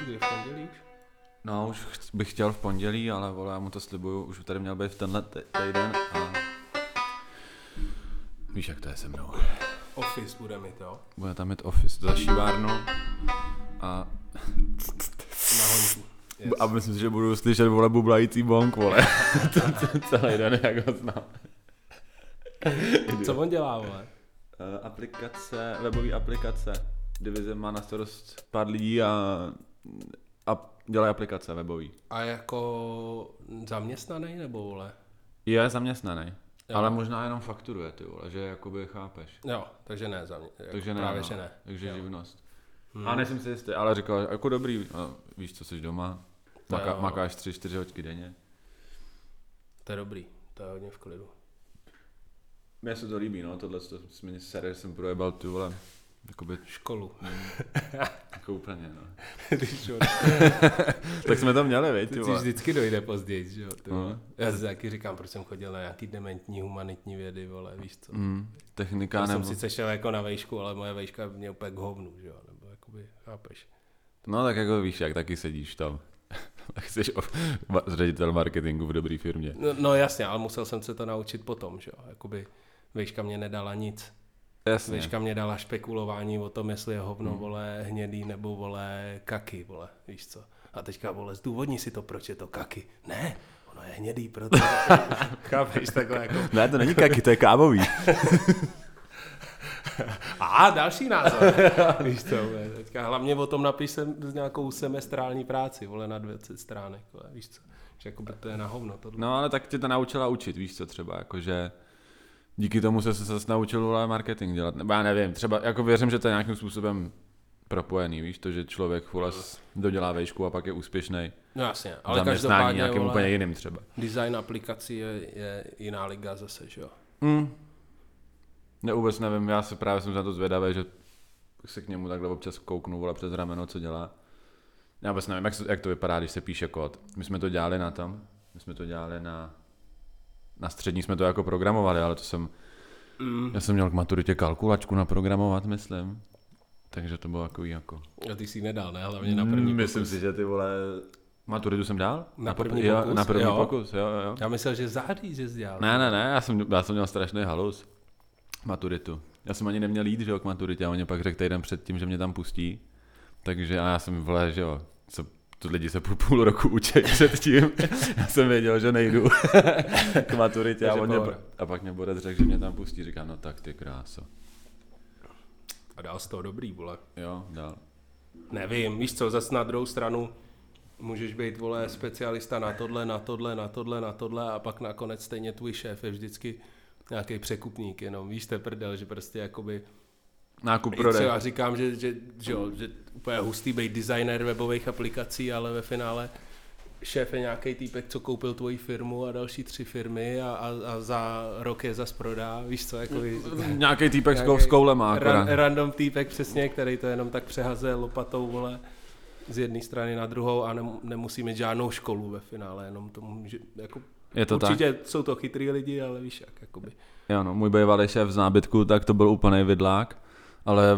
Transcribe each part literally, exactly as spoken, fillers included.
kdy v pondělí už? No, už bych chtěl v pondělí, ale vole, já mu to slibuju, už tady měl být v tenhle týden a víš, jak to je se mnou. Office bude mít, jo? Bude tam mít office za šívárnu a Na hoňku. Yes. A myslím si, že budu slyšet, vole, bublající bonk, vole. Celý den, jak ho znám. Co on dělá, vole? Uh, aplikace, webové aplikace. Divize má na starost pár lidí a, a dělají aplikace webový. A jako zaměstnaný nebo, vole? Je zaměstnaný, jo. Ale možná jenom fakturuje, ty vole, že jakoby chápeš. Jo, takže ne zaměstnaný. Takže ne, právě, no. že ne. Takže jo. živnost. Hmm. A nejsem si jistý, ale říkal, jako dobrý, no, víš co, jsi doma, Maka, jo. makáš tři, čtyři hoďky denně. To je dobrý, to je hodně v klidu. Mně se to líbí, no, tohle to mě sere, jsem projebal tu, vole, jakoby školu. Jako úplně, no. Tak jsme to měli, veď, ty vole. Ty vždycky dojde později, že jo, ty vole. No. Já si taky říkám, proč jsem chodil na nějaký dementní humanitní vědy, vole, víš co. Mm, technika Já nebo... jsem sice šel jako na vejšku, ale moje vejška mě úplně k hovnu, že jo, nebo jakoby, chápeš. No tak jako víš, jak taky sedíš tam. Tak jsi ředitel marketingu v dobré firmě. No, no jasně, ale musel jsem se to naučit potom, že jo, jakoby vejška mě nedala nic. Jasně. Vejška mě dala špekulování o tom, jestli je hovno, hmm. vole, hnědý nebo, vole, kaky, vole, víš co. A teďka, vole, zdůvodni si to, proč je to kaky. Ne, ono je hnědý, proto. Chápeš, takhle jako. Ne, to není kaky, to je kávový. A další názor. Víš co, vole, teďka hlavně o tom napiš sem z nějakou semestrální práci, vole, na dvacet stránek, vole, víš co. Že jako to je na hovno. Tohle. No ale tak tě to naučila učit, víš co, třeba, jakože díky tomu se se naučil, vole, marketing dělat, nebo já nevím, třeba, jako věřím, že to je nějakým způsobem propojený, víš, to, že člověk, vole, dodělá vejšku a pak je úspěšnej. No jasně, ale zaměstnání každopádně, nějakým vole, úplně jiným třeba. Design aplikací je, je jiná liga zase, že jo. Mm. Ne, vůbec nevím, já se právě jsem na to zvědavý, že se k němu takhle občas kouknu, vole, přes rameno, co dělá. Já vůbec nevím, jak, jak to vypadá, když se píše kód. My jsme to dělali na tom, my jsme to dělali na, na střední, jsme to jako programovali, ale to jsem, mm. já jsem měl k maturitě kalkulačku naprogramovat, myslím. Takže to bylo takový jako... A ty jsi ji nedal, ne? Hlavně na první Myslím pokus. si, že ty vole... Maturitu jsem dal? Na první jo, pokus? Na první jo. pokus, jo, jo. Já myslel, že září, že jsi dělal. Ne, ne, ne, já jsem, já jsem měl strašný halus. Maturitu. Já jsem ani neměl jít, že jo, k maturitě, a oni pak řekl týden před tím, že mě tam pustí. Takže a já jsem, vole, že jo, co, tu lidi se půl, půl roku učí před tím. Já jsem věděl, že nejdu k maturitě a, mě, a pak mě Borec řekl, že mě tam pustí. Říkám, no tak ty kráso. A dal z toho dobrý, vole. Jo, dal. Nevím, víš co, zas na druhou stranu můžeš být, vole, specialista na tohle, na tohle, na tohle, na tohle a pak nakonec stejně tvůj šéf je vždycky nějaký překupník, jenom víš, to je prdel, že prostě jakoby... Nákup prodej. Já říkám, že, že, že, jo, že úplně hustý být designer webových aplikací, ale ve finále šéf je nějaký týpek, co koupil tvoji firmu a další tři firmy a, a, a za rok je zas prodá, víš co, jako... Nějaký týpek s koulema ran, random týpek přesně, který to jenom tak přehazuje lopatou, vole, z jedné strany na druhou a ne, nemusí mít žádnou školu ve finále, jenom tomu, že jako... Je to určitě tak? Jsou to chytrý lidi, ale víš jak, jakoby. Jo no, můj bývalý šéf z nábytku, tak to byl úplnej vidlák, ale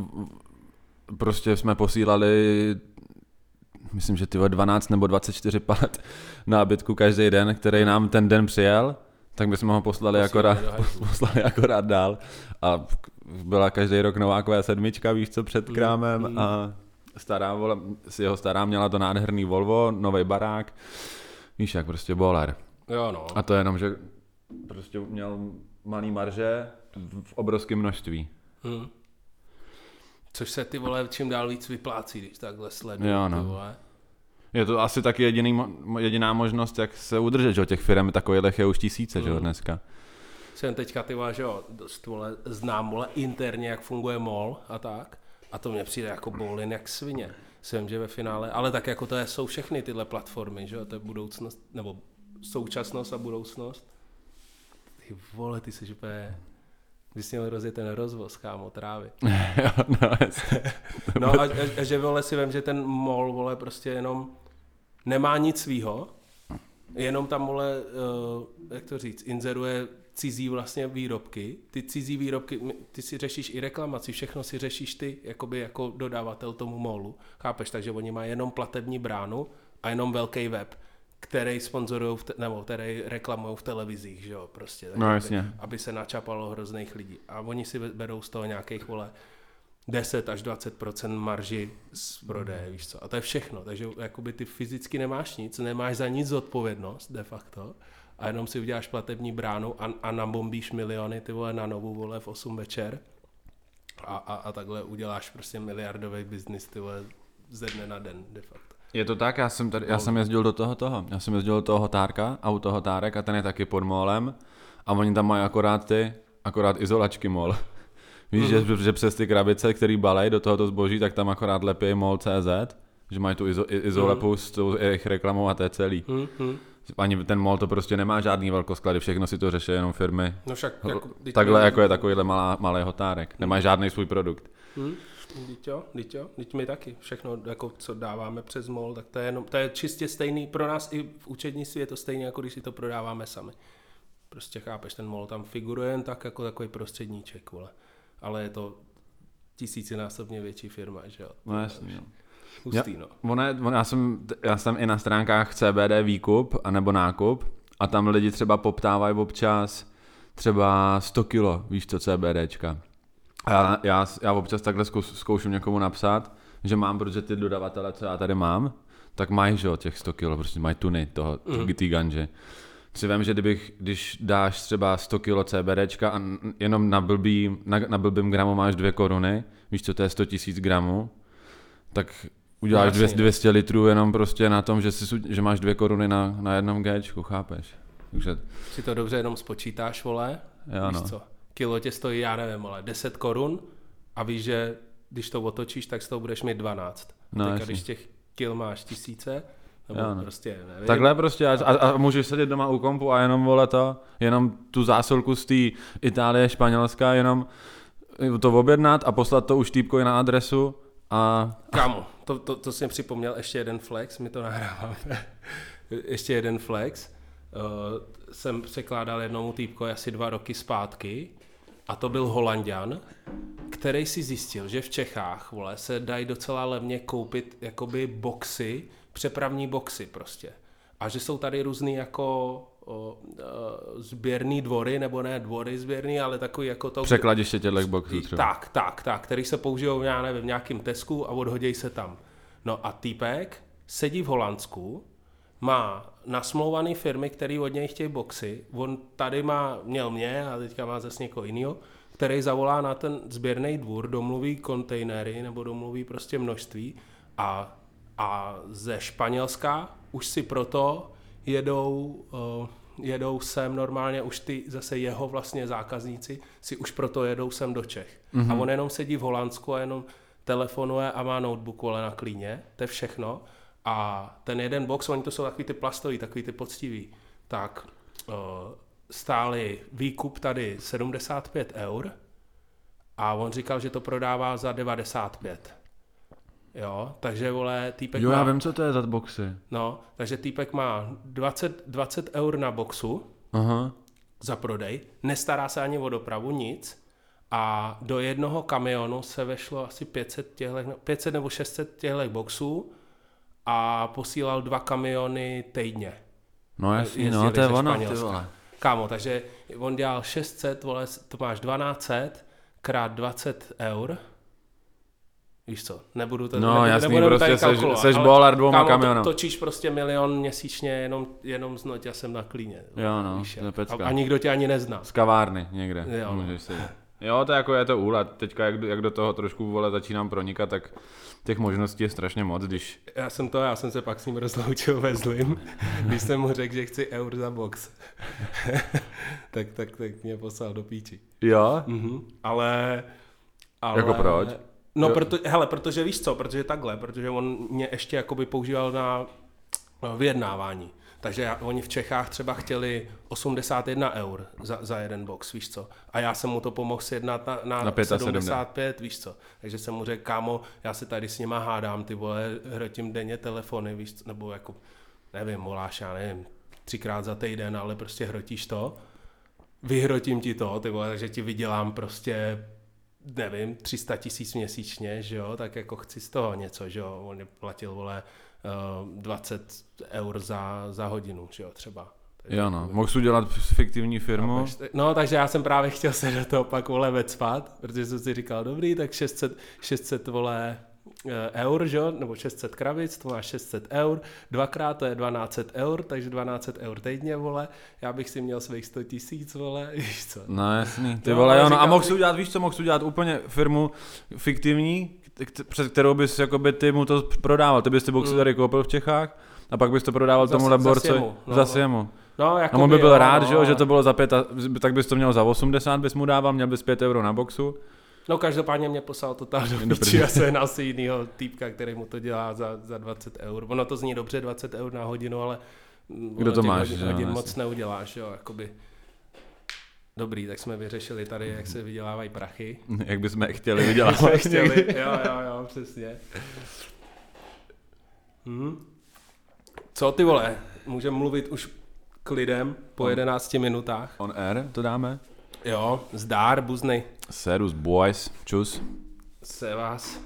prostě jsme posílali, myslím, že ty dvanáct nebo dvacet čtyři palet nábytku každý den, který nám ten den přijel, tak bychom ho poslali akorát, poslali akorát dál a byla každý rok nová Q sedm, víš co, před krámem mm, mm. a stará, vole, jeho stará měla to nádherný Volvo, nový barák, víš jak, prostě boler. Jo, no. A to jenom, že prostě měl malý marže v obrovském množství. Hmm. Což se ty vole čím dál víc vyplácí, když takhle sledují. Jo, no. Ty vole. Je to asi taky jediný, jediná možnost, jak se udržet, že těch firem takových je už tisíce, hmm. že dneska. Jsem teďka ty vole, že jo, dost vole, znám vole interně, jak funguje mall a tak. A to mně přijde jako bowling jak svině. Jsem, že ve finále, ale tak jako to je, jsou všechny tyhle platformy, že jo, to je budoucnost, nebo současnost a budoucnost. Ty vole, ty jsi úplně... Když jsi měl rozjet ten rozvoz, kámo, trávy. jo, no, no a, a, a že vole si vem, že ten mall, vole, prostě jenom nemá nic svýho, jenom tam, vole, uh, jak to říct, inzeruje cizí vlastně výrobky, ty cizí výrobky, ty si řešíš i reklamaci, všechno si řešíš ty jakoby jako dodavatel tomu molu, chápeš, takže oni mají jenom platební bránu a jenom velký web, který sponzorují, nebo který reklamují v televizích, že jo, prostě, tak no, aby, jasně. aby se načapalo hrozných lidí a oni si berou z toho nějakých, vole, deset až dvacet procent marži z prodeje, víš co, a to je všechno, takže jakoby ty fyzicky nemáš nic, nemáš za nic zodpovědnost de facto, a jenom si uděláš platební bránu a, a nabombíš miliony, ty vole, na Novou, vole, v osm večer a, a, a takhle uděláš prostě miliardový biznis, ty vole, ze dne na den, de facto. Je to tak, já jsem, tady, já jsem jezdil do toho toho, já jsem jezdil do toho hotárka, autohotárek a ten je taky pod molem a oni tam mají akorát ty, akorát izolačky mol. Víš, mm-hmm. že, že přes ty krabice, který balej do tohoto zboží, tak tam akorát lepí mol tečka cé zet, že mají tu izo, izolepu mm-hmm. s tou jejich reklamou a to je celý. Mm-hmm. Ani ten mol to prostě nemá žádný velkosklady, všechno si to řeší jenom firmy. No však jako, takhle jako je takovýhle malá, malý hotárek, nemá žádný svůj produkt. Hmm. Díť jo, díť jo, díť my taky. Všechno, jako, co dáváme přes mol, tak to je, jenom, to je čistě stejný, pro nás i v účetnictví je to stejné, jako když si to prodáváme sami. Prostě chápeš, ten mol tam figuruje jen tak, jako takový prostředníček, vole. Ale je to tisícinásobně větší firma, že jo. No jasně, jo. Hustý, no. Já, ona, ona, já, jsem, já jsem i na stránkách C B D výkup anebo nákup a tam lidi třeba poptávají občas třeba sto kilo, víš co, CBDčka. A já, já, já občas takhle zkus, zkouším někomu napsat, že mám, protože ty dodavatele, co já tady mám, tak mají, že jo, těch sto kilo, prostě mají tuny toho, mm. tý ganže. Si vím, že kdybych, když dáš třeba sto kilo CBDčka a jenom na, blbý, na, na blbým gramu máš dvě koruny, víš co, to je sto tisíc gramů, tak uděláš dvě stě litrů jenom prostě na tom, že, si, že máš dvě koruny na, na jednom Gčku, chápeš? Takže... Si to dobře jenom spočítáš, vole, jo, víš no. co, kilo tě stojí, já nevím, ale deset korun a víš, že když to otočíš, tak z toho budeš mít dvanáct. No, teďka, jasný. když těch kil máš tisíce, nebo jo, no. prostě nevím. Takhle prostě a, a můžeš sedět doma u kompu a jenom, vole, to, jenom tu zásilku z té Itálie, Španělska, jenom to objednat a poslat to už týpkovi na adresu a... Kámo, to, to, to jsem připomněl, ještě jeden flex, my to nahráváme. ještě jeden flex. Uh, jsem překládal jednomu týpkovi asi dva roky zpátky a to byl Holanďan, který si zjistil, že v Čechách, vole, se dají docela levně koupit jakoby boxy, přepravní boxy prostě. A že jsou tady různý jako o, o, sběrný dvory, nebo ne dvory sběrný, ale takový jako to... Překladiště těchto boxů třeba. Tak, tak, tak, který se použijou já nevím, v nějakým Tesku a odhodějí se tam. No a týpek sedí v Holandsku, má nasmlouvaný firmy, který od něj chtějí boxy, on tady má, měl mě a teďka má zase někoho jiného, který zavolá na ten sběrný dvůr, domluví kontejnery nebo domluví prostě množství a, a ze Španělska už si proto jedou, uh, jedou sem normálně, už ty zase jeho vlastně zákazníci si už proto jedou sem do Čech. Mm-hmm. A on jenom sedí v Holandsku a jenom telefonuje a má notebook, vole, na klíně, to je všechno. A ten jeden box, oni to jsou takový ty plastový, takový ty poctivý, tak uh, stáli výkup tady sedmdesát pět eur a on říkal, že to prodává za devadesát pět. Jo, takže vole, týpek jo, má... já vím, co to je za boxy. No, takže týpek má dvacet, dvacet eur na boxu. Aha. Za prodej, nestará se ani o dopravu, nic. A do jednoho kamionu se vešlo asi pět set, těhlek, pět set nebo šest set těchto boxů a posílal dva kamiony týdně. No jasný, no to je ono, ty vole. Kámo, takže on dělal šest set, vole, to máš dvanáct set krát dvacet eur. Víš co, nebudu to, no, nebudu, jasný, nebudu prostě tady seš, kalkulovat. seš bolar dvouma kámo, kamionů. To, točíš prostě milion měsíčně jenom, jenom s noťasem na klíně. Jo no, víš, to je pecka. A, a nikdo tě ani nezná. Z kavárny někde, jo, můžeš si. Jo, to je jako je to úlet. Teďka, jak, jak do toho trošku, vole, začínám pronikat, tak těch možností je strašně moc, když... Já jsem to, já jsem se pak s ním rozloučil ve Zlým, když jsem mu řekl, že chci eur za box. tak, tak, tak mě poslal do píči. Jo? Mhm. Ale, ale... Jako proč? No, proto, hele, protože víš co, protože takhle, protože on mě ještě jakoby používal na vyjednávání. Takže já, oni v Čechách třeba chtěli osmdesát jedna eur za, za jeden box, víš co. A já jsem mu to pomohl sjednat na, na, na sedmdesát pět, víš co. Takže jsem mu řekl, kámo, já se tady s nima hádám, ty vole, hrotím denně telefony, víš co, nebo jako, nevím, voláš, já nevím, třikrát za týden, ale prostě hrotíš to. vyhrotím ti to, ty vole, takže ti vydělám prostě, nevím, tři sta tisíc měsíčně, že jo, tak jako chci z toho něco, že jo, on platil, vole, dvacet eur za, za hodinu, že jo, třeba. Takže jo no, mohl jsi udělat fiktivní firmu. No, takže já jsem právě chtěl se do toho pak, vole, vecpat, protože jsem si říkal, dobrý, tak šest set, šest set vole, eur, že? Nebo šest set krabic, to má šest set eur, dvakrát to je dvanáct set eur, takže dvanáct set eur týdně, vole, já bych si měl svých sto tisíc, vole, víš co. No jasný, ty no, vole, jo, no a mohl si... jsi udělat, víš co, mohl jsi udělat úplně firmu fiktivní, přes kterou bys jakoby ty mu to prodával, ty bys ty boxy tady koupil v Čechách a pak bys to prodával tomu Leborcovi za Siemu. No, jako a on by byl jo, rád, no, že, že to bylo za pět, a, tak bys to měl za osmdesát, bys mu dával, měl bys pět euro na boxu. No každopádně mě poslal totálně do píči a sehnal si jinýho týpka, který mu to dělá za, za dvacet eur. Ono to zní dobře, dvacet eur na hodinu, ale kdo to máš, hodin, že, hodin no, moc neuděláš, jo, jakoby. Dobrý, tak jsme vyřešili tady, jak se vydělávají prachy. Jak bychom chtěli vydělávat. jsme chtěli, jo, jo, jo, přesně. Hm. Co ty vole, můžeme mluvit už k lidem po jedenácti minutách. On air to dáme? Jo, zdár, buznej. Serus boys, čus. Se vás.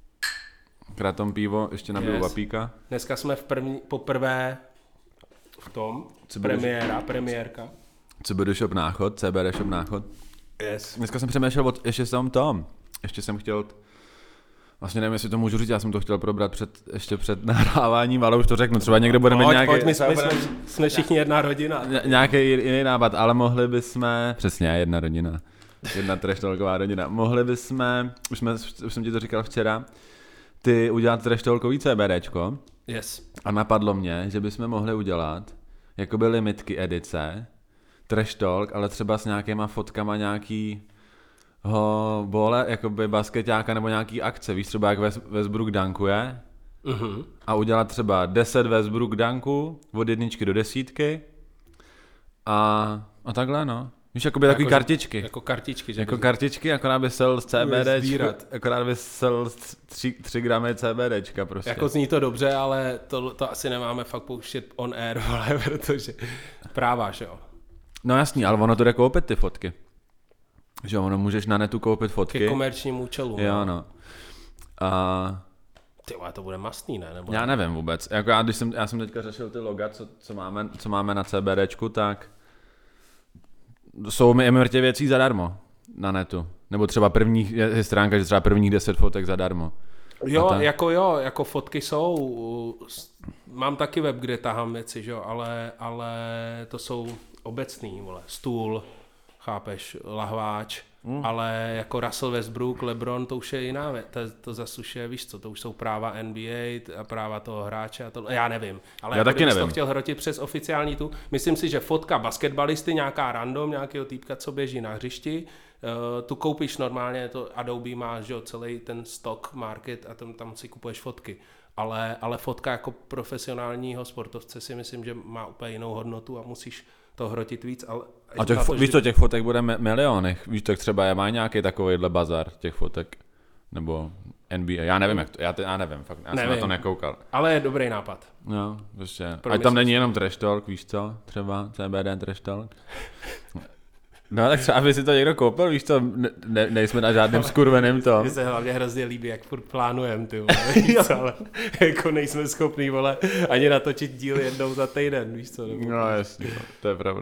Kratom pivo, ještě nabiju Yes. vapíka. Dneska jsme v první, poprvé v tom, Co budeš? premiéra, premiérka. C B D Shop Náchod, C B D Shop Náchod. Yes. Dneska jsem přemýšlel, od, ještě jsem tom, ještě jsem chtěl, vlastně nevím, jestli to můžu říct, já jsem to chtěl probrat před, ještě před nahráváním, ale už to řeknu, třeba někde budeme mít nějaký... Pojď, my, jsme, jsme, jsme všichni jedna rodina. Ně, nějaký jiný nápad, ale mohli bychom, přesně, jedna rodina, jedna trashtalková rodina, mohli bychom, už, jsme, už jsem ti to říkal včera, ty udělat trashtalkový CBDčko. Yes. A napadlo mě, že bychom mohli udělat jakoby limitky edice, trash talk, ale třeba s nějakýma fotkama nějakýho bole, jakoby basketáka nebo nějaký akce, víš, třeba jak Westbrook dankuje Uh-huh. a udělat třeba deset Westbrook danků od jedničky do desítky a, a takhle, no. Víš, jakoby takový jako, kartičky. Jako kartičky. Že Jako by... kartičky, akorát by sel z CBDčka, akorát by sel tři, tři gramy CBDčka prostě. Jako zní to dobře, ale to, to asi nemáme fakt pouštět on air, vole, protože práva, že jo. No jasný, ale ono to jde koupit ty fotky. Že ono můžeš na netu koupit fotky. Ke komerčnímu účelu. Jo, no. A... Ty vole, to bude mastný, ne? Nebo já nevím vůbec. Jako já, když jsem, já jsem teďka řešil ty loga, co, co, máme, co máme na CBDčku, tak jsou mi mrtě věcí zadarmo na netu. Nebo třeba první, je stránka, že třeba prvních deset fotek zadarmo. Jo, ta... jako jo, jako fotky jsou. Mám taky web, kde tahám věci, že jo, ale, ale to jsou obecný, vole, stůl, chápeš, lahváč, mm. ale jako Russell Westbrook, LeBron, to už je jiná věc, to, to zase už je, víš co, to už jsou práva N B A a práva toho hráče a to, já nevím, ale já jako taky nevím. to chtěl hrotit přes oficiální tu, myslím si, že fotka basketbalisty, nějaká random, nějakého týpka, co běží na hřišti, Uh, tu koupíš normálně, to Adobe má, že jo, celý ten stock market a tam, tam si kupuješ fotky. Ale, ale fotka jako profesionálního sportovce si myslím, že má úplně jinou hodnotu a musíš to hrotit víc. Ale a těch, to, víš co, těch fotek bude miliony. Víš, tak třeba je má nějaký takovejhle bazar těch fotek. Nebo N B A, já nevím, jak to, já, te, já nevím, fakt, já nevím. jsem na to nekoukal. Ale je dobrý nápad. No, prostě. Ať tam není jenom trash talk, víš co, třeba C B D trash talk. No tak třeba, aby si to někdo koupil, víš co, ne, nejsme na žádném skurveném tom. Mně se hlavně hrozně líbí, jak furt plánujem, ty vole, víš co, ale jako nejsme schopný, vole, ani natočit díl jednou za týden, víš co. Nebo... No jasně, to je pravda.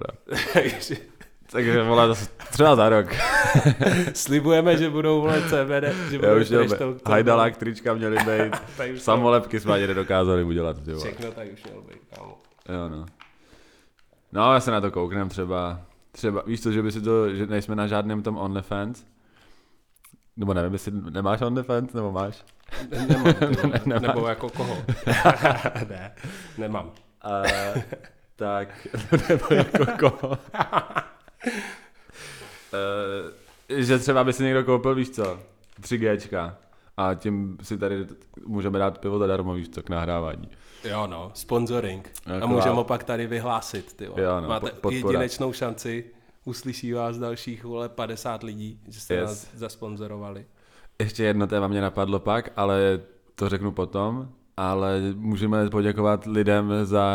Takže vole, třeba za rok. Slibujeme, že budou, vole, C B D, že budou treštel. Hajdalák, trička měly být, samolepky jsme ani nedokázali udělat. Ty vole. Všechno tak už mělo být, kámo. Jo no. No, já se na to kouknem třeba. Třeba, víš to, že by si to, že nejsme na žádném tom OnlyFans? Nebo nevím, jestli nemáš OnlyFans, nebo máš? Nemám, ne, ne, nebo jako koho? Ne, nemám. Uh, tak, nebo jako koho? uh, že třeba by si někdo koupil, víš co, tři géčka a tím si tady můžeme dát pivo zadarmo, víš co, k nahrávání. Jo no, sponsoring. Jako a můžeme ho pak tady vyhlásit, ty vole. Jo, no, máte podpora. jedinečnou šanci, uslyší vás dalších, vole, padesát lidí, že jste yes. nás zasponzorovali. Ještě jedno téma mě napadlo pak, ale to řeknu potom, ale můžeme poděkovat lidem za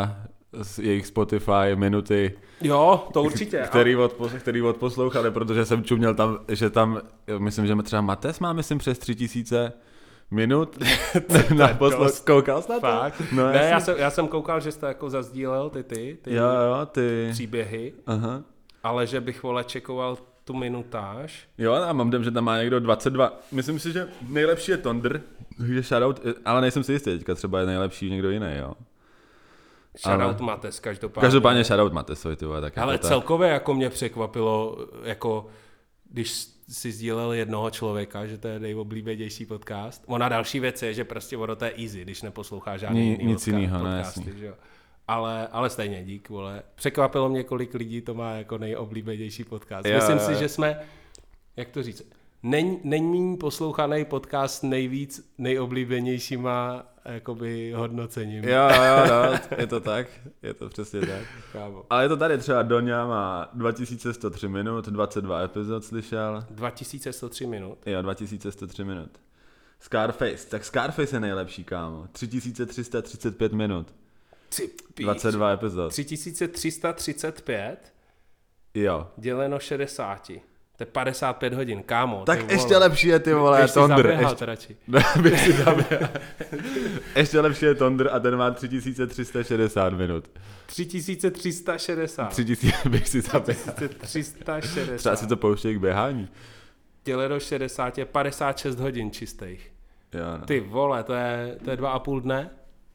z jejich Spotify minuty, Jo, to určitě. který, odpo, který odposlouchali, protože jsem čuměl tam, že tam, myslím, že třeba Mates má, myslím, přes tři tisíce minut na poslouch. Koukal jsi na to? Fakt? No, ne, já jsem, já jsem koukal, že jsi to jako zazdílel, ty ty, ty jo, jo, ty. příběhy, Aha. ale že bych, vole, čekoval tu minutáž. Jo, a mám dem, že tam má někdo dvacet dva. Myslím si, že nejlepší je Tondr, že shoutout, ale nejsem si jistý, teďka třeba je nejlepší někdo jiný, jo. Shoutout ale... Mates, každopádně. Každopádně shoutout Matesovi, ty vole, tak ale jako celkově jako mě překvapilo, jako když si sdílel jednoho člověka, že to je nejoblíbenější podcast. Ona další věc je, že prostě ono to je easy, když neposloucháš žádný Ni, jiný nic jinýho, podcasty, ne, že jo. Ale, ale stejně dík, vole. Překvapilo mě, kolik lidí to má jako nejoblíbenější podcast. Jo, Myslím jo, si, jo. že jsme, jak to říct, nej, nejméně poslouchaný podcast nejvíc nejoblíbenějšíma jakoby hodnocením. Jo, jo, jo, je to tak, je to přesně tak. Kámo. Ale je to tady třeba Doňa má dva tisíce sto tři minut, dvacet dva epizod slyšel. dva tisíce sto tři minut. Jo, dva tisíce sto tři minut. Scarface, tak Scarface je nejlepší, kámo. tři tisíce tři sta třicet pět minut. Ty píč. dvacet dva epizod. tři tisíce tři sta třicet pět Jo. děleno šedesát. To je padesát pět hodin, kámo. Tak ty ještě vole. lepší je ty vole, Bych si Tondr. zaběhal Ještě, to radši. bych si zaběhal. Ještě lepší je Tondr a ten má tři tisíce tři sta šedesát minut. tři tisíce tři sta šedesát. tři tisíce bych si zaběhal. tři sta šedesát. Třeba si to pouštěj k běhání. Děleno šedesát je padesát šest hodin čistých. Jo, no. Ty vole, to je, to je dva a půl dne?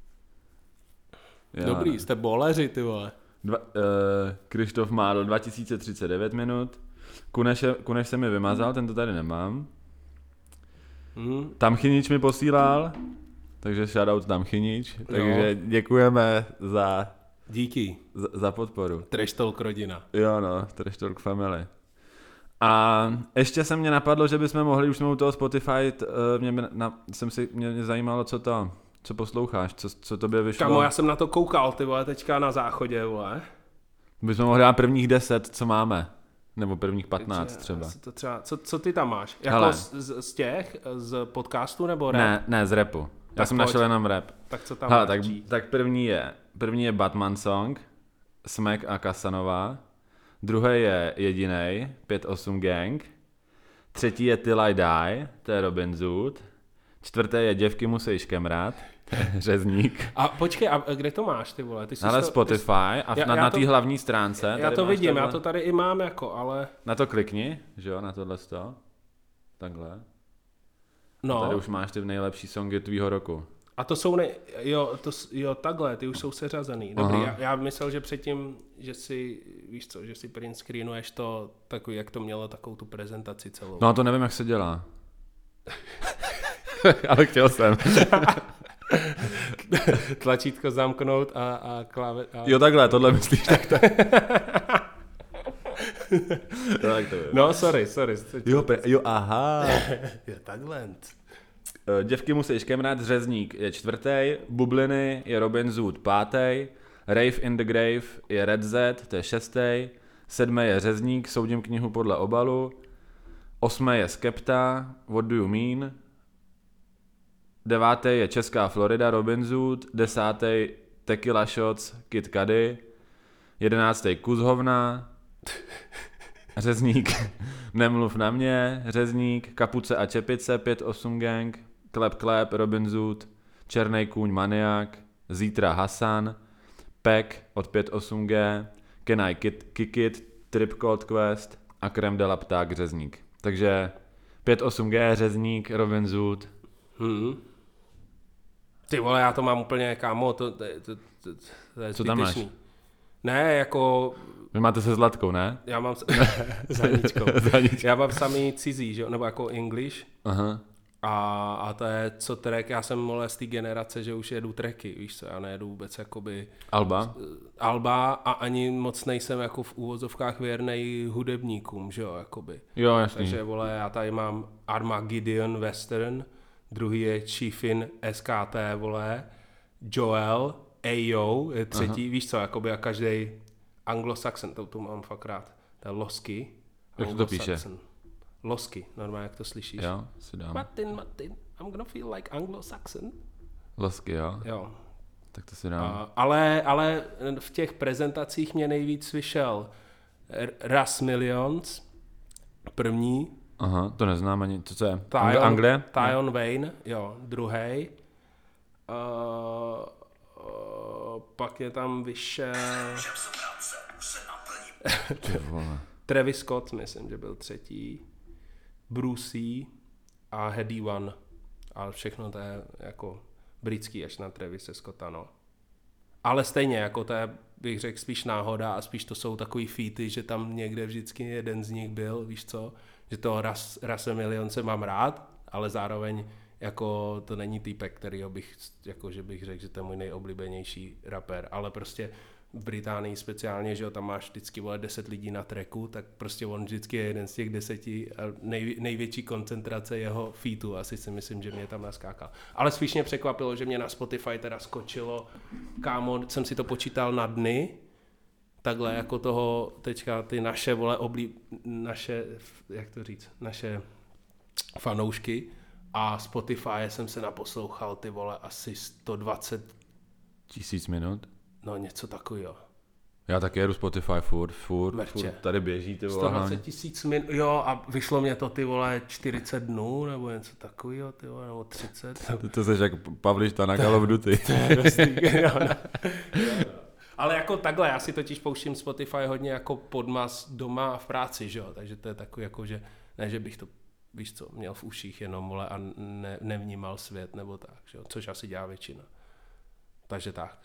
Jo, Dobrý, no. jste boleři, ty vole. Dva, uh, Krištof má do dva tisíce třicet devět minut. Kuneš, Kuneš se mi vymazal, ten to tady nemám. Hmm. Tamchynič mi posílal, takže shoutout Tamchynič. Takže děkujeme za, Díky. za, za podporu. Trash Talk rodina. Jo no, Trash Talk Family. A ještě se mě napadlo, že bychom mohli, už jsme u toho Spotify, t, uh, mě, na, jsem si, mě, mě zajímalo, co to, co posloucháš, co, co tobě vyšlo. Kamo, já jsem na to koukal, ty vole, teďka na záchodě, vole. Bychom mohli dát prvních deset, co máme. Nebo prvních patnáct Takže třeba. asi To třeba co, co ty tam máš? Jako Hele. z, z, z těch, z podcastu nebo rap? Ne, ne, z rapu. Já Tak jsem pojď. našel jenom rap. Tak co tam Hele, máš? tak, G? tak první je, první je Batman Song, Smack a Casanova. Druhý je Jedinej, pět osm Gang. Třetí je Till I Die, to je Robin Zoot. Čtvrté je Děvky musíš kemrat, Řezník. A počkej, a kde to máš, ty vole? Ty jsi Ale to, Spotify a Já- na, já na to- té hlavní stránce. Já tady to máš vidím, takhle. já to tady i mám jako, ale... Na to klikni, že jo, na tohle sto. Takhle. No, Tady už máš ty nejlepší songy tvýho roku. a to jsou ne... Jo, to, s- jo, takhle, ty už jsou seřazený. Dobrý, Aha. já, já myslel, že předtím, že si, víš co, že si print screenuješ to takový, jak to mělo, takovou tu prezentaci celou. No to nevím, jak se dělá. Ale chtěl jsem. Tlačítko zamknout a, a kláve... A... Jo, takhle, tohle myslíš, tak to tak to je. No, sorry, sorry. Jo, pre, jo, aha. Je takhle. Eh, Děvky musíš kemrat, Řezník je čtvrtý, Bubliny je Robin Zoot pátý, Rave in the Grave je Red Z, to je šestý, sedmý je Řezník, soudím knihu podle obalu, osmý je Skepta, What do you mean, devátý je Česká Florida, Robin Zoot, desátý Tequila Shots, Kid Cudi, jedenáctý Kus hovna, Řezník, Nemluv na mě, Řezník, Kapuce a čepice, pět osm Gang, Klep Klep, Robin Zoot, Černej kůň Maniak, Zítra Hasan, Pek od pět osm G, Can I Kick Kick It, Trip Called Quest a Krem de la Pták Řezník. Takže pět osm G, Řezník, Robin Zoot. Hmm. Ty vole, já to mám úplně, kámo, to, to, to, to, to je Co tam máš? zbytečný. Ne, jako, Vy máte se Zlatkou, ne? já mám, s- s Haničkou. S Haničkou. Já mám samý cizí, že? jo, nebo jako English. Aha. A, a to je co track, já jsem mole z té generace, že už jedu tracky, víš co, já nejedu vůbec jakoby Alba? alba a ani moc nejsem jako v úvozovkách věrnej hudebníkům, že jo, jakoby. Jo, jasný. Takže vole, já tady mám Armageddon Western, druhý je Chiefin S K T, vole, Joel, Ayo, je třetí, Aha. víš co, jakoby a každý anglosaxon, to tu mám fakt rád, to je Losky. Jak se to píše? Anglosaxon. Losky, normálně jak to slyšíš. Jo, si dám. Martin, Martin, I'm gonna feel like anglo-saxon. Losky, jo. Jo. tak to si dám. A, ale, ale v těch prezentacích mě nejvíc vyšel Russ Millions, první. Aha, to neznám ani, co to je? Tyon, Anglie? Tyon Wayne, jo, druhej. Uh, uh, pak je tam vyšel Travis Scott, myslím, že byl třetí. Brucey a Heady One. Ale všechno to je jako britský až na Travise Scotta, no. Ale stejně, jako to je, bych řekl, spíš náhoda a spíš to jsou takový featy, že tam někde vždycky jeden z nich byl, víš co, že toho Russ, Russe Millionse mám rád, ale zároveň jako to není týpek, kterýho bych, jako že bych řekl, že to je můj nejoblíbenější rapper, ale prostě v Británii speciálně, že jo, tam máš vždycky vole deset lidí na tracku, tak prostě on vždycky je jeden z těch deseti a nej, největší koncentrace jeho featu, asi si myslím, že mě tam naskákal. Ale spíš mě překvapilo, že mě na Spotify teda skočilo, kámo, jsem si to počítal na dny, takhle jako toho teďka ty naše vole oblí, naše, jak to říct, naše fanoušky a Spotify jsem se naposlouchal ty vole asi sto dvacet Tisíc minut? No něco takového. Já taky jedu Spotify furt, furt, furt tady běží ty vole. sto dvacet tisíc minut, jo a vyšlo mě to ty vole čtyřicet dnů nebo něco takového, ty vole, nebo třicet. To, to jsi jak Pavliš ta na Call of Duty. jo, no. Ale jako takhle, já si totiž pouštím Spotify hodně jako podmas doma a v práci, že jo, takže to je takový jako, že ne, že bych to, víš co, měl v uších jenom, vole, a ne, nevnímal svět nebo tak, že jo, což asi dělá většina. Takže tak.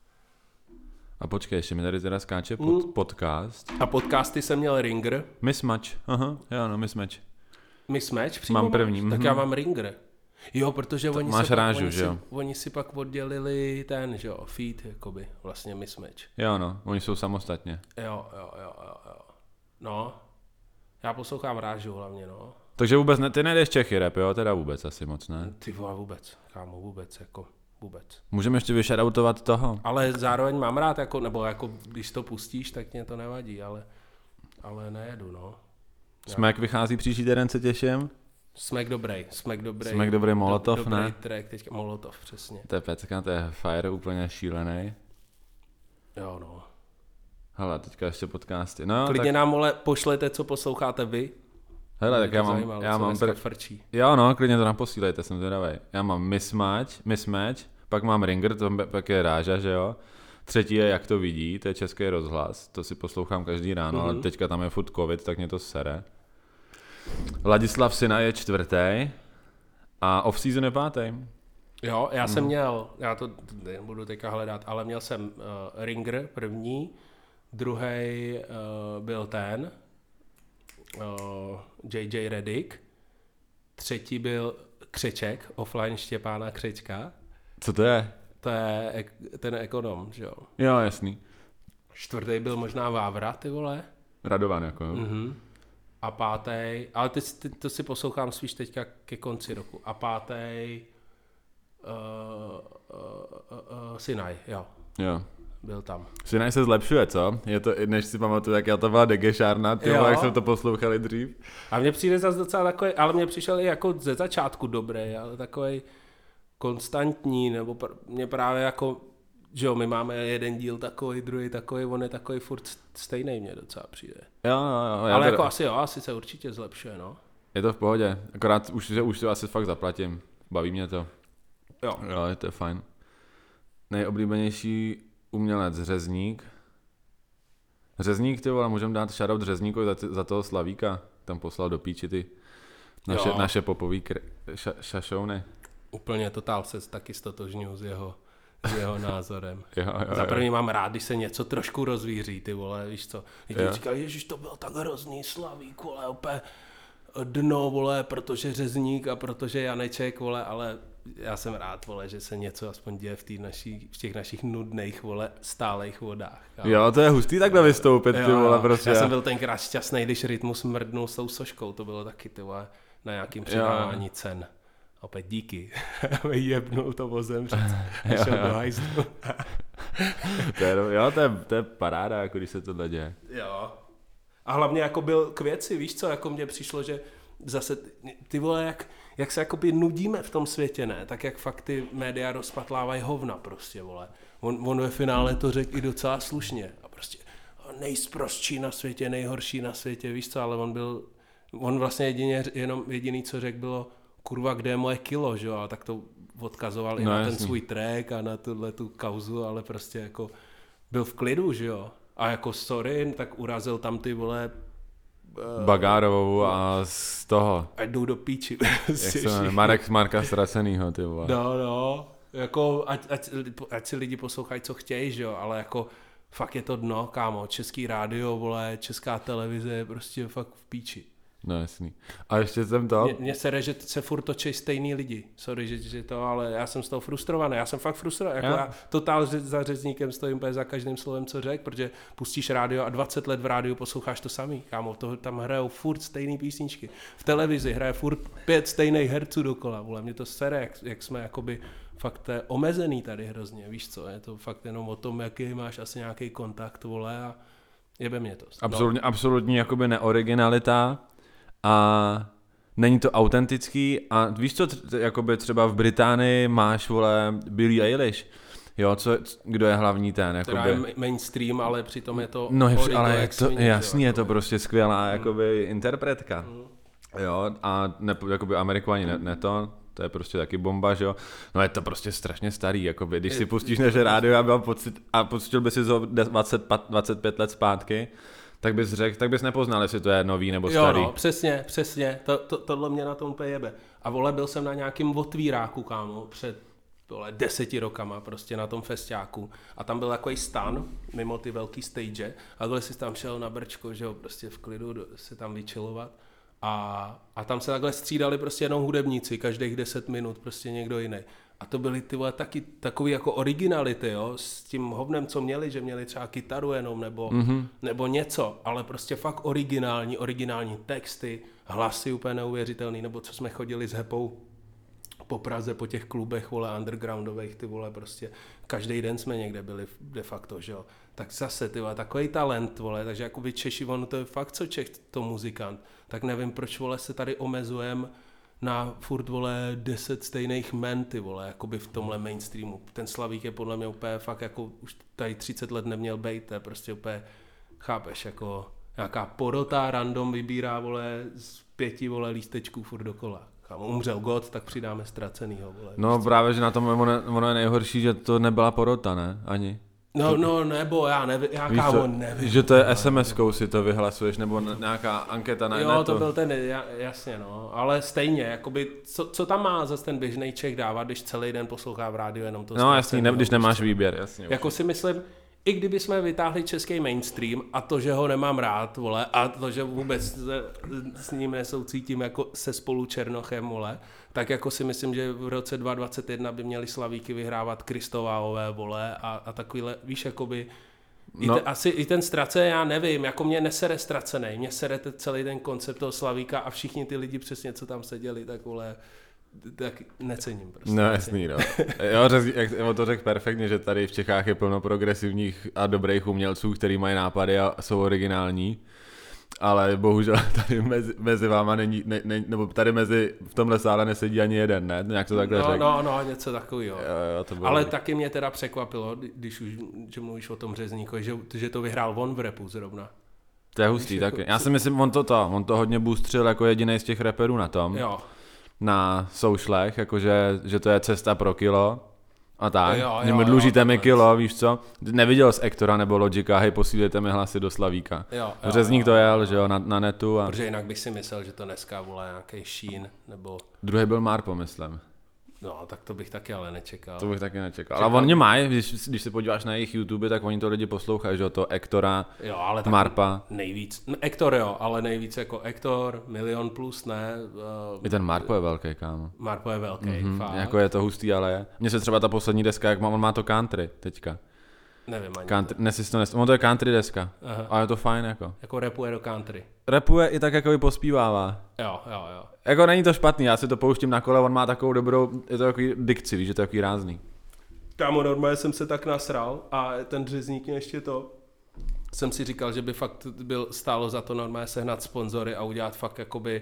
A počkej, ještě mi tady teda skáče pod, podcast. A podcasty jsem měl Ringer. Mismatch, aha, jo no, Mismatch. Mismatch přímo Mám první. Máš? Tak mm-hmm. já mám Ringer. Jo, protože oni, máš si rážu, pak, oni, že si, jo? oni si pak oddělili ten, že jo, feed, jakoby, vlastně Mismatch. Jo no, oni jsou samostatně. Jo, jo, jo, jo, jo. No, já poslouchám rážu hlavně, no. Takže vůbec, ne, ty nejdeš Čechy rap, jo? Teda vůbec asi moc, ne? Ty vole, vůbec, kámo, vůbec, jako, vůbec. Můžeme ještě vyšadoutovat toho. Ale zároveň mám rád, jako, nebo jako, když to pustíš, tak mě to nevadí, ale, ale nejedu, no. Smek vychází příští týden, se těším. Smek dobrý, Smek dobrý. Smek dobrý, Molotov, do, ne? Dobrý track, teďka Molotov, přesně. To je pecka, to je fire úplně šílený. Jo, no. Hele, teďka ještě podcasty. No, Klidně tak... nám, vole, pošlete, co posloucháte vy. Hele, tak já mám, zajímalo, já mám pr... frčí. Jo, no, klidně to nám posílejte, jsem zvědavej. Já mám Mismatch, Mismatch, pak mám Ringer, to pak je ráža, že jo. Třetí je Jak to vidí, to je Český rozhlas, to si poslouchám každý ráno, mm-hmm. ale teďka tam je furt covid, tak mě to sere. Ladislav Syna je čtvrtý a off-season je pátý. Jo, já jsem mm. měl, já to nebudu teďka hledat, ale měl jsem uh, Ringer první, druhý uh, byl ten, uh, J J Redick, třetí byl Křeček, offline Štěpána Křečka. Co to je? To je ek, ten ekonom, že jo. Jo, jasný. Čtvrtý byl možná Vávra, ty vole. Radovan, jako. Mhm. A pátý, ale ty, ty, to si poslouchám spíš teďka ke konci roku. A pátý uh, uh, uh, Sinaj, jo. Jo. Byl tam. Sinaj se zlepšuje, co? Je to, než si pamatuju, jak já to byla degešárna, ty vole, jak jsme to poslouchali dřív. A mně přijde zase docela takový, ale mně přišel i jako ze začátku dobrý, ale takový konstantní, nebo pr- mě právě jako, že jo, my máme jeden díl takový, druhý takový, on je takový furt stejný, mně docela přijde. Jo, jo, jo. Ale teda... jako asi jo, asi se určitě zlepšuje, no. Je to v pohodě, akorát už, už to asi fakt zaplatím, baví mě to. Jo. Jo, to je fajn. Nejoblíbenější umělec Řezník. Řezník, ty vole, můžeme dát shoutout Řezníkovi za, za toho Slavíka, tam poslal do píči ty naše, naše popový kr- ša, šašouny. Úplně totál se taky stotožňuji s jeho, s jeho názorem. jo, jo, Za první mám rád, když se něco trošku rozvíří, ty vole, víš co. Když jo. říkal, ježiš, to byl tak hrozný Slavík, vole, opět dno, vole, protože Řezník a protože Janeček, vole, ale já jsem rád, vole, že se něco aspoň děje v, tý naší, v těch našich nudných, vole, stálejch vodách. Jo, jo to je hustý takhle vystoupit, ty vole, prostě. Já jsem byl tenkrát šťastný, když Rytmus mrdnul s tou soškou, to bylo taky, ty vole, na nějakým předávání cen. Opět díky. Jebnul to vozem, že šel do hajzlu. to je, jo, to je, to je paráda, jako když se tohle děje. Jo. A hlavně jako byl k věci, víš co, jako mně přišlo, že zase, ty vole, jak, jak se jakoby nudíme v tom světě, ne? Tak jak fakt ty média rozpatlávají hovna prostě, vole. On, on ve finále to řekl i docela slušně a prostě nejsprostší na světě, nejhorší na světě, víš co, ale on byl, on vlastně jedině, jenom jediný, co řekl, bylo kurva, kde je moje kilo, že jo, a tak to odkazoval i no, na jasný. ten svůj track a na tuhle tu kauzu, ale prostě jako byl v klidu, že jo. A jako sorry, tak urazil tam ty vole uh, Bagárovou a z toho. ať jdou do píči. Jak se jmenuje? Marek Marka Ztracenýho, ty vole. No, no, jako ať, ať, ať si lidi poslouchají, co chtějí, že jo, ale jako fakt je to dno, kámo, český rádio, vole, česká televize je prostě fakt v píči. No jasný. A ještě jsem to... Mě, mě sere, že se furt točí stejný lidi. Sorry, že, že to, ale já jsem z toho frustrovaný. Já jsem fakt frustrovaný. Jako já. já totál za řezníkem stojím za každým slovem, co řek, protože pustíš rádio a dvacet let v rádiu posloucháš to samý. Kámo, to, tam hrajou furt stejný písničky. V televizi hraje furt pět stejných herců dokola. Vole. Mě to sere, jak, jak jsme jakoby fakt to je omezený tady hrozně. Víš co, je to fakt jenom o tom, jaký máš asi nějaký kontakt, vole, a jebe mě to. Absolutně, no. Absolutní jakoby neoriginalita. A není to autentický a víš co, t- jakoby třeba v Británii máš, vole, Billie Eilish, jo, co, kdo je hlavní ten, jakoby. Teda je mainstream, ale přitom je to No je, origo, ale jak je to, svině, jasný, jo, je to jakoby. prostě skvělá, mm. jakoby, interpretka, Mm. jo, a ne, jakoby Ameriku ani ne, ne to, to je prostě taky bomba, že jo, no je to prostě strašně starý, jakoby, když si pustíš naše rádio a byl pocit, a poctil by si to dvacet, dvacet pět let zpátky, tak bys řekl, tak bys nepoznal, jestli to je nový nebo starý. Jo, no, přesně, přesně, to, to, tohle mě na tom úplně jebe. A vole, byl jsem na nějakým otvíráku, kámo, před vole, deseti rokama, prostě na tom festiáku. A tam byl takový stan, mimo ty velký stage, a takhle si tam šel na brčko, že jo, prostě v klidu se tam vyčilovat. A, a tam se takhle střídali prostě jenom hudebníci, každých deset minut, prostě někdo jiný. A to byly ty vole taky takový jako originality, jo, s tím hovnem, co měli, že měli třeba kytaru jenom, nebo, mm-hmm. nebo něco, ale prostě fakt originální, originální texty, hlasy úplně neuvěřitelný, nebo co jsme chodili s Hepou po Praze, po těch klubech, vole, undergroundových, ty vole, prostě každý den jsme někde byli de facto, že jo. Tak zase, ty vole, takový talent, vole, takže jako vy Češi, ono to je fakt co Čech, to muzikant, tak nevím, proč, vole, se tady omezujem na furt, vole, deset stejných men, ty vole, jakoby v tomhle mainstreamu. Ten Slavík je podle mě úplně fakt jako už tady třicet let neměl bejt, to je prostě úplně, chápeš, jako nějaká porota random vybírá, vole, z pěti, vole, lístečků furt dokola. Kámo, umřel God, tak přidáme ztracenýho, vole. No právě, že na tom ono, ono je nejhorší, že to nebyla porota, ne? Ani. No, no, nebo já nevím, já Víš kámo co, nevím. že to je es em eskou si to vyhlasuješ, nebo nějaká anketa na Jo, netu. to byl ten, jasně no, ale stejně, jakoby, co, co tam má zase ten běžný Čech dávat, když celý den poslouchá v rádiu jenom to. No jasný, ne, když nemáš výběr, jasně. Jako si myslím, i kdyby jsme vytáhli český mainstream a to, že ho nemám rád, vole, a to, že vůbec s ním nesoucítím jako se spolu Černochem, vole, tak jako si myslím, že v roce dva tisíce dvacet jedna by měli Slavíky vyhrávat Kristováové, vole, a, a takovýhle, víš, jakoby, i no. te, asi i ten Strace, já nevím, jako mě nesere Stracenej, mě sere celý ten koncept toho Slavíka a všichni ty lidi přesně, co tam seděli, tak vole, tak necením prostě. No jasný, no. Jo, řez, jak to řekl perfektně, že tady v Čechách je plno progresivních a dobrých umělců, který mají nápady a jsou originální, ale bohužel tady mezi, mezi váma není, ne, ne, nebo tady mezi, v tomhle sále nesedí ani jeden, ne? Nějak to takhle no, řekl. No, no, něco takového. Ale dobrý. taky mě teda překvapilo, když už, že mluvíš o tom Řezníkovi, že, že to vyhrál on v rapu zrovna. To je hustý, taky. Jako, Já si myslím, on to to, on to hodně boostřil jako jediný z těch rapperů na tom. Jo. Na socialech, jakože že to je cesta pro kilo a tak. Jo, jo, jo, dlužíte jo, mi kilo, víš co? Neviděl z Ektora nebo Logika, hej, posílejte mi hlasy do Slavíka. Jo, jo, Řezník jo, to jel, jo, že jo, na, na netu. A... Protože jinak bych si myslel, že to dneska volá nějaký Sheen, nebo... Druhý byl Marpo, myslím. No, tak to bych taky ale nečekal. To bych taky nečekal. Čekal. Ale oni mají, když, když se podíváš na jejich YouTube, tak oni to lidi poslouchají, že jo, to Ektora, jo, ale Marpa. Nejvíc, no, Ektor jo, ale nejvíc jako Ektor, Milion plus, ne. Uh, I ten Marpo je velký, kámo. Marpo je velký, Mm-hmm, fakt. jako je to hustý, ale je. Mně se třeba ta poslední deska, jak má, on má to country teďka. Nevím ani. Country, nesis to nes, on to je country deska, Aha. ale je to fajn jako. Jako rapuje do country. Rapuje i tak, jako i pospívává. Jo, jo, jo. Jako není to špatný, já si to pouštím na kole, on má takovou dobrou, je to takový dikci, víš, že to je takový rázný. Kámo, normálně jsem se tak nasral a ten Řezník mě ještě to, jsem si říkal, že by fakt byl stálo za to normálně sehnat sponzory a udělat fakt jakoby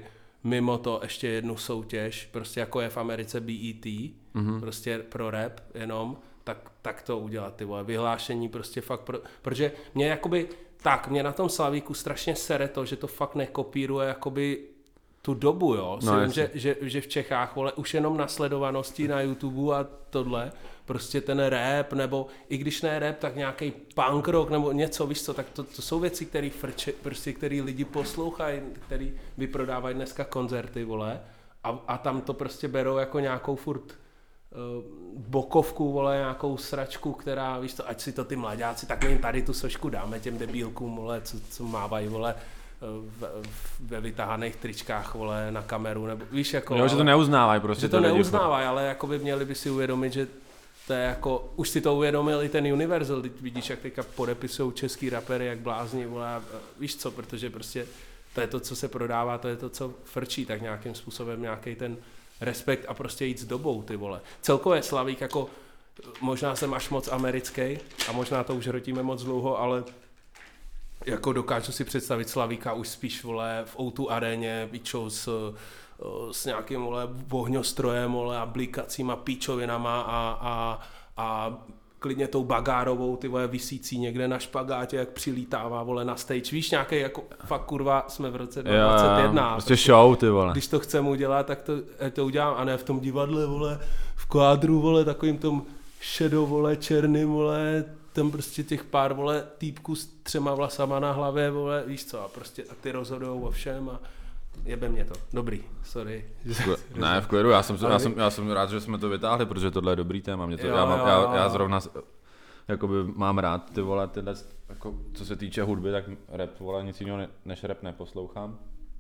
mimo to ještě jednu soutěž, prostě jako je v Americe B E T, mm-hmm. prostě pro rap jenom, tak, tak to udělat, ty vole, vyhlášení prostě fakt, pro, protože mě jakoby, tak, mě na tom Slavíku strašně sere to, že to fakt nekopíruje jakoby tu dobu, jo, no, vím, že, že, že v Čechách, vole, už jenom na sledovanosti na YouTube a tohle, prostě ten rap, nebo i když ne rap, tak nějaký punk rock, nebo něco, víš co, tak to, to jsou věci, které frče, prostě, který lidi poslouchají, který vyprodávají dneska koncerty, vole, a, a tam to prostě berou jako nějakou furt uh, bokovku, vole, nějakou sračku, která, víš co, ať si to ty mladáci, tak my jim tady tu sošku dáme těm debílkům, vole, co, co mávají, vole, v, ve vytáhaných tričkách, vole, na kameru, nebo víš, jako... Jo, že to neuznávají prostě. Že to neuznávají, ale jakoby měli by si uvědomit, že to je jako, už si to uvědomil i ten Universal, teď vidíš, jak teďka podepisujou český rapery, jak blázni, vole, víš co, protože prostě to je to, co se prodává, to je to, co frčí, tak nějakým způsobem nějaký ten respekt a prostě jít s dobou, ty vole. Celkově Slavík, jako, možná jsem až moc americký a možná to už hrotíme moc dlouho, ale jako dokážu si představit Slavíka už spíš, vole, v O dva aréně, píčou s, s nějakým, vole, ohňostrojem, vole, a blíkacíma píčovinama a, a, a klidně tou Bagárovou, ty vole, visící někde na špagátě, jak přilítává, vole, na stage. Víš, nějaký, jako fakt kurva, jsme v roce dvacet jedna. Prostě show, ty vole. Když to chceme udělat, tak to, to udělám, a ne v tom divadle, vole, v kvádru, vole, takovým tom šedo, vole, černým, vole, tam prostě těch pár, vole, týpků s třema vlasama na hlavě, vole, víš co, a prostě a ty rozhodujou o všem a jebe mě to. Dobrý, sorry. Ne, v klidu, já jsem, já, jsem, já jsem rád, že jsme to vytáhli, protože tohle je dobrý téma. Mě to, jo, já, mám, jo, já, jo. já zrovna jakoby mám rád ty, vole, tyhle, jako, co se týče hudby, tak rap, vole, nic jiného než rap neposlouchám.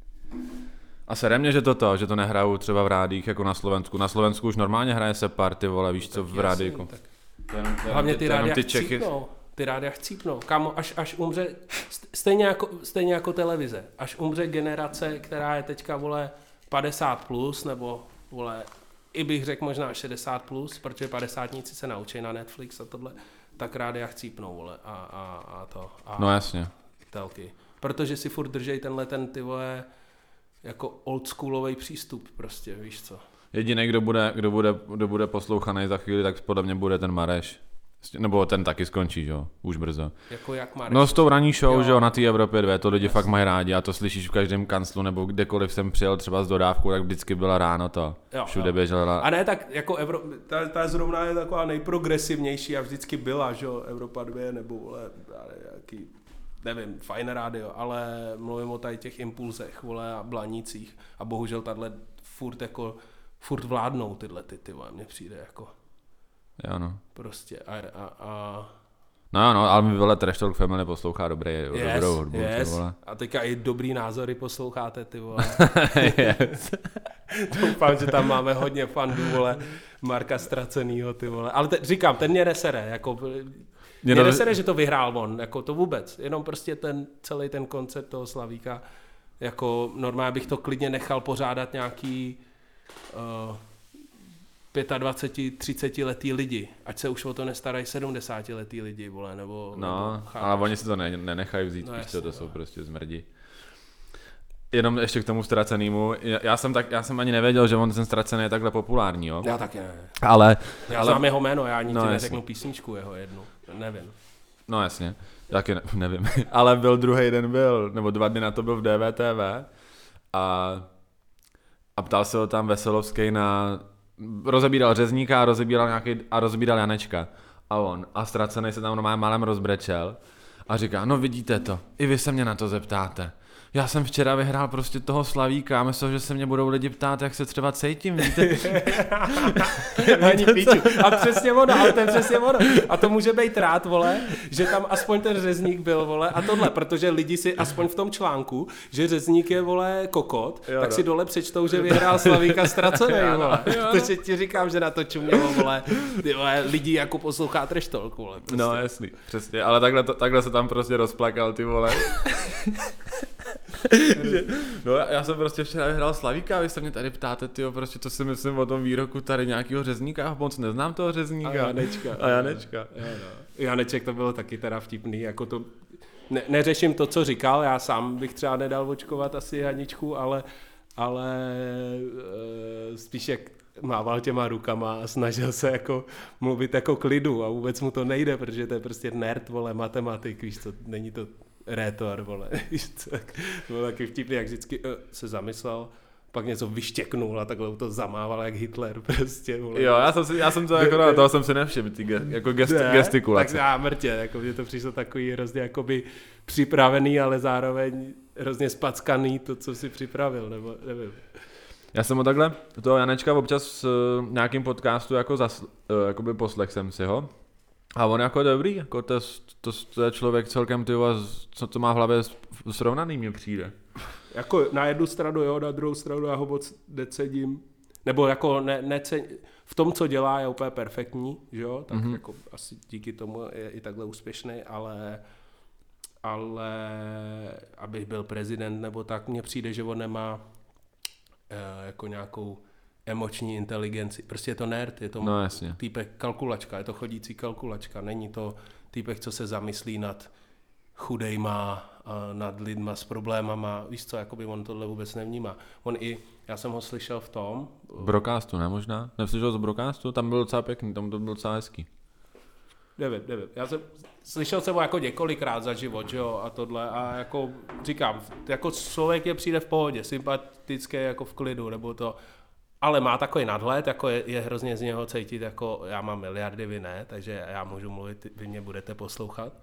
A sere mě, že to to, že to nehrajou třeba v rádích jako na Slovensku. Na Slovensku už normálně hraje se party, vole, víš co, v rádíku. Hlavně ty rádia chcípnou, ty rádia chcípnou, kámo, až, až umře, stejně jako, stejně jako televize, až umře generace, která je teďka, vole, padesát plus, nebo, vole, i bych řekl možná šedesát plus, protože padesátníci se naučí na Netflix a tohle, tak rádia chcípnou, vole, a, a, a to. A no jasně. Telky. Protože si furt držej tenhle ten, ty vole, jako oldschoolový přístup prostě, víš co. Jediný, kdo bude, kdo bude, kdo bude poslouchaný za chvíli, tak podle mě bude ten Mareš. Nebo ten taky skončí, jo, už brzo. Jako jak Mareš? No s tou ranní show, jo, že jo, na té Evropě dva, to lidi Jasně. fakt mají rádi a to slyšíš v každém kanclu, nebo kdekoliv jsem přijel třeba z dodávku, tak vždycky byla ráno to, jo, všude jo. běžela. A ne, tak jako Evro, ta, ta zrovna je taková nejprogresivnější a vždycky byla, že jo, Evropa dva, nebo vole, jaký, nevím, fajn rádio, ale mluvím o tady těch impulzech, vole, a blanících a bohužel tahle furt jako furt vládnou tyhle ty, ty vole, mně přijde jako. Jo no. Prostě a, a, a... No no, ale mi vole Trash Talk Family poslouchá dobrý, yes, dobrou hudbu, yes. ty vole. A teďka i dobrý názory posloucháte, ty vole. yes. Doufám, že tam máme hodně fandů, vole, Marka Ztracenýho, ty vole. Ale te, říkám, ten mě nesere, jako... Mě no, nesere, že to vyhrál on, jako to vůbec. Jenom prostě ten celý ten koncert toho Slavíka, jako normálně bych to klidně nechal pořádat nějaký... Uh, dvacet pět, třicet letý lidi, ať se už o to nestarají sedmdesátiletý lidi, vole, nebo... No, nebo ale oni si to ne, nenechají vzít, no, jasně, to no. jsou prostě zmrdi. Jenom ještě k tomu Ztracenýmu, já, já, jsem tak, já jsem ani nevěděl, že on ten Ztracený je takhle populární, jo? Já taky ne. Ale... Já ale, znám jeho jméno, já ani no, ti jasně. neřeknu písničku jeho jednu, nevím. No jasně, taky ne, nevím, ale byl druhý den byl, nebo dva dny na to byl v D V T V a, a ptal se ho tam Veselovský na... Rozebíral Řezníka a rozebíral, nějaký, a rozebíral Janečka. A on, a Ztracený se tam normálně málem rozbrečel a říká, no vidíte to, i vy se mě na to zeptáte. Já jsem včera vyhrál prostě toho Slavíka a myslel, že se mě budou lidi ptát, jak se třeba cítím, víte? Ani píču. A přesně ono, ale ten přesně ono. A to může být rád, vole, že tam aspoň ten Řezník byl, vole, a tohle, protože lidi si aspoň v tom článku, že Řezník je, vole, kokot, jo, tak no. si dole přečtou, že vyhrál Slavíka Ztracený, vole. Takže ti říkám, že na to čumělo, vole, vole, lidi jako poslouchá Trash Talk, vole. Prostě. No jasný, přesně, ale takhle, to, takhle se tam prostě rozplakal, ty vole. No já jsem prostě včera vyhrál Slavíka, vy se mě tady ptáte, tyjo, prostě to si myslím o tom výroku tady nějakého Řezníka, moc neznám toho Řezníka. A Janečka. A Janečka. Jo, no. Janeček to bylo taky teda vtipný, jako to, ne, neřeším to, co říkal, já sám bych třeba nedal očkovat asi Janičku, ale, ale e, spíš jak mával těma rukama a snažil se jako mluvit jako klidu a vůbec mu to nejde, protože to je prostě nerd, vole, matematik, víš co, není to rétor, vole, víš co, tak to bylo taky vtipný, jak vždycky uh, se zamyslel, pak něco vyštěknul a takhle to zamával jak Hitler prostě, vole. Jo, já jsem, si, já jsem to jako, no, toho jsem si nevšiml, ty ge, jako gest, ne, gestikulace. Tak já mrtě, jako mě to přišlo takový hrozně jakoby připravený, ale zároveň hrozně spackaný to, co si připravil, nebo nevím. Já jsem ho takhle, toho Janečka občas v nějakým podcastu jako zas, jakoby poslech jsem si ho. A on jako dobrý, jako to, to, to je člověk celkem, ty co to má v hlavě srovnaný, mně přijde. Jako na jednu stranu jo, na druhou stranu já ho moc necením. Nebo jako ne, necen, v tom, co dělá, je úplně perfektní, že jo, tak mm-hmm. jako asi díky tomu je i takhle úspěšný, ale ale abych byl prezident nebo tak, mně přijde, že on nemá eh, jako nějakou emoční inteligenci. Prostě je to nerd, je to no, jasně. týpek kalkulačka, je to chodící kalkulačka, není to týpek, co se zamyslí nad chudejma, nad lidma s problémama, víš co, jakoby on tohle vůbec nevnímá. On i, já jsem ho slyšel v tom. Broadcastu, ne možná? Neslyšel z Broadcastu? Tam byl docela pěkný, tam to byl docela hezký. Nevím, nevím. Já jsem, slyšel jsem ho jako několikrát za život, že jo, a tohle, a jako říkám, jako člověk je přijde v pohodě, sympatický jako v klidu, nebo to, ale má takový nadhled, jako je, je hrozně z něho cítit, jako já mám miliardy, vy ne, takže já můžu mluvit, vy mě budete poslouchat.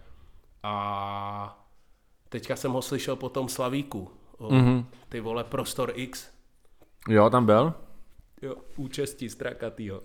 A teďka jsem ho slyšel po tom Slavíku, o, mm-hmm. ty vole Prostor X. Jo, tam byl? Jo, účastí Strakatýho.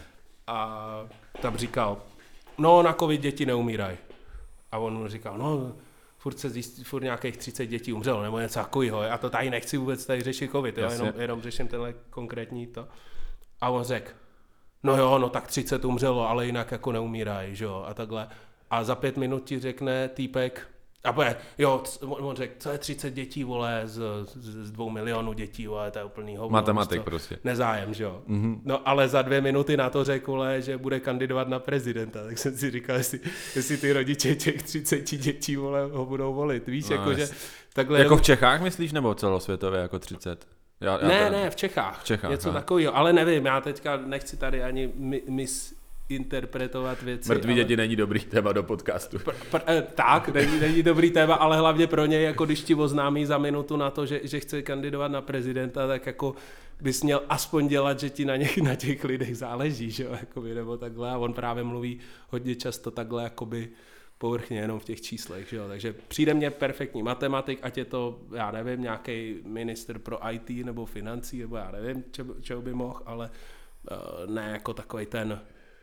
A tam říkal, no na covid děti neumírají. A on mu říkal, no furt se zjistí, furt nějakých třicet dětí umřelo, nebo něco takového. Já to tady nechci vůbec tady řešit covid, jo, jenom, jenom řeším tenhle konkrétní to. A on řekl, no jo, no tak třicet umřelo, ale jinak jako neumírají, že jo, a takhle. A za pět minut ti řekne týpek, a bude, jo, on řekl, co je třicet dětí, vole, z, z, z dvou milionů dětí, vole, to je úplný hovno. Matematik prostě. Nezájem, že jo. Mm-hmm. No ale za dvě minuty na to řekl, vole, že bude kandidovat na prezidenta, tak jsem si říkal, jestli, jestli ty rodiče těch třiceti dětí, vole, ho budou volit, víš, no, jako, že takhle... Jako v Čechách myslíš, nebo celosvětově jako třicet? Já, já ne, to... ne, v Čechách, v Čechách něco takového, ale nevím, já teďka nechci tady ani mis... interpretovat věci. Mrtví ale... děti není dobrý téma do podcastu. Pr, pr, eh, tak, není, není dobrý téma, ale hlavně pro něj, jako když ti oznámí za minutu na to, že, že chce kandidovat na prezidenta, tak jako bys měl aspoň dělat, že ti na, něch, na těch lidech záleží, že jo, jakoby, nebo takhle. A on právě mluví hodně často takhle, jakoby povrchně, jenom v těch číslech, že jo. Takže přijde mně perfektní matematik, ať je to, já nevím, nějaký minister pro í té nebo financí, nebo já nevím, čeho, čeho by mohl, ale uh, ne jako takovej ten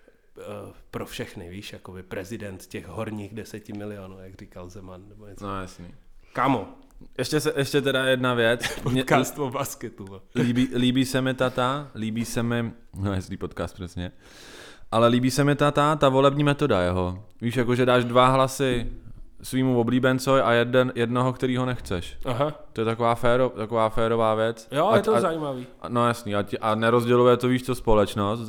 pro všechny, víš, jako by prezident těch horních deseti milionů, jak říkal Zeman, nebo něco. No jasný. Kamo. Ještě, se, ještě teda jedna věc. Podcast o basketu. Líbí, líbí se mi tata, líbí se mi, no jestli podcast přesně, ale líbí se mi tata, ta volební metoda jeho. Víš, jako že dáš dva hlasy svýmu oblíbencovi a jeden, jednoho, kterýho nechceš. Aha. To je taková, féro, taková férová věc. Jo, a, je to a, zajímavý. No jasný, a, a nerozděluje to, víš co, společnost.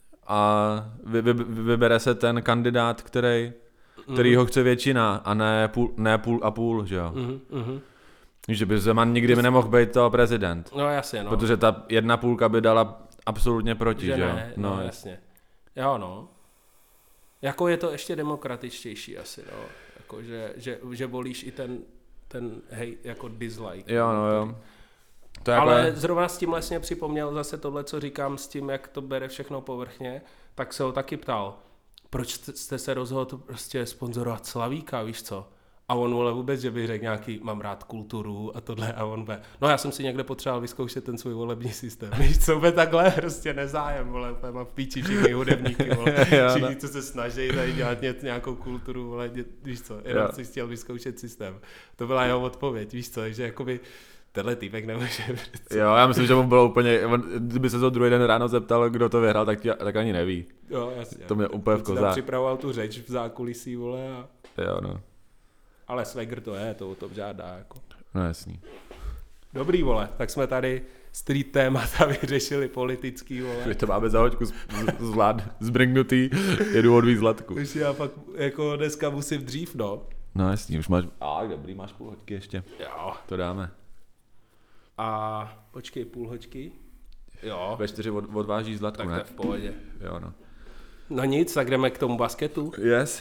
A vy, vy, vybere se ten kandidát, který, který mm. ho chce většina, a ne půl, ne půl a půl, že jo. Mm, mm. Že by Zeman nikdy by nemohl být to prezident. No jasně, no. Protože ta jedna půlka by dala absolutně proti, že, že ne, jo. No, no jasně. Jo, no. Jako je to ještě demokratičtější asi, no. Jako, že, že, že volíš i ten, ten hej, jako dislike. Jo, no jo. To je ale jako... zrovna s tím vlastně připomněl zase tohle, co říkám s tím, jak to bere všechno povrchně, tak se ho taky ptal, proč jste se rozhodl prostě sponzorovat Slavíka, víš co? A on vole vůbec, že by řekl nějaký, mám rád kulturu a tohle, a on be, no já jsem si někde potřeboval vyzkoušet ten svůj volební systém, víš co, be takhle prostě nezájem, vole, úplně mám v píči všichni hudebníky, vole, všichni, co se snaží tady dělat nějakou kulturu, vole, víš co, jenom si chtěl vyzkoušet systém. To byla jeho odpověď, víš co, že jakoby tenhle týpek nemůže. Jo, já myslím, že mu bylo úplně, on, kdyby se to druhý den ráno zeptal, kdo to vyhrál, tak, tě, tak ani neví. Jo, jasně. To mě úplně v kozách. Připravoval tu řeč v zákulisí, vole. A... Jo, no. Ale Swagger to je, to o tom žádá, jako. No jasný. Dobrý, vole, tak jsme tady street témata vyřešili politický, vole. Když to máme za hoďku zvlád, zbrngnutý, jedu odvíc zlatku. Už já pak jako dneska musím dřív, no. No jasný, už máš, a dobrý, máš půl hoďky ještě. Jo. To dáme. A počkej, půl hoďky. Jo. Ve čtyři od, odváží Zlatku, tak ne? to je v pohodě. Jo, no. No nic, tak jdeme k tomu basketu. Yes.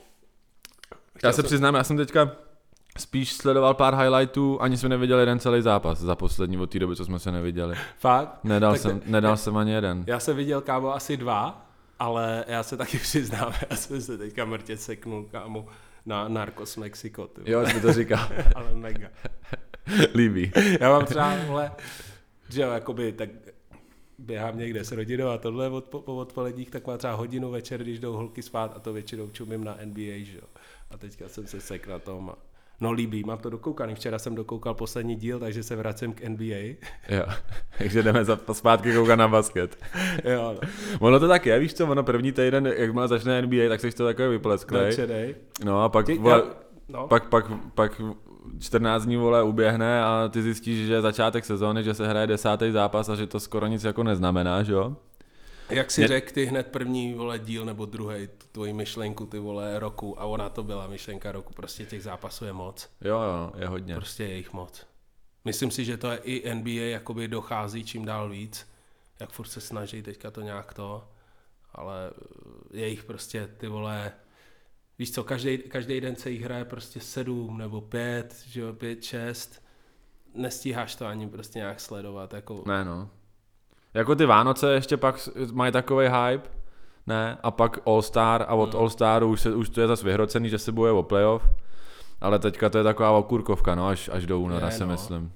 Chtěl Já se jsem... přiznám, já jsem teďka spíš sledoval pár highlightů, ani jsme neviděli jeden celý zápas za poslední od té doby, co jsme se neviděli. Fakt? Nedal, tak jsem, to... nedal jsem ani jeden. Já jsem viděl, kámo, asi dva, ale já se taky přiznám, já jsem se teďka mrtě seknul, kámo, na Narcos Mexico. Ty. Jo, jsi to říkal. Ale mega. Líbí. Já mám třeba, vole, že jo, jakoby, tak běhám někde s rodinou a tohle od, po odpoledních, tak má třeba hodinu večer, když jdou holky spát a to většinou čumím na N B A, že jo. A teďka jsem se sek na tom a no líbí, mám to dokoukaný. Včera jsem dokoukal poslední díl, takže se vracím k N B A. Jo, takže jdeme za, zpátky koukat na basket. Jo, no. Ono to tak je, víš co, ono první týden, jak má začne N B A, tak jsi to takový vyplesklej. Nadšenej. No a pak, Ty, vole, já, no. pak, pak, pak čtrnáct dní, vole, uběhne a ty zjistíš, že je začátek sezóny, že se hraje desátý zápas a že to skoro nic jako neznamená, že jo? Jak si Mě... řekl ty hned první, vole, díl nebo druhý tvoji myšlenku, ty vole, roku a ona to byla myšlenka roku, prostě těch zápasů je moc. Jo, jo, je hodně. Prostě je jich moc. Myslím si, že to je i N B A jakoby dochází čím dál víc, jak furt se snaží teďka to nějak to, ale je jich prostě ty vole, víš co, každý, každý den se jich hraje prostě sedm nebo pět, že jo, pět, šest, nestíháš to ani prostě nějak sledovat, jako... Ne, no. Jako ty Vánoce ještě pak mají takovej hype, ne, a pak All Star a od hmm. All Staru už, se, už to je zase vyhrocený, že se bojuje o playoff, ale teďka to je taková okurkovka, no, až, až do února, je, si no. myslím.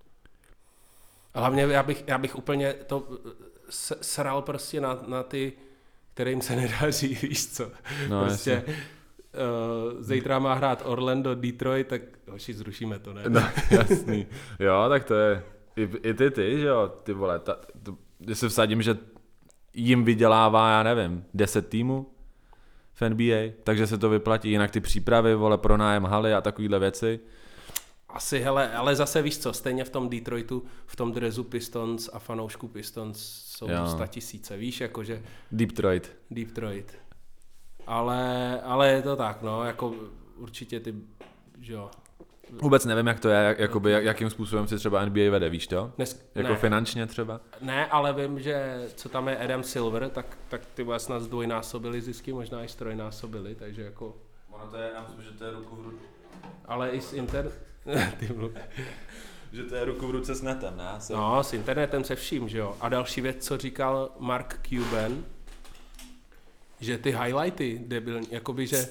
A hlavně já bych, já bych úplně to sral prostě na, na ty, kterým se nedaří, víš co. No, prostě uh, zítra má hrát Orlando, Detroit, tak hoši, zrušíme to, ne? No, jasný. Jo, tak to je, i, i ty, ty, že jo, ty vole, ta, to, když se vsadím, že jim vydělává, já nevím, deset týmů v N B A, takže se to vyplatí, jinak ty přípravy, vole, pronájem haly a takovýhle věci. Asi, hele, ale zase víš co, stejně v tom Detroitu, v tom dresu Pistons a fanoušku Pistons jsou sta tisíce, víš, jakože... Detroit. Detroit. Ale, ale je to tak, no, jako určitě ty, že jo. Vůbec nevím, jak to je, jak, jakoby, jak, jakým způsobem si třeba N B A vede, víš to? Dnes, jako ne. finančně třeba? Ne, ale vím, že co tam je Adam Silver, tak, tak ty vás snad zdvojnásobili zisky, možná i strojnásobili, takže jako... Ono to je, já myslím, že to je ruku v ruce. Ale i s internet... že to je ruku v ruce s netem, ne? Jsem... No, s internetem se vším, že jo. A další věc, co říkal Mark Cuban, že ty highlighty, debilní, jakoby, že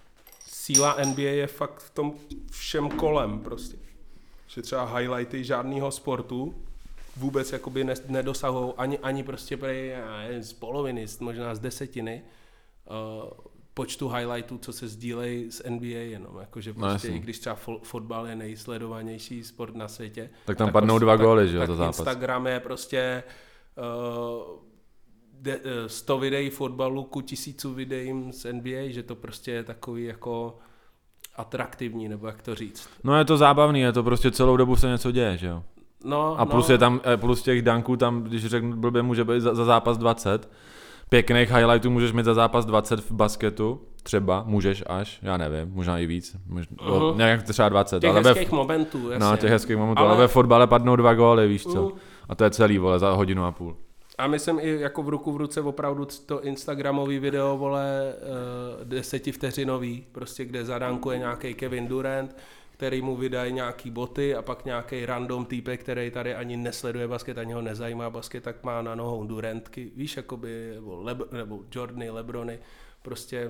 síla N B A je fakt v tom všem kolem prostě. Že třeba highlighty žádného sportu vůbec jakoby nedosahují ani, ani prostě prej, z poloviny, možná z desetiny uh, počtu highlightů, co se sdílejí z N B A jenom, jakože prostě no, i když třeba fo- fotbal je nejsledovanější sport na světě. Tak tam tak padnou dva góly, že jo, za zápas. Instagram je prostě uh, de, uh, sto videí fotbalu ku tisícu videím z N B A, že to prostě je takový jako atraktivní, nebo jak to říct. No je to zábavný, je to prostě celou dobu se něco děje, že jo. No, a plus no. je tam, plus těch danků tam, když řeknu blbě, může být za, za zápas dvacet. Pěkných highlightů můžeš mít za zápas dvacet v basketu, třeba, můžeš až, já nevím, možná i víc, možná, uh-huh. nějak třeba dvacet. Těch ale hezkých ve, momentů, jasně. No, těch hezkých momentů, ale, ale ale ve fotbale padnou dva góly, víš co. Uh. A to je celý, vole, za hodinu a půl. A myslím i jako v ruku v ruce opravdu to instagramový video, vole, uh, desetivteřinový, prostě kde zadánkuje nějaký Kevin Durant, který mu vydají nějaký boty a pak nějaký random týpek, který tady ani nesleduje basket, ani ho nezajímá basket, tak má na nohou Durantky, víš, jakoby, nebo, Leb- nebo Jordany, Lebrony, prostě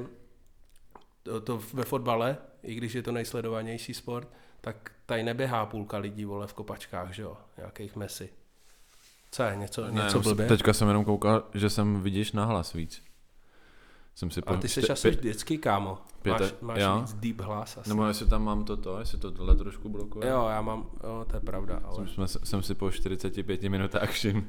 to, to ve fotbale, i když je to nejsledovanější sport, tak tady neběhá půlka lidí, vole, v kopačkách, že jo, nějakých Messi. Co je, něco, ne, něco blbě? Teďka jsem jenom koukal, že jsem vidíš nahlas víc. Jsem si a ty jsi asi vždycky, kámo. Máš, máš víc deep hlas asi. Nebo jestli tam mám toto, jestli to tohle trošku blokuje. Jo, já mám, jo, to je pravda. Ale... Jsem, jsem si po čtyřiceti pěti minutách všiml.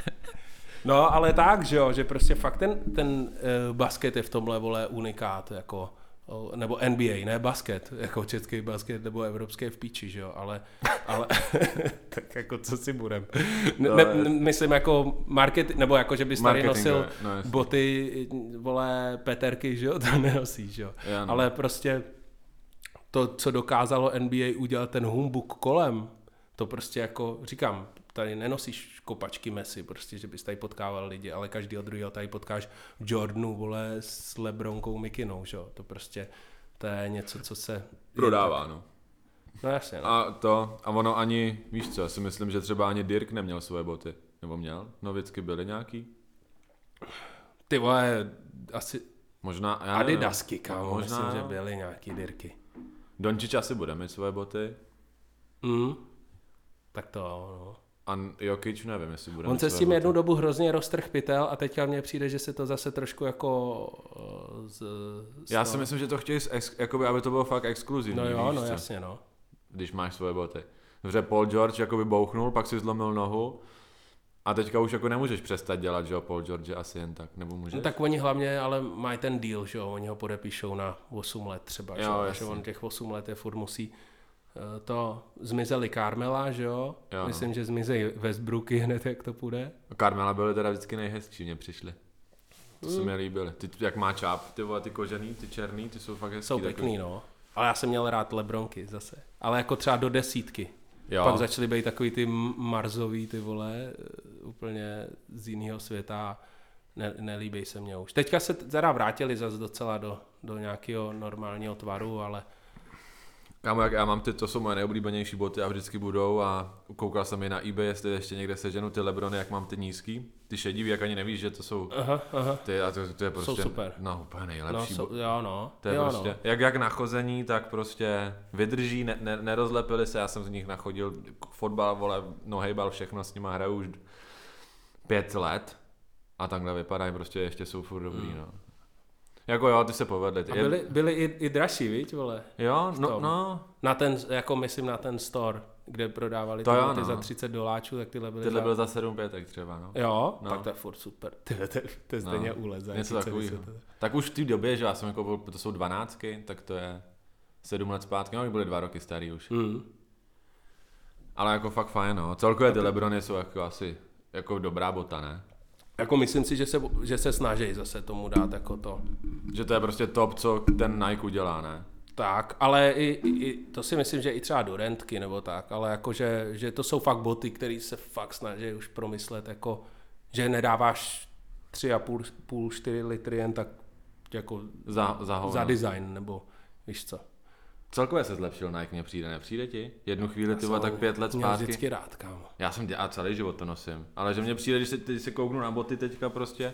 No, ale tak, že jo, že prostě fakt ten, ten uh, basket je v tomhle, vole, unikát, jako, uh, nebo N B A, ne basket, jako český basket, nebo evropský v píči, že jo, ale, ale tak jako co si budem. Ne, ne, myslím jako market, nebo jako, že bys tady nosil no, boty, vole, Peterky, že jo, to nenosíš, že jo, já, no. Ale prostě to, co dokázalo N B A udělat ten humbuk kolem, To prostě jako, říkám, tady nenosíš kopačky Messi, prostě, že bys tady potkával lidi, ale každýho druhého tady potkáš v Jordanu, vole, s Lebronkou Mikinou, že jo, to prostě, to je něco, co se... Prodává, no. No jasně, no. A to, a ono ani, víš co, já si myslím, že třeba ani Dirk neměl svoje boty, nebo měl? Novicky byly nějaký? Ty vole, asi Možná, já Adidasky, kámo, možná, myslím, že byly nějaký Dirky. Dončič asi bude mít svoje boty. Mm. Tak to, no. A Jokic nevím, jestli bude On mít se svoje s tím boty. jednu dobu hrozně roztrh pytel a teďka mně přijde, že se to zase trošku jako... Z, z Já toho- si myslím, že to chtějí, ex, jakoby, aby to bylo fakt exkluzivní, No jo, víš no co? jasně, no. Když máš svoje boty. Dobře, Paul George jakoby bouchnul, pak si zlomil nohu a teďka už jako nemůžeš přestat dělat, že jo, Paul George asi jen tak, nebo můžeš? No, tak oni hlavně ale mají ten deal, že jo, oni ho podepíšou na osm let třeba, že, Jo, jo, že jasně. on těch osm let je furt musí eh, to, zmizeli Carmela, že jo, Jo, no. myslím, že zmizejí Westbrooky hned, jak to půjde. Carmela byly teda vždycky nejhezčí, mě přišly. To se Mm. mi líbily. Ty, jak má čáp, ty vole, ty kožený, ty černý, ty jsou fakt hezký. Jsou takový. pěkný, no. Ale já jsem měl rád Lebronky zase. Ale jako třeba do desítky. Jo. Pak začaly být takový ty m- Marsový, ty vole, eh, úplně z jiného světa. Ne, nelíbí se mně už. Teďka se t- teda vrátili zase docela do, do nějakého normálního tvaru, ale Kámo, jak já mám ty, to jsou moje nejoblíbenější boty a vždycky budou a koukal jsem i na eBay, jestli ještě někde seženu ty Lebrony, jak mám ty nízký, ty šedivý, jak ani nevíš, že to jsou, aha, aha. ty, a to, to je prostě, super. no úplně No, nejlepší. jsou, bo- jo, no. to je jo, prostě, no. jak, jak na chození, tak prostě vydrží, ne, ne, nerozlepili se, já jsem z nich nachodil fotbal, vole, nohejbal, všechno s nima hraju už pět let a takhle vypadají, prostě ještě jsou furt dobrý, Hmm. no. Jako jo, ty se povedly. Ty A byly, byly i, i dražší, viď, vole? Jo, no, tom. no, Na ten, jako myslím na ten store, kde prodávali To ty, jo, boty no. za třicet doláčů, tak tyhle byly tyhle za... byl za sedm pětek třeba, no. Jo, No. tak to je furt super. Tyhle, to, to je stejně No, úlet. za něco jaký takového. ceny se to- Tak už v té době, že já jsem jako, to jsou dvanáctky, tak to je sedm let zpátky, no, byly dva roky starý už. Mm. Ale jako fakt fajn, no. Celkově ty Lebrony jsou jako asi jako dobrá bota, ne? Jako myslím si, že se, že se snaží zase tomu dát jako to. Že to je prostě top, co ten Nike udělá, ne? Tak, ale i, i, i to si myslím, že i třeba do rentky nebo tak, ale jako, že, že to jsou fakt boty, které se fakt snaží už promyslet, jako, že nedáváš tři a půl, půl čtyři litry jen tak jako Za, za, hovno. za design, nebo víš co. Celkově se zlepšil Nike, mně přijde, nepřijde ti? Jednu chvíli, ty vole, tak pět let Měl zpátky. vždycky rád, kámo. Já jsem dělal celý život to nosím, ale že mně přijde, když se, když se kouknu na boty teďka prostě,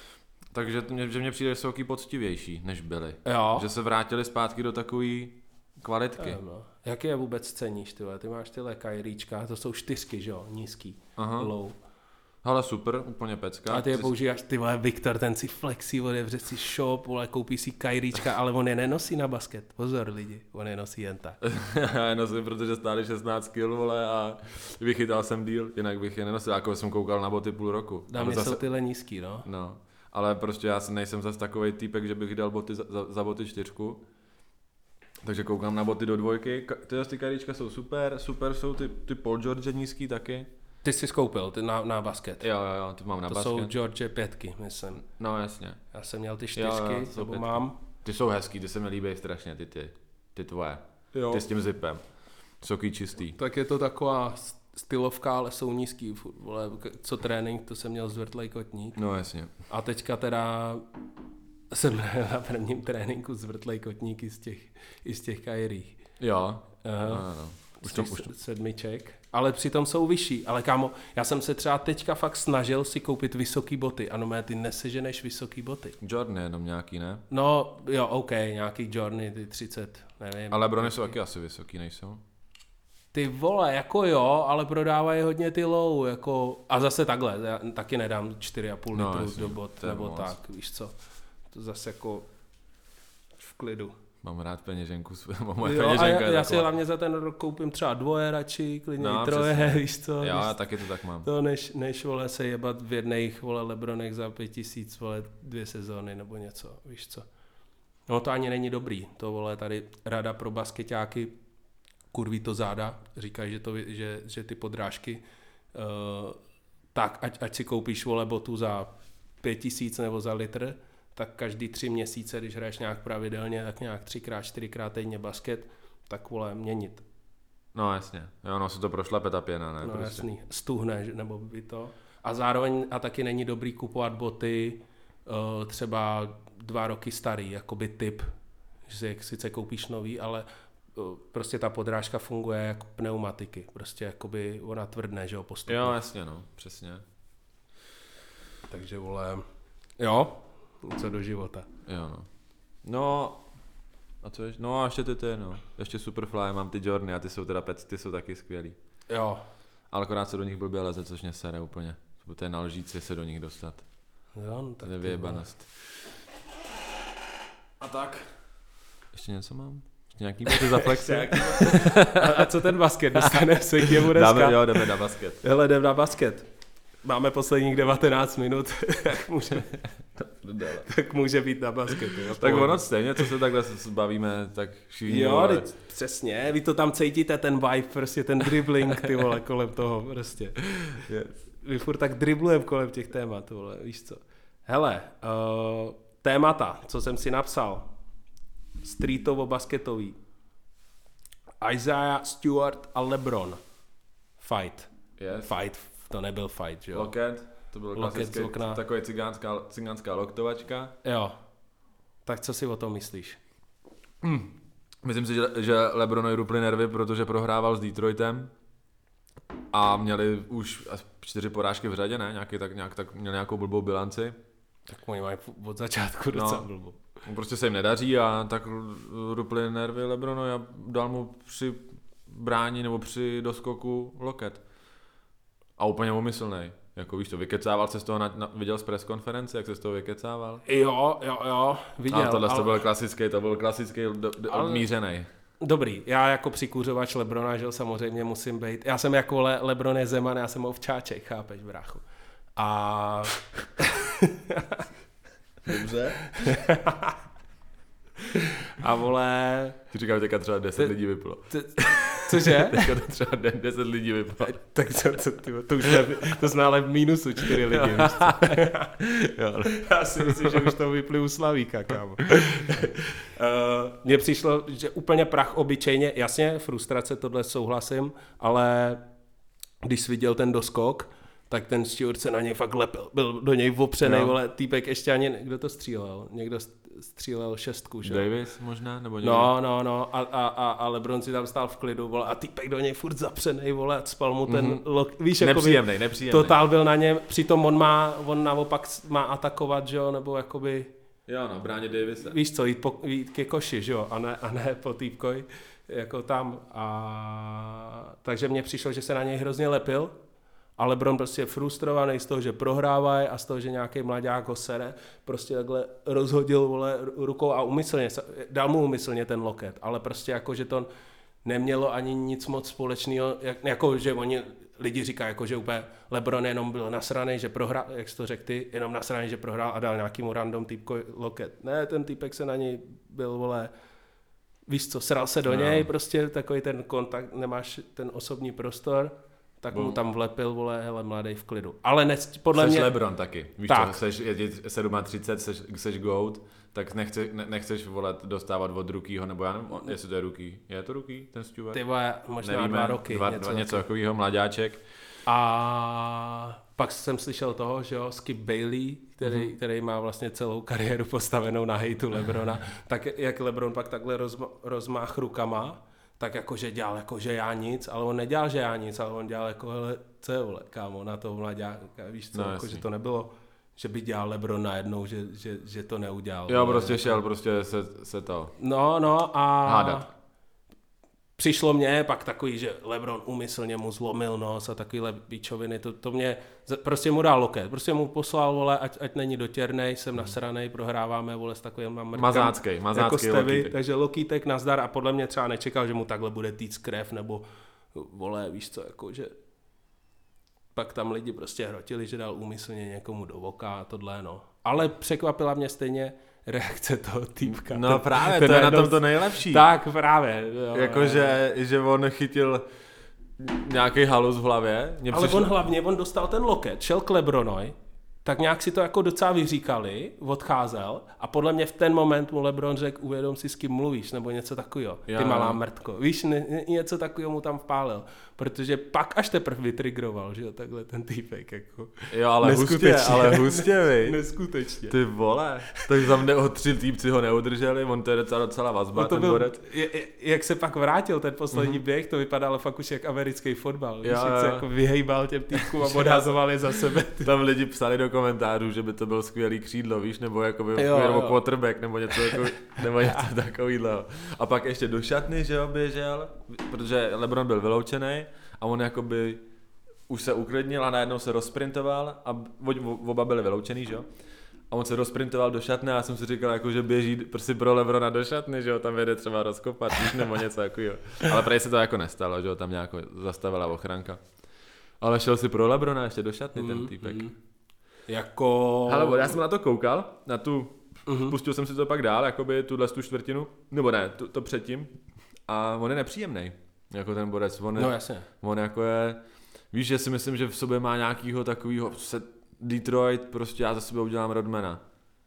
takže to mě, že mně přijde, že jsou taky poctivější, než byly. Jo. Že se vrátili zpátky do takové kvalitky. Nevím, no. Jak je vůbec ceníš, ty vole? Ty máš tyhle kajríčka, to jsou čtyřky, že jo, nízký, Aha. low. Ale super, úplně pecka. A ty je Jsi- používáš, ty vole, Viktor, ten si flexí, otevře si shop, vole, koupí si kajríčka, ale on je nenosí na basket. Pozor lidi, on je nosí jen tak. Já je nosím, protože stáli šestnáct kil, vole, a vychytal jsem díl, jinak bych je nenosil, jako jsem koukal na boty půl roku. Na Ale mě zase, jsou tyhle nízký, no. no, ale prostě já si nejsem zase takovej týpek, že bych dal boty za, za, za boty čtyřku. Takže koukám na boty do dvojky, Ka- tyhle ty karíčka jsou super, super jsou ty, ty Paul George nízký taky. Ty jsi skoupil ty na, na basket. Jo, jo, jo, ty mám na To basket. jsou George pětky, myslím. No jasně. Já jsem měl ty Jo, čtyřky, jo, to jsou nebo pětky. mám. Ty jsou hezký, ty se mi líbí strašně, ty, ty, ty tvoje. Jo. Ty s tím zipem. Soký čistý. Tak je to taková stylovka, ale jsou nízký. furt, Vole, k- co trénink, to jsem měl zvrtlej kotník. No jasně. A teďka teda jsem na prvním tréninku zvrtlej kotník i z těch, i z těch kajrých. Jo. Aha. No, no, no. Už Z to, těch už to. sedmiček. Ale přitom jsou vyšší. Ale kámo, já jsem se třeba teďka fakt snažil si koupit vysoký boty. Ano, mé, ty neseženeš vysoký boty. Jordan je jenom nějaký, ne? No, jo, OK, nějaký Jorny, ty třicet, nevím. Ale Brony jsou taky asi vysoký, nejsou? Ty vole, jako jo, ale prodávají hodně ty low, jako, a zase takhle, já taky nedám čtyři a půl No, litru jasně, do bot, to je nebo moc. tak, víš co. To zase jako v klidu. Mám rád peněženku, moje Jo, a peněženka já, je já si taková. hlavně za ten rok koupím třeba dvoje radši, klidně No, i troje, přesně. víš co. Jo, víš já taky to tak mám. To než, než vole se jebat v jedných vole Lebronech za pět tisíc, vole dvě sezóny nebo něco, víš co. No to ani není dobrý, to vole tady rada pro basketáky, kurví to záda, říkají, že, to, že, že ty podrážky, uh, tak ať, ať si koupíš vole botu za pět tisíc nebo za litr, tak každý tři měsíce, když hraješ nějak pravidelně, tak nějak třikrát, čtyřikrát týdně basket, tak vole měnit No jasně, jo, no se to prošlape ta pěna, ne? No prostě. jasný, stuhne, že- nebo by to. A zároveň a taky není dobrý kupovat boty uh, třeba dva roky starý, jakoby typ, že si sice koupíš nový, ale uh, prostě ta podrážka funguje jako pneumatiky, prostě jakoby ona tvrdne, že jo, postupně. Jo, jasně, no, přesně. Takže vole, jo, co do života. Jo, no. No, a co ještě? No a ještě ty ty, no. Ještě Superfly, mám ty Jorny a ty jsou teda pec, ty jsou taky skvělý. Jo. Ale akorát se do nich blbě leze, což mě sere úplně. To je na lžíci se do nich dostat. Jo, no, tak To je ty vyjebanost. A tak? Ještě něco mám? Ještě nějaký boty za flexy? a, a co ten basket? Dostaneme se k němu dneska? Dáme, jo, jdeme na basket. Hele, jdeme na basket. Máme posledních devatenáct minut, tak může, tak může být na basketu. Jo, Tak ono stejně, co se takhle bavíme, tak všichni... Jo, vole, teď, přesně, vy to tam cítíte, ten vibe, prostě ten dribbling, ty vole, kolem toho, prostě. yes. Vy furt tak dribblujeme kolem těch témat, vole, víš co. Hele, uh, témata, co jsem si napsal, streetovo-basketový. Isaiah Stewart a LeBron. Fight. Yes. Fight, to nebyl fight, že jo? Loket, to byl Loket klasický, z okna. takový cigánská, cigánská loktovačka. Jo. Tak co si o tom myslíš? Hmm. Myslím si, že, že LeBronovi ruply nervy, protože prohrával s Detroitem a měli už asi čtyři porážky v řadě, ne? Nějaký, tak, nějak, tak měli nějakou blbou bilanci. Tak oni mají od začátku docela No. blbou. Prostě se jim nedaří a tak ruply nervy Lebronovi a dal mu při brání nebo při doskoku loket. A úplně umyslnej. Jako víš to, vykecával se z toho, na, na, viděl z press konference, jak se z toho vykecával? Jo, jo, jo, viděl. Ale tohle ale... to byl klasický, to byl klasický do, do, Ale- odmířenej. Dobrý, já jako přikůřovač Lebrona, že jo, samozřejmě musím být. Já jsem jako Le- Lebron je Zeman, já jsem ovčáček, chápeš, bráchu. A... Dobře. A vole... Ty říkám, teďka třeba deset Ty- lidí vyplo. T- Cože? Teďka to třeba de- deset lidí vyplo. Tak to, to, to, to už jsme, to jsme ale v mínusu čtyři lidi, víš co? Jo, ale... Já si myslím, že už to vypli u Slavíka, kámo. uh, Mně přišlo, že úplně prach obyčejně, jasně, frustrace, tohle souhlasím, ale když jsi viděl ten doskok, tak ten Stewart se na něj fakt lepil. Byl do něj opřenej, Jo. vole, týpek ještě ani, kdo to střílel? Někdo střílel šestku, že? Davis možná? Nebo někdo? No, no, no, a, a, a, a LeBron si tam stál v klidu, vole, a týpek do něj furt zapřenej, vole, a spal mu ten Mhm. lok, víš, jakoby, Nepříjemnej, nepříjemnej. totál byl na něm, přitom on má, on naopak má atakovat, že jo, nebo jakoby, Jo, no, bráně Davise. víš co, jít, po, jít ke koši, že jo, a ne, a ne po týpkoj, jako tam, a takže mně přišlo, že se na něj hrozně lepil, a LeBron prostě je frustrovaný z toho, že prohrávají a z toho, že nějaký mladák ho sere, prostě takhle rozhodil, vole, rukou a umyslně, dal mu umyslně ten loket, ale prostě jako, že to nemělo ani nic moc společného, jak, jako, že oni, lidi říkají, jako, že úplně LeBron jenom byl nasraný, že prohrál, jak jsi to řekl ty, jenom nasraný, že prohrál a dal nějakýmu random týpko loket. Ne, ten týpek se na něj byl, vole, víš co, sral se do No. něj, prostě takový ten kontakt, nemáš ten osobní prostor, tak mu Bum. tam vlepil, vole, hele, mladej v klidu. Ale ne, podle Seš mě... LeBron taky. Víš Tak. co, seš je ti třicet sedm, seš, seš GOAT, tak nechce, ne, nechceš volat dostávat od rukýho, nebo já nevím, on- jestli to je ruký. Je to ruký, ten Stewart? Ty vole, možná Nevíme, dva roky. Dva, něco, dva, něco takového, mladáček. A pak jsem slyšel toho, že jo, Skip Bailey, který, mm-hmm. který má vlastně celou kariéru postavenou na hejtu LeBrona, tak jak LeBron pak takhle rozma, rozmáh rukama, tak jakože dělal jakože já nic, ale on nedělal, že já nic, ale on dělal jako, hele, co je, vole, kámo, na toho mlaďáka, víš co, No, jako, jasný. že to nebylo, že by dělal LeBron najednou, že, že, že to neudělal. Jo, vole. prostě šel, prostě se, se to No, no a... hádat. Přišlo mně pak takový, že LeBron umyslně mu zlomil nos a takovýhle píčoviny, to, to mě, prostě mu dal loket, prostě mu poslal, vole, ať, ať není dotěrnej, jsem nasranej, prohráváme, vole, s takovým mrkem. Mazáckej, mazáckej jako Stevy, lokítek. takže lokítek nazdar a podle mě třeba nečekal, že mu takhle bude týct krev, nebo vole, víš co, jako, že pak tam lidi prostě hrotili, že dal úmyslně někomu do voka a tohle, no. Ale překvapila mě stejně reakce toho týpka. No Ten- právě, ten to je na najednou- tom to nejlepší. Tak právě. Jo, Jakože, že on chytil nějaký halus v hlavě. Mně Ale přišlo... on hlavně, on dostal ten loket, šel k LeBronovi, tak nějak si to jako docela vyříkali, odcházel a podle mě v ten moment mu LeBron řekl, uvědom si, s kým mluvíš, nebo něco takového, ty malá mrtko. Víš, ne, něco takového mu tam vpálil, protože pak až teprve vytrigroval, že jo, takhle ten týpek, jako. Jo, ale hustě, ale hustě, vej. Neskutečně. Ty vole, tak tam jde o tři týpci ho neudrželi, on to je docela, docela vazba, no to ten byl, borec. Je, jak se pak vrátil ten poslední mm-hmm. běh, to vypadalo fakt už jak americký fotbal, víš, jo, jak se jako vyhejbal těm týpkům a odhazovali za sebe. Tam lidi psali do komentářů, že by to byl skvělý křídlo, víš, nebo jako by nebo quarterback, nebo něco, jako, nebo něco takovýhle. A pak ještě do šatny, že jo, běžel, protože LeBron byl vyloučený a on jakoby už se uklidnil a najednou se rozprintoval a oba byli vyloučený, že jo. A on se rozprintoval do šatny a já jsem si říkal, jako, že běží prostě pro LeBrona do šatny, že jo, tam jede třeba rozkopat, víš, nebo něco takového. Ale prej se to jako nestalo, že jo, tam nějak zastavila ochranka. Ale šel si pro LeBrona ještě do šatny, mm, ten týpek. Mm. Jako... Hele, já jsem na to koukal, na tu, mm-hmm. pustil jsem si to pak dál, jakoby tuhle tu čtvrtinu, nebo ne, to, to předtím. A on je nepříjemný, jako ten borec. On je, no jasně. On jako je, víš, že si myslím, že v sobě má nějakýho takovýho, se Detroit, prostě já za sebe udělám Rodmana.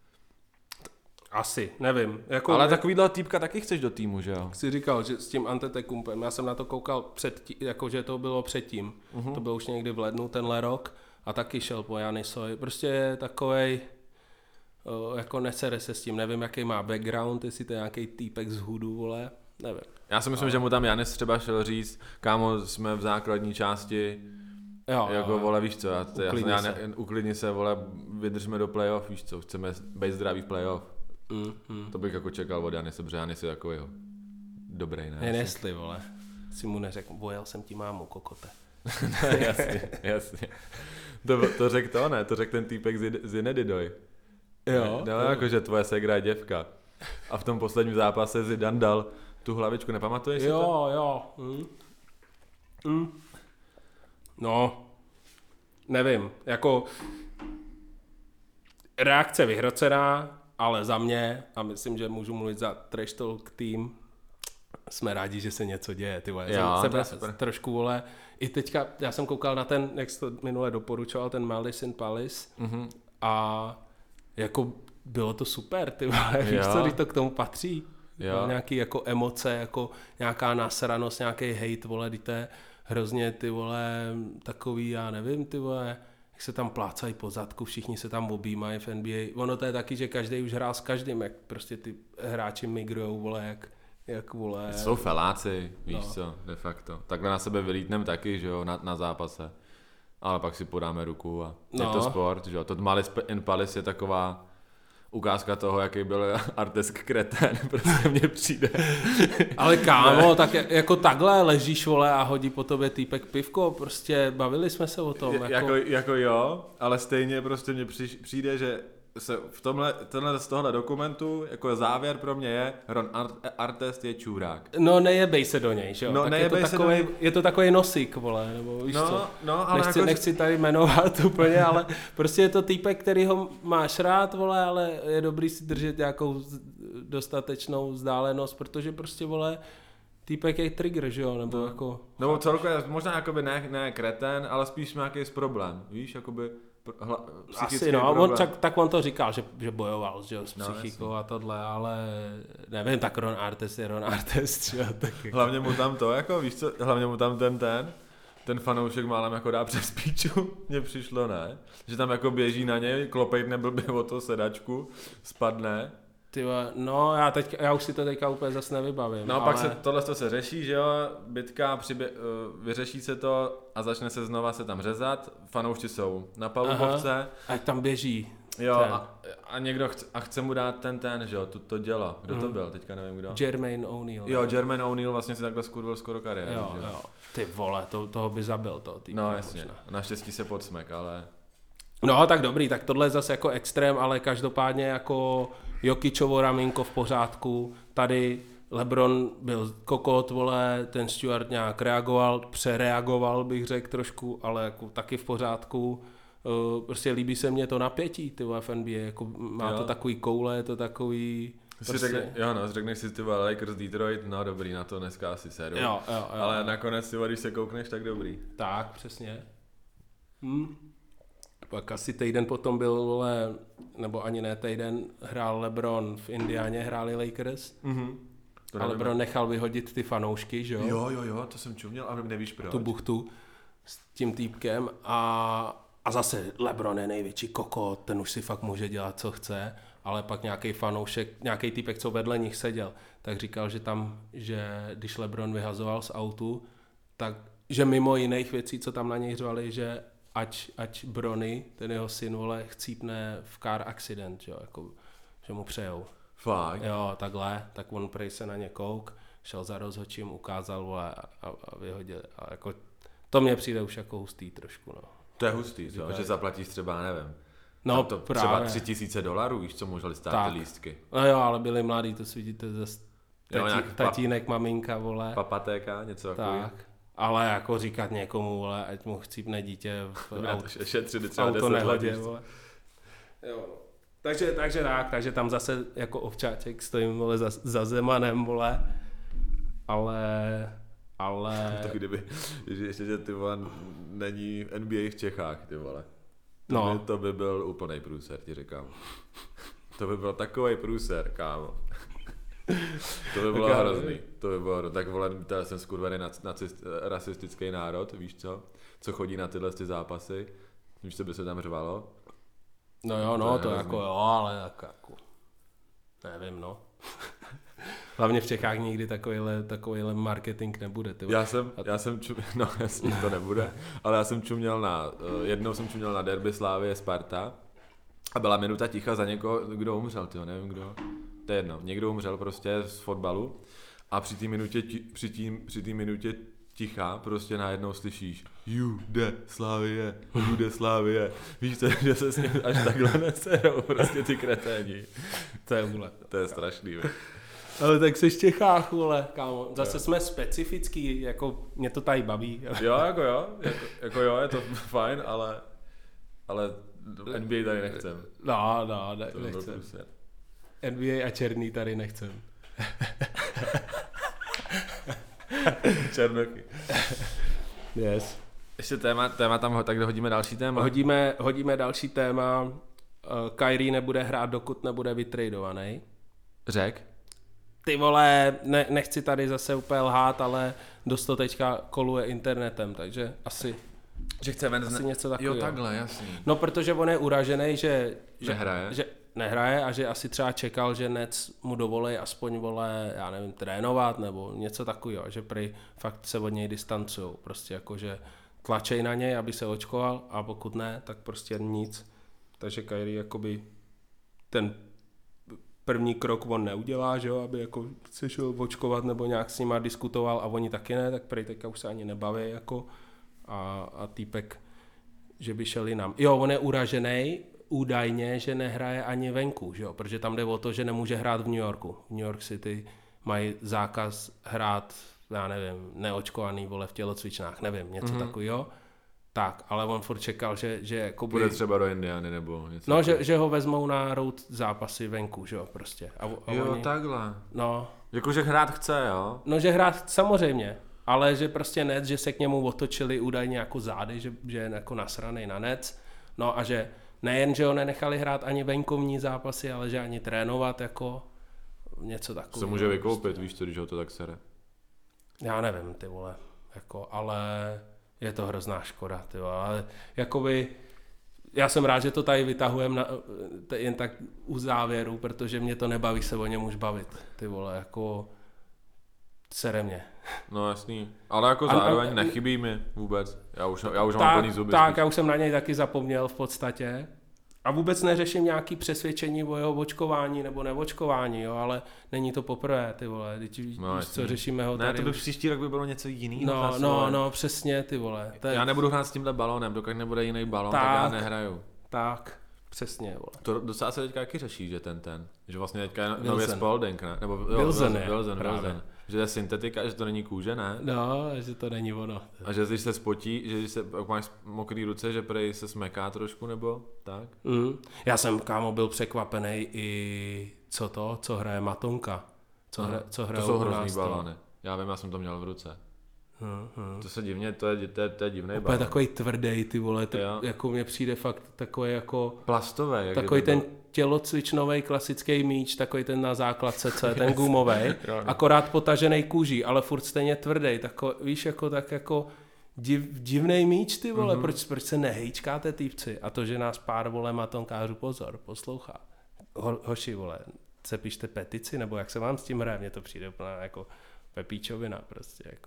Asi, nevím. Jako ale takovýhle týpka taky chceš do týmu, že jo? Jsi říkal, že s tím Antetokounmpem, já jsem na to koukal před tí, jako že to bylo předtím. Uh-huh. To bylo už někdy v lednu tenhle rok a taky šel po Janisovi. Prostě je takovej, o, jako nesere se s tím, nevím jaký má background, jestli to je nějaký týpek z hudu, vole, nevím. Já si myslím, ale... že mu tam Janis třeba šel říct, kámo, jsme v základní části, jo, jako jo, vole, víš co, já, uklidni, já, se. uklidni se, vole, vydržme do playoff, víš co, chceme být zdravý v playoff. Mm, mm. To bych jako čekal od Janise, protože Janis je takový dobrý, ne? Jen jestli, vole, si mu neřekl, bojel jsem ti mámu, kokote. No, jasně, jasně. To, to řekl to, ne? To řekl ten týpek z Inedidoy. Jo. No, jakože tvoje segra je děvka. A v tom posledním zápase Zidane dal tu hlavičku, nepamatuješ si jo, to? Jo, jo. Mm. Mm. No, nevím, jako reakce vyhrocená, ale za mě, a myslím, že můžu mluvit za Trash Talk tým, jsme rádi, že se něco děje, ty vole. Jo, jsem, jsem trošku, vole, i teďka, já jsem koukal na ten, jak jsi to minule doporučoval, ten Malice in Palace mm-hmm. a jako bylo to super, ty vole, víš co, když to k tomu patří. Jo. Nějaký jako emoce, jako nějaká nasranost, nějaký hate, vole, když to je hrozně, ty vole, takový, já nevím, ty vole, jak se tam plácají po zadku, všichni se tam objímají v N B A. Ono to je taky, že každý už hrál s každým, jak prostě ty hráči migrujou, vole, jak, jak vole. Jsou feláci, víš no. co, de facto. Takhle na sebe vylítneme taky, že jo, na, na zápase. Ale pak si podáme ruku a no. je to sport, že jo. To Malice in Palace je taková ukázka toho, jaký byl Artesk kretén, prostě mně přijde. Ale kámo, tak jako takhle ležíš, vole, a hodí po tobě týpek pivko, prostě bavili jsme se o tom. Jako, jako, jako jo, ale stejně prostě mně přijde, že se v tomhle, tenhle z tohle dokumentu, jako závěr pro mě je, Ron Artest je čurák. No nejebej se do něj, že jo? No, tak je to, takový, něj... je to takový nosík, vole, nebo víš no, co? No, ale nechci, jako... nechci tady jmenovat úplně, ale prostě je to týpek, který ho máš rád, vole, ale je dobrý si držet nějakou dostatečnou vzdálenost, protože prostě, vole, týpek je trigger, že jo, nebo no. jako... No celkově, možná jakoby ne, ne kretén, ale spíš nějaký problém, víš, jakoby... Hla, Asi no, on, tak, tak on to říkal, že, že bojoval, že jo, s psychikou no, a tohle, ale nevím, tak Ron Artest je Ron Artest, že jo, tak jako. Hlavně mu tam to, jako víš co, hlavně mu tam ten ten, ten fanoušek málem jako dá přes píču, mně přišlo, ne, že tam jako běží na něj, klopejtne blbě o to sedačku, spadne. Tyva, no já, teď, já už si to teďka úplně zase nevybavím. No ale... pak se tohle se řeší, že jo, bitka, přibě, vyřeší se to a začne se znova se tam řezat, fanoušci jsou na palubovce. A tam běží. Jo a, a někdo chce, a chce mu dát ten ten, že jo, to, to dělo. Kdo mm. to byl, teďka nevím kdo. Jermaine O'Neal. Jo, Jermaine O'Neal vlastně si takhle skurvil skoro kariéru. Jo, jo. Ty vole, to, toho by zabil to. Týka, no jasně, možná. Naštěstí se podsmek, ale... No tak dobrý, tak tohle je zase jako extrém, ale každopádně jako Jokičovo ramínko v pořádku, tady LeBron byl kokot, vole, ten Stewart nějak reagoval, přereagoval bych řekl trošku, ale jako taky v pořádku. Uh, prostě líbí se mně to napětí, ty vole, v N B A, jako má jo. to takový koule, je to takový... Prostě... Řekne, jo no, řekneš si ty vole Lakers Detroit, no dobrý, na to dneska asi seru. Jo, jo, jo. Ale nakonec ty vole, když se koukneš, tak dobrý. Tak, přesně. Hm. pak asi týden potom byl, vole, nebo ani ne týden, hrál LeBron v Indiáně, hráli Lakers. Mm-hmm. A LeBron nechal vyhodit ty fanoušky, že jo? Jo, jo, jo, to jsem čuměl, ale nevíš proč. Tu buchtu s tím týpkem a, a zase LeBron je největší kokot, ten už si fakt může dělat, co chce, ale pak nějaký fanoušek, nějaký týpek, co vedle nich seděl, tak říkal, že tam, že když LeBron vyhazoval z autu, tak, že mimo jiných věcí, co tam na něj řvali, že ať, ať Bronny, ten jeho syn, vole, chcípne v car accident, jo, jako, že mu přejou. Fakt? Jo, takhle, tak on prej se na ně kouk, šel za rozhodčím, ukázal, vole, a, a vyhodil. A jako, to mně přijde už jako hustý trošku, no. To je hustý, jo, že zaplatíš třeba, nevím, no, to právě. Třeba tři tisíce dolarů, víš, co můželi stát tak. Ty lístky. No jo, ale byli mladí, to si vidíte zase tatí, tatínek, maminka, vole. Papatéka, něco takového. Tak. Ale jako říkat někomu, vole, ať mu chcípne dítě v, aut, šetřit v autonehodě, vole. Jo. Takže, takže tak, takže tam zase jako ovčáček stojím, vole, za, za Zemanem, vole, ale, ale... To kdyby, že ještě, že ty vole, není N B A v Čechách, ty vole. To, no. by, to by byl úplnej průser, ti říkám. To by byl takovej průser, kámo. To by bylo tak hrozný, to by bylo hrozný. Tak vole, teda jsem skurvený nacist, rasistický národ, víš co? Co chodí na tyhle ty zápasy, víš, co by se tam řvalo? No jo, no, to, to jako jo, ale jako, jako, nevím, no. Hlavně v Čechách nikdy takovýhle, takovýhle marketing nebude. Ty. Já jsem, já jsem čum, no jasně to nebude, ale já jsem čuměl na, jednou jsem čuměl na derby Slavie Sparta a byla minuta ticha za někoho, kdo umřel, tyjo, nevím kdo, to je jedno, někdo umřel prostě z fotbalu a při té minutě, při tím, při té minutě ticha prostě najednou slyšíš Jude Slavie, Jude Slavie. Víš co, že se s ním až takhle neserou prostě ty kreténi. To je úlet. To je strašný. Ve. Ale tak seš v Čechách, vole, kámo. Zase jo. Jsme specifický, jako mě to tady baví. Jo, jako jo, jako, jako jo, je to fajn, ale, ale N B A tady nechcem. No, no, ne, nechcem. N B A a černý tady nechcem. Černochy. Yes. Ještě téma, téma tam, tak hodíme další téma. Hodíme, hodíme další téma. Uh, Kyrie nebude hrát, dokud nebude vytradovaný. Řek? Ty vole, ne, nechci tady zase úplně lhát, ale dost to teďka koluje internetem, takže asi, že chce ven asi něco takového. Jo, takhle, jasný. No, protože on je uražený, že... že nehraje. Že nehraje a že asi třeba čekal, že Nets mu dovolí aspoň, vole, já nevím, trénovat nebo něco takového, že prý fakt se od něj distancujou, prostě jako, že tlačej na něj, aby se očkoval a pokud ne, tak prostě nic. Takže Kyrie jakoby ten první krok on neudělá, že jo, aby jako se šel očkovat nebo nějak s nima diskutoval a oni taky ne, tak prý teďka už se ani nebaví jako a, a týpek, že by šel jinam. Jo, on je uražený, údajně, že nehraje ani venku, že jo? Protože tam jde o to, že nemůže hrát v New Yorku. V New York City mají zákaz hrát, já nevím, neočkovaný, vole, v tělocvičnách, nevím, něco mm-hmm. takového. Tak, ale on furt čekal, že, že jakoby... Bude třeba do Indiany nebo něco. No, že, že ho vezmou na road zápasy venku, že jo, prostě. A, a jo, oni... takhle. No. Jakože hrát chce, jo? No, že hrát samozřejmě, ale že prostě Nets, že se k němu otočili údajně jako zády, že, že je jako nasranej na Nets. No a že nejen, že ho nenechali hrát ani venkovní zápasy, ale že ani trénovat jako něco takového. Se může vykoupit, víš co, když ho to tak sere. Já nevím, ty vole, jako, ale je to hrozná škoda, ty vole, ale jakoby, já jsem rád, že to tady vytahujeme na, jen tak u závěru, protože mě to nebaví se o něm už bavit, ty vole, jako sere mě. No jasný, ale jako zároveň a, a, nechybí mi vůbec, já už, já už tak, mám plný zuby. Tak, já už jsem na něj taky zapomněl v podstatě a vůbec neřeším nějaký přesvědčení o jeho očkování nebo neočkování, jo, ale není to poprvé, ty vole, teď no, víš, co řešíme ho tady. Ne, to by příští rok by bylo něco jiného. No, no, no, přesně, ty vole. Teď... Já nebudu hrát s tímhle balónem, dokud nebude jiný balón, tak, tak já nehraju. Tak, přesně, vole. To docela se teďka taky řeší, že ten ten, že vlastně teďka je nově Spalding, ne? Nebo Wilson, Wilson, Wilson, Wilson. Že je syntetika, že to není kůže, ne? No, že to není ono. A že když se spotí, že když se, máš mokrý ruce, že prej se smeká trošku, nebo tak? Mm. Já jsem, kámo, byl překvapený i co to, co hraje Matonka. Co hra, co to jsou hrozný balóny. Já vím, já jsem to měl v ruce. Hmm, hmm. To se divně, to je, to je, to je divnej Úplně balón. takový tvrdý, ty vole, ty, Jo. jako mně přijde fakt takový jako... Plastový. Jak Takový ten byl. tělocvičnový klasický míč, takový ten na základce, co je ten gumový, Jo, no. akorát potažený kůží, ale furt stejně tvrdý, tako, víš, jako tak jako div, divnej míč, ty vole, mm-hmm. proč, proč se nehejčkáte, týpci? A to, že nás pár, vole, matonkářů, pozor, poslouchá. Ho, hoši, vole, se píšte petici, nebo jak se vám s tím hraje, mně to přijde úplně jako pepíčovina, prostě, jako,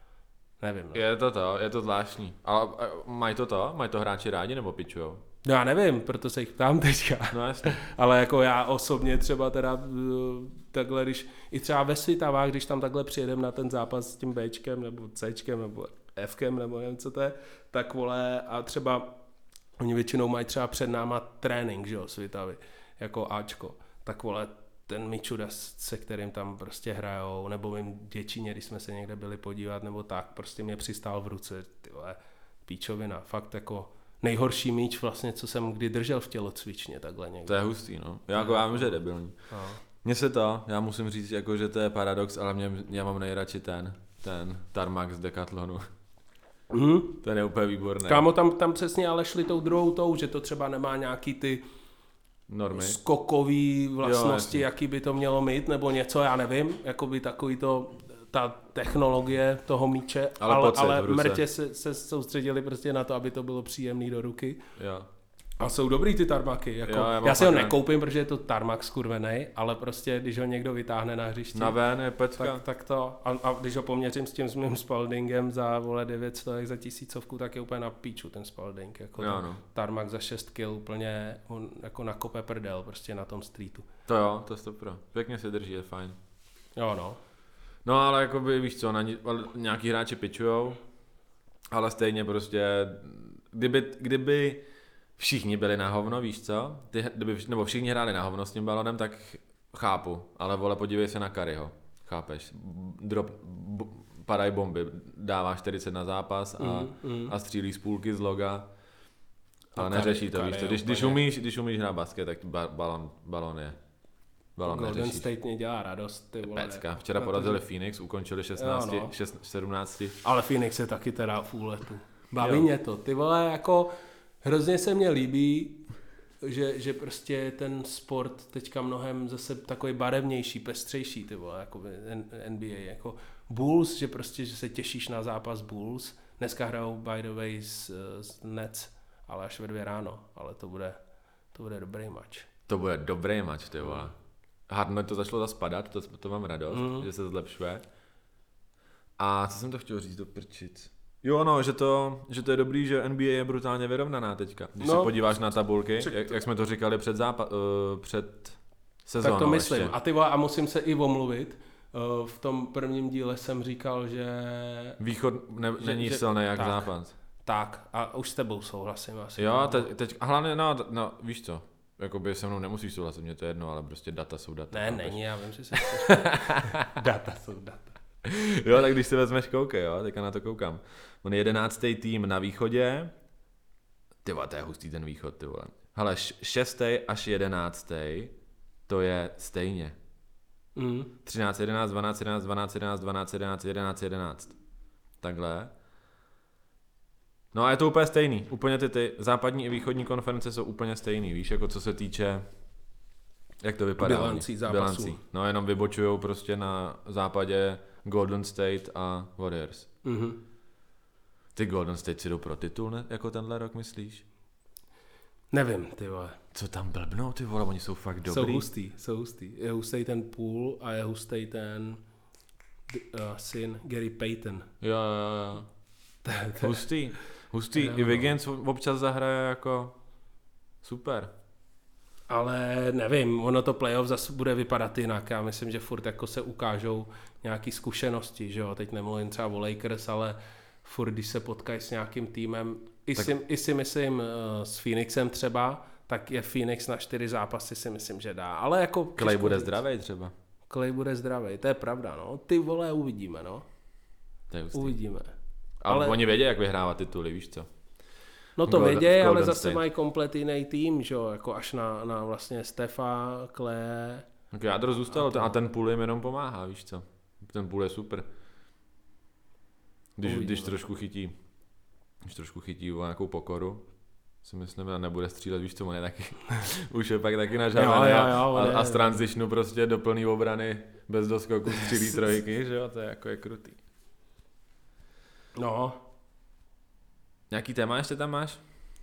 nevím. No. Je to to, je to zvláštní. Ale a, mají to to? Mají to hráči rádi nebo pičujou? No já nevím, proto se jich ptám teďka. No jasně. Ale jako já osobně třeba teda takhle, když i třeba ve Svitavách, když tam takhle přijedem na ten zápas s tím Bčkem nebo Cčkem nebo Fkem nebo nevím co to je, tak vole a třeba oni většinou mají třeba před náma trénink, že jo, Svitavy, jako Ačko, tak vole ten Mičuda, se kterým tam prostě hrajou, nebo mým Děčíně, když jsme se někde byli podívat, nebo tak, prostě mě přistál v ruce, ty vole, píčovina, fakt jako nejhorší míč vlastně, co jsem kdy držel v tělocvičně, takhle někde. To je hustý, no. Já, jako, já vím, že je debilní. No. Mně se to, já musím říct, jako, že to je paradox, ale mě, já mám nejradši ten, ten Tarmac z Decathlonu. Mm. Ten je úplně výborný. Kámo, tam, tam přesně ale šli tou druhou tou, že to třeba nemá nějaký ty Normy. skokový vlastnosti, Jo, jaký by to mělo mít, nebo něco, já nevím, jako by takový to, ta technologie toho míče, Ale ale, pocit ale v ruce. mrtě se, se soustředili prostě na to, aby to bylo příjemný do ruky. Jo. A jsou dobrý ty tarmaky, jako, Jo, já já, mám si ho fakt rád. nekoupím, protože je to tarmak skurvenej, ale prostě když ho někdo vytáhne na hřišti, Na ven je pecka. tak, tak to, a, a když ho poměřím s tím s mým Spaldingem za vole devět set za tisícovku, tak je úplně na píču ten Spalding, jako Jo, ten no. tarmak za šest kil úplně on jako nakope prdel prostě na tom streetu. To jo, to je stopro. Pěkně se drží, je fajn. Jo no. No ale jakoby, víš co, na ně, ale nějaký hráči pičujou, ale stejně prostě, kdyby, kdyby všichni byli na hovno, víš co, Ty, kdyby, nebo všichni hráli na hovno s tím balonem, tak chápu, ale vole, podívej se na Curryho, chápeš, drop, b, padaj bomby, dává čtyřicet na zápas a, Mm, mm. a střílí z půlky z loga, ale No, neřeší to, Curry víš co, je když, když, úplně- umíš, když umíš hrát basket, tak ba, balon, balon je, balon Golden neřešíš. State mě dělá radost, ty vole. Pecka. Včera Protože- porazili Phoenix, ukončili šestnáct, Jo, no. šest, sedmnáct. Ale Phoenix je taky teda v úletu. Baví Jo. mě to. Ty vole, jako hrozně se mně líbí, že, že prostě ten sport teďka mnohem zase takový barevnější, pestřejší, ty vole, jako N B A, jako Bulls, že prostě, že se těšíš na zápas Bulls. Dneska hrajou by the way s, s Nets, ale až ve dvě ráno, ale to bude, to bude dobrý match. To bude dobrý match, ty vole. Hardno to začalo zaspadat, to, to mám radost, Mm. že se zlepšuje. A co jsem to chtěl říct do prčic? Jo, no, že to, že to je dobrý, že N B A je brutálně vyrovnaná teďka. Když No, se podíváš na tabulky, ček- jak, jak jsme to říkali před, zápa- uh, před sezónou Tak to myslím. ještě. A ty vole, a musím se i omluvit. Uh, V tom prvním díle jsem říkal, že Východ ne, Že- není že- silný jak tak. západ. tak, a už s tebou souhlasím asi. Jo, teď, teď a hlavně, no, no, víš co, jakoby se mnou nemusíš souhlasit, mě to je jedno, ale prostě data jsou data. Ne, chápeš? není, já vím, že se data jsou data. Jo, tak když si vezmeš koukej, jo, teďka na to koukám. On je jedenáctý tým na východě. Ty vole, to je hustý ten východ, ty vole. Hele, š- šestý až jedenáctý, to je stejně. Mm. třináct, jedenáct, dvanáct, jedenáct, dvanáct, jedenáct, dvanáct, jedenáct, jedenáct, jedenáct. Takhle. No a je to úplně stejný. Úplně ty, ty západní i východní konference jsou úplně stejný, víš, jako co se týče, jak to vypadá. Bilancí oni. zápasů. Bilancí. No jenom vybočujou prostě na západě Golden State a Warriors. Mm-hmm. Ty Golden State si jdou pro titul, ne? Jako tenhle rok, myslíš? Nevím, ty vole. Co tam blbnou, ty vole, oni jsou fakt dobrý. Jsou hustý, jsou hustý. Je hustý ten Poole a je hustý ten uh, syn Gary Payton. Jo, jo, jo. To- to- Hustý, hustý. Jo, I no. Wiggins občas zahraje jako super. Ale nevím, ono to playoff zase bude vypadat jinak. Já myslím, že furt jako se ukážou nějaký zkušenosti, že jo. Teď nemluvím třeba o Lakers, ale furt, když se potkají s nějakým týmem, i, Tak- si, i si myslím uh, s Phoenixem třeba, tak je Phoenix na čtyři zápasy si myslím, že dá. Ale jako Clay těžko bude říct. zdravý třeba. Clay bude zdravý, to je pravda, no. Ty vole, uvidíme, no. To je hustý. Uvidíme. Ale ale- oni vědí, jak vyhrávat tituly, víš co? No to Golden- vědějí, ale Golden zase State. mají komplet jiný tým, že jo, jako až na, na vlastně Stefa, Clay. Tak jádro zůstalo A to- a ten půl jim jenom pomáhá, víš co? Ten půl je super. Když, když trošku chytí, když trošku chytí o nějakou pokoru, si myslím, že nebude střílet, víš co, on je taky, už je pak taky nažávaný a, a z transitionu prostě do plný obrany bez doskoku střílí trojky, že jo, to je jako je krutý. No. Nějaký téma ještě tam máš?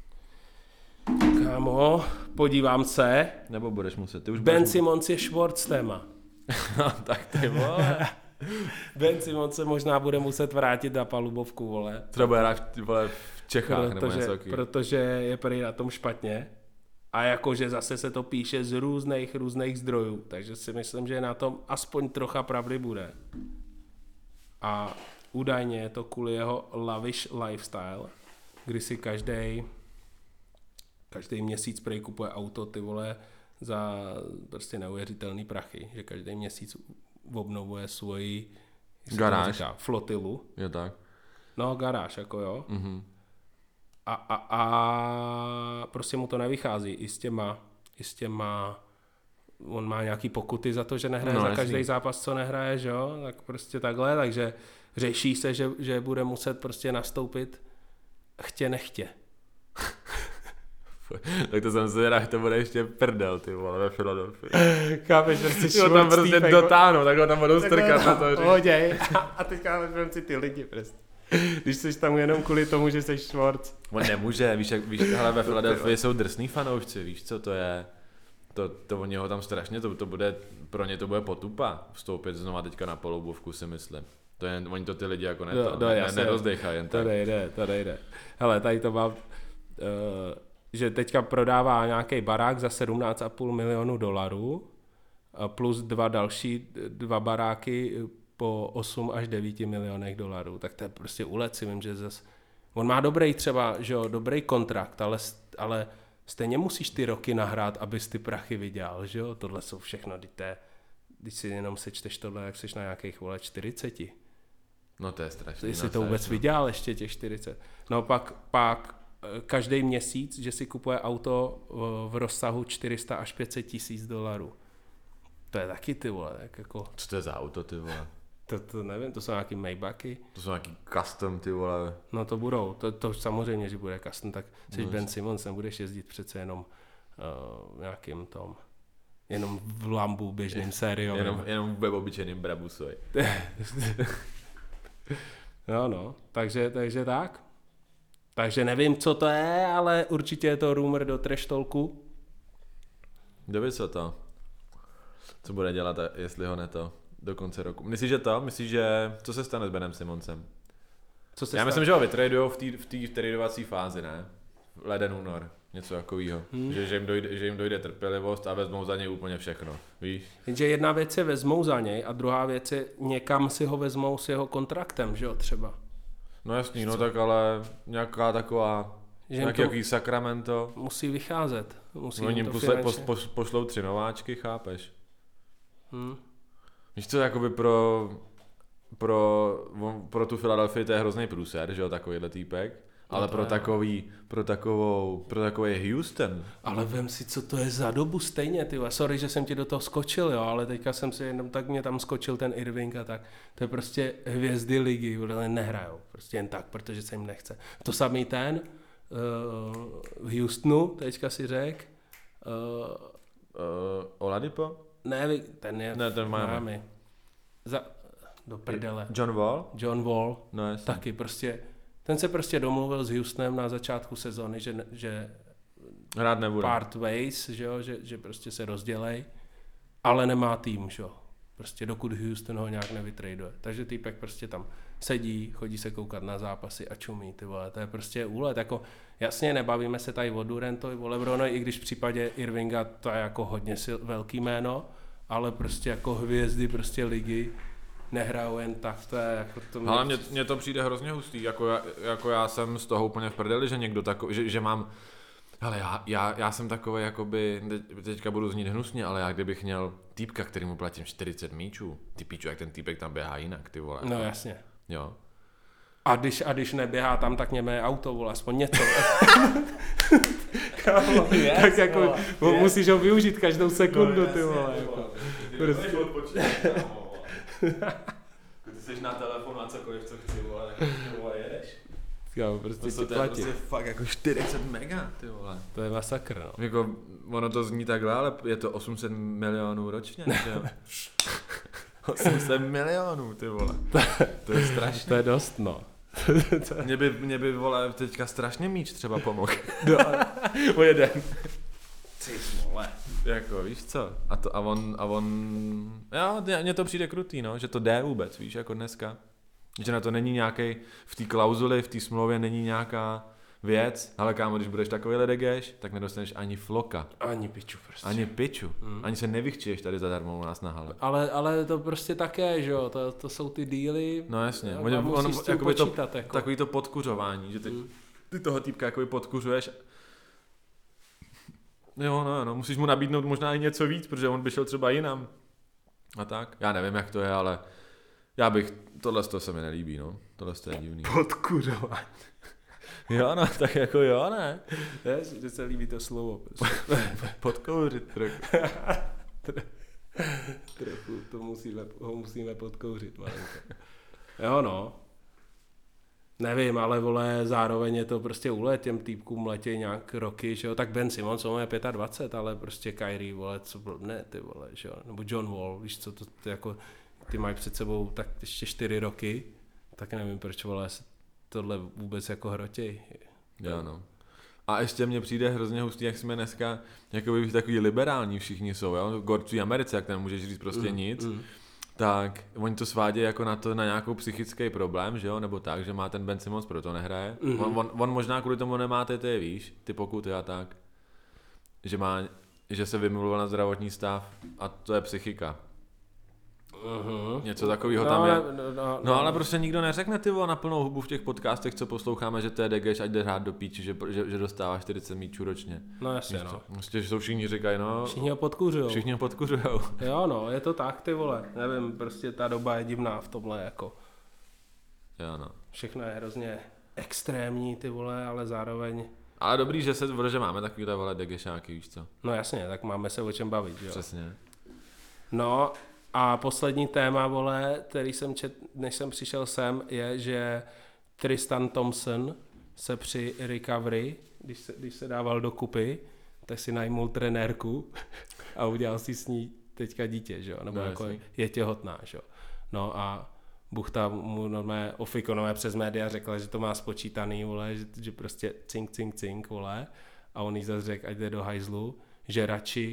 Kámo, podívám se. Nebo budeš muset, ty už Ben budeš... Simmons je Schwartz téma. No, tak ty vole. Ben Simmons se možná bude muset vrátit na palubovku, vole. Třeba bude hrát vole, v Čechách protože, nebo něco taky. Protože je prý na tom špatně. A jakože zase se to píše z různých, různých zdrojů. Takže si myslím, že na tom aspoň trocha pravdy bude. A údajně je to kvůli jeho lavish lifestyle, kdy si každý každý měsíc prej kupuje auto, ty vole, za prostě neuvěřitelný prachy. Že každý měsíc obnovuje svoji garáž, říká, flotilu. Je tak. No, garáž, jako jo. Mhm. A, a, a prostě mu to nevychází. I s těma, i s těma, on má nějaký pokuty za to, že nehraje no, za jasný. každý zápas, co nehraje, že jo? Tak prostě takhle, takže řeší se, že, že bude muset prostě nastoupit chtě nechtě. Tak to jsem si rád, to bude ještě prdel, ty vole, ve Philadelphii. Kápeš, prostě Jo, tam prostě dotáhnou, tak ho tam budou strkat na to. Hoděj. A teď kápeš si ty lidi prostě. Když jsi tam jenom kvůli tomu, že jsi Schwartz. On nemůže, víš, jak, víš, hele, ve Philadelphii jsou drsný fanoušci, víš co to je, to, to oni ho tam strašně, to, to bude, pro ně to bude potupa vstoupit znova teďka na poloubovku, si myslím. To je, oni to ty lidi jako ne, to, ne, ne, nerozdejchají jen tak. To nejde, to nejde. Hele, tady to mám, uh, že teďka prodává nějaký barák za sedmnáct a půl milionu dolarů plus dva další, dva baráky po osm až devět milionech dolarů. Tak to je prostě úlet, si vím, že zase... On má dobrý třeba, že jo, dobrý kontrakt, ale, ale stejně musíš ty roky nahrát, abys ty prachy vydělal, že jo? Tohle jsou všechno, když, te, když si jenom sečteš tohle, jak jsi na nějakých, vole, čtyřiceti. No to je strašný. Jestli to vůbec vydělal ještě těch čtyřicet. No pak, pak každý měsíc, že si kupuje auto v rozsahu čtyři sta až pět set tisíc dolarů. To je taky, ty vole, tak jako... Co to je za auto, ty vole? To, to nevím, to jsou nějaký Maybachy. To jsou nějaký custom, ty vole. No to budou, to, to samozřejmě, že bude custom, tak jsi no, Ben Simmons, nebudeš jezdit přece jenom uh, nějakým tom, jenom v Lambu běžným sériovým. Jenom, jenom v obyčejným Brabusovi. No, no, takže, takže tak. Takže nevím, co to je, ale určitě je to rumor do trash talku. Kdo ví, co to? Co bude dělat, jestli ho ne to do konce roku? Myslíš, že to? Myslíš, že... Co se stane s Benem Simmonsem? Co se Já stane? myslím, že ho vytradujou v té v té tradovací fázi, ne? Leden, únor. Něco takového. Hmm. Že, že, jim dojde, že jim dojde trpělivost a vezmou za něj úplně všechno. Víš? Jenže jedna věc je vezmou za něj a druhá věc je někam si ho vezmou s jeho kontraktem, že jo, třeba. No jasný, no tak ale nějaká taková, že nějaký jaký Sacramento. Musí vycházet. Musí no, jim posle, pos, pos, pošlou tři nováčky, chápeš? Hmm. Víš co, jakoby pro, pro, pro tu Philadelphii to je hrozný průser, že jo, takovýhle týpek. Ale no pro, takový, pro, takovou, pro takový Houston. Ale vem si, co to je za dobu stejně, ty. Sorry, že jsem ti do toho skočil, jo, ale teďka jsem si jenom tak mě tam skočil ten Irving a tak. To je prostě hvězdy ligy, ale nehrajou. Prostě jen tak, protože se jim nechce. To samý ten uh, v Houstonu, teďka si řek. Uh, uh, Oladipo? Ne, ten je ne, ten v Miami. Za, do prdele. John Wall? John Wall. No, jasný. Taky prostě. Ten se prostě domluvil s Houstonem na začátku sezony, že, že hrát nebude. Part ways, že, jo, že, že prostě se rozdělej, ale nemá tým, že jo. Prostě dokud Houston ho nějak nevytraduje. Takže týpek prostě tam sedí, chodí se koukat na zápasy a čumí, ty vole. To je prostě úlet. Jako, jasně, nebavíme se tady o Durantovi, o Lebronovi, i když v případě Irvinga to je jako hodně sil, velký jméno, ale prostě jako hvězdy prostě ligy nehrajou jen tak, to je jako to... Ale mně, mně to přijde hrozně hustý, jako já, jako já jsem z toho úplně v prdeli, že někdo takový, že, že mám, hele já, já, já jsem takový jakoby, teď, teďka budu znít hnusně, ale já kdybych měl týpka, kterýmu platím čtyřicet míčů, ty píču, jak ten týpek tam běhá jinak, ty vole. No jasně. Jo. A když, a když neběhá tam, tak něme auto, vole, aspoň něco. Kámo, yes, tak jako yes. Musíš ho využít každou sekundu, no, ty vole. Jako. Ty jsi na telefonu a cokoliv, co chci, vole, tak vole, jedeš. Jo, prostě to, to je prostě fakt jako čtyřicet mega, ty vole. To je masakr, no. Jako, ono to zní takhle, ale je to osm set milionů ročně, jo. osm set milionů, ty vole. To je strašné. To je dost, no. Mě by, mě by, vole, teďka strašně míč třeba pomohl. No, o jeden. Ty smole. Jako, víš co? A, to, a on, a on, jo, mně to přijde krutý, no, že to jde vůbec, víš, jako dneska. Že na to není nějaký, v té klauzuli, v té smlouvě není nějaká věc, ale kámo, když budeš takový ledegeš, tak nedostaneš ani floka. Ani piču prostě. Ani piču. Mm. Ani se nevychčiješ tady zadarmo u nás na hale. Ale, ale to prostě také, že jo, to, to jsou ty díly. No jasně, a, on, a on, jakoby počítat, to, jako. Takový to podkuřování, že ty, mm. ty toho týpka jakoby podkuřuješ. Jo, no, no, musíš mu nabídnout možná i něco víc, protože on by šel třeba jinam. A tak, já nevím, jak to je, ale já bych, tohle to se mi nelíbí, no, tohle to je divný. Podkuřování. Jo, no, tak jako jo, ne? Ne, že se líbí to slovo. Prostě. Podkouřit trochu. Trochu, to musíme, ho musíme podkouřit, malinko. Jo, no. Nevím, ale vole, zároveň je to prostě úlet, těm týpkům letí nějak roky, že jo, tak Ben Simmons, on je dvacet pět, ale prostě Kyrie, vole, co byl, ne, ty vole, že jo, nebo John Wall, víš co, to, to jako, ty mají před sebou tak ještě čtyři roky, tak nevím, proč, vole, tohle vůbec jako hrotěj. Jo, no. A ještě mně přijde hrozně hustý, jak jsme dneska, jakoby takový liberální všichni jsou, jo, gord v Americe, jak tam můžeš říct prostě mm, nic, mm. tak oni to svádějí jako na to, na nějakou psychický problém, že jo, nebo tak, že má ten Ben Simmons, proto nehraje. Mm. On, on, on možná kvůli tomu nemá ty, ty víš, ty pokuty a tak, že má, že se vymluvil na zdravotní stav a to je psychika. Uh-huh. Něco takového no, tam je. No, no, no, no ale prostě nikdo neřekne ty vole na plnou hubu v těch podcastech, co posloucháme, že to je degeš, ať jde hrát do píči, že, že, že dostává čtyřicet míčů ročně. No jasně, no. Prostě, že jsou všichni říkají, no. Všichni ho podkuřujou. Všichni ho podkuřujou. Jo, no, je to tak, ty vole. Nevím, prostě ta doba je divná v tomhle, jako. Jo, no. Všechno je hrozně extrémní, ty vole, ale zároveň... Ale dobrý, že se, že máme takovýhle vole degešáky, víš co. No jasně, tak máme se o čem bavit, jo. Přesně. No, a poslední téma, vole, který jsem čet, než jsem přišel sem, je, že Tristan Thompson se při recovery, když se, když se dával do kupy, tak si najmul trenérku a udělal si s ní teďka dítě, že jo, nebo no, jako je, je těhotná, že jo. No a Buchta mu normálně ofikonové přes média řekla, že to má spočítaný, vole, že, že prostě cink, cink, cink, vole, a on jí zase řekl, ať jde do hajzlu, že radši,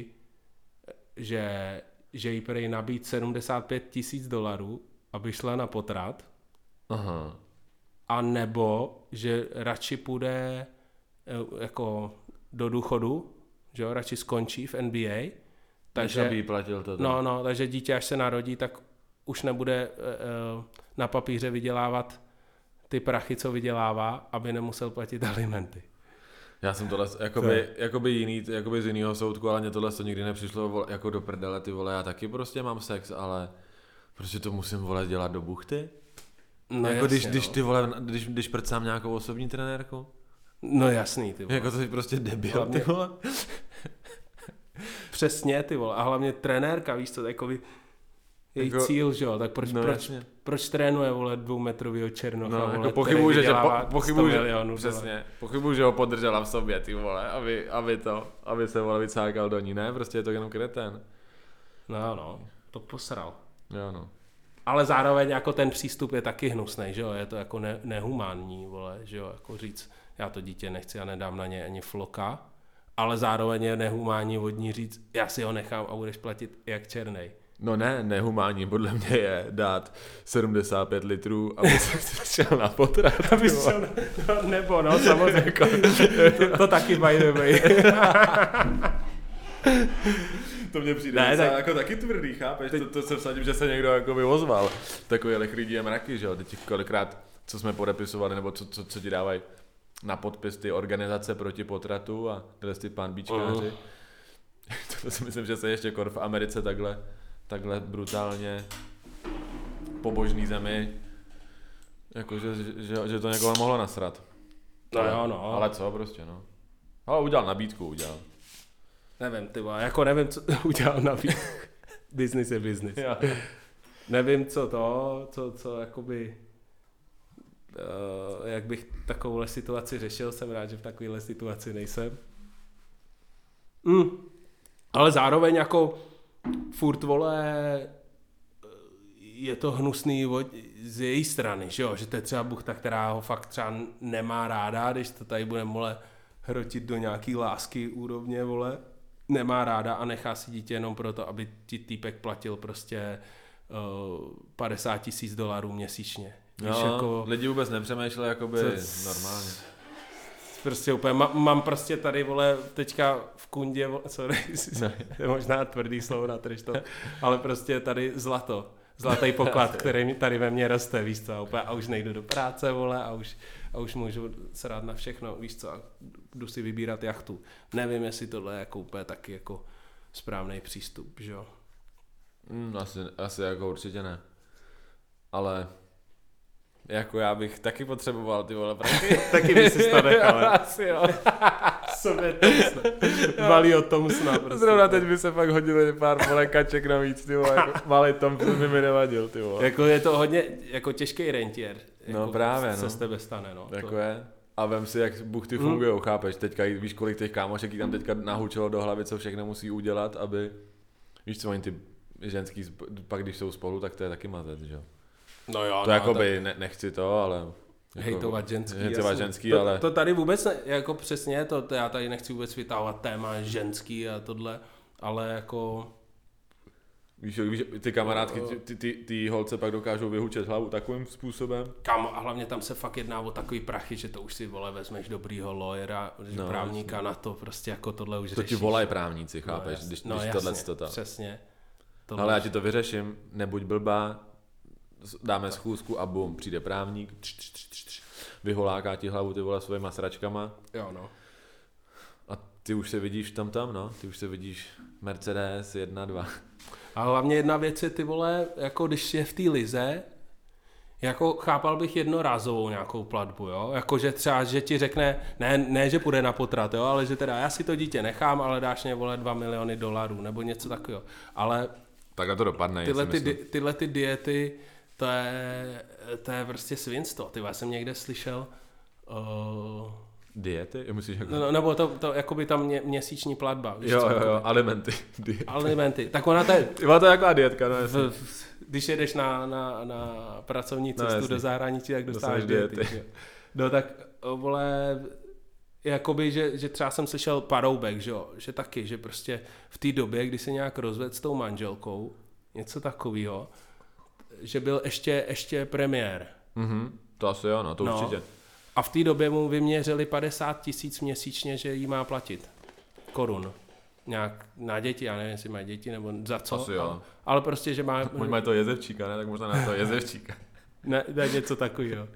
že že jí prej nabít sedmdesát pět tisíc dolarů, aby šla na potrat. Aha. A nebo, že radši půjde jako do důchodu, že jo, radši skončí v N B A. Takže aby jí platil to. No, no, takže dítě, až se narodí, tak už nebude uh, na papíře vydělávat ty prachy, co vydělává, aby nemusel platit alimenty. Já jsem tohle, jakoby, jakoby jiný, jakoby z jiného soudku, ale mě tohle to nikdy nepřišlo jako do prdele, ty vole, já taky prostě mám sex, ale prostě to musím, vole, dělat do buchty? No jako jasně, když, no. když ty vole, když, když prcám nějakou osobní trenérku? No jasný, ty vole. Jako to je prostě debil, hlavně, ty vole. Přesně, ty vole, a hlavně trenérka, víš co, takový její jako, cíl, že jo, tak proč, no, proč, proč trénuje, vole, dvoumetrovýho černocha, no, vole, jako pochybuju, že, po, pochybuju, že, milionů, přesně, pochybuju, že ho podržela v sobě, ty vole, aby, aby to, aby se, vole, vycákal do ní, ne, prostě je to jenom kreten. No, no, to posral. Jo, no. Ale zároveň jako ten přístup je taky hnusný, že jo, je to jako ne, nehumánní, vole, že jo, jako říct, já to dítě nechci a nedám na ně ani floka, ale zároveň je nehumánní od ní říct, já si ho nechám a budeš platit jak černej. No ne, nehumánní podle mě je dát sedmdesát pět litrů, aby se šel na potrat. Aby šel na, no, nebo no, samozřejmě, to, to taky by the way. To mě přijde ne, tak... jako taky tvrdý, chápeš? Teď... To, to se vsadím, že se někdo jako ozval. Takových lidí je mraky, že jo? Teď kolikrát, co jsme podepisovali, nebo co, co, co ti dávají na podpis ty organizace proti potratu a tyhle ty pánbíčkáři. Uh. To si myslím, že se ještě kor v Americe takhle takhle brutálně pobožný zemi, jakože, že, že to někoho mohlo nasrat. No jo, no. Ale co prostě, no. Ale udělal nabídku, udělal. Nevím, ty vole, jako nevím, co udělal nabídku. Business je business. nevím, co to, co, co jakoby, uh, jak bych takovouhle situaci řešil, jsem rád, že v takovéhle situaci nejsem. Mm. Ale zároveň jako furt, vole, je to hnusný od, z její strany, že jo, že to je třeba buchta, která ho fakt třeba nemá ráda, když to tady budeme, vole, hrotit do nějaký lásky úrovně, vole, nemá ráda a nechá si dítě jenom proto, aby ti týpek platil prostě uh, padesát tisíc dolarů měsíčně. No, jako, lidi vůbec nepřemýšleli jakoby co, normálně. Prostě úplně, má, mám prostě tady, vole, teďka v kundě, vole, sorry, to je možná tvrdý slovo na to, ale prostě tady zlato. Zlatý poklad, který tady ve mně roste, víš co, a, úplně, a už nejdu do práce, vole, a už, a už můžu se rád na všechno, víš co, a jdu si vybírat jachtu. Nevím, jestli tohle je jako úplně taky jako správný přístup, že jo. Mm, asi, asi jako určitě ne. Ale jako já bych taky potřeboval ty vole prachy. Taky by si to nechal. Asi jo. Sobě Tomsna. Valí o Tomsna. Prostě. Zrovna teď by se fakt hodili pár vole kaček navíc, ty vole. Jako, malý Thompson by mi nevadil, ty vole. Jako je to hodně jako těžký rentier. Jako no právě, se no. z tebe stane, no. Jako to... je. A vem si, jak buchty fungujou, hmm. chápeš? Teďka víš, kolik těch kámošek jí tam teďka nahučilo do hlavy, co všechno musí udělat, aby, víš co, oni ty ženský, pak když jsou spolu, tak to je taky mazec, že jo? No jo, to no, jakoby tak... ne, nechci to, ale... Jako, hejtovat ženský. Hejtovat ženský, to, ale... To tady vůbec, ne, jako přesně, to, to já tady nechci vůbec vytahovat téma ženský a tohle, ale jako... Víš, víš ty kamarádky, ty, ty, ty holce pak dokážou vyhučet hlavu takovým způsobem. Kam, a hlavně tam se fakt jedná o takový prachy, že to už si, vole, vezmeš dobrýho lawyera, no, právníka jasně. Na to, prostě jako tohle už to řešíš. To ti volají právníci, chápeš, no, když, no, když jasně, tohle to tam. Přesně. Tohle ale já ti to vyřeším, nebuď blbá, dáme schůzku a bum, přijde právník, tř, tř, tř, tř, vyholáká ti hlavu ty vole svýma sračkama. Jo, no. A ty už se vidíš tam tam, no, ty už se vidíš Mercedes jedna, dva. A hlavně jedna věc je, ty vole, jako když je v té lize, jako chápal bych jednorázovou nějakou platbu, jo, jakože třeba, že ti řekne, ne, ne, že půjde na potrat, jo, ale že teda já si to dítě nechám, ale dáš mě, vole, dva miliony dolarů, nebo něco takového, ale takhle to dopadne, tyhle, ty, di, tyhle ty diety, to je, to je prostě svinstvo, ty já jsem někde slyšel, uh, diety? Myslíš jako... No, nebo to, to jakoby tam mě, měsíční platba. Víš jo, co, jo, jo, alimenty. Diety. Alimenty. Tak ona to je... Má to jako dietka, no v, v, když jedeš na, na, na pracovní cestu no, do zahraničí, tak dostáváš diety. diety. No tak, vole, jakoby, že, že třeba jsem slyšel Paroubek, že jo, že taky, že prostě v té době, kdy se nějak rozvedl s tou manželkou, něco takového, že byl ještě, ještě premiér. Mhm, to asi jo, no, to no. určitě. A v té době mu vyměřili padesát tisíc měsíčně, že jí má platit. Korun. Nějak na děti, já nevím, jestli mají děti nebo za co. Asi jo. Ale prostě, že má... Možná mají to jezevčíka, ne? Tak možná na to jezevčíka. ne, ne, něco takového.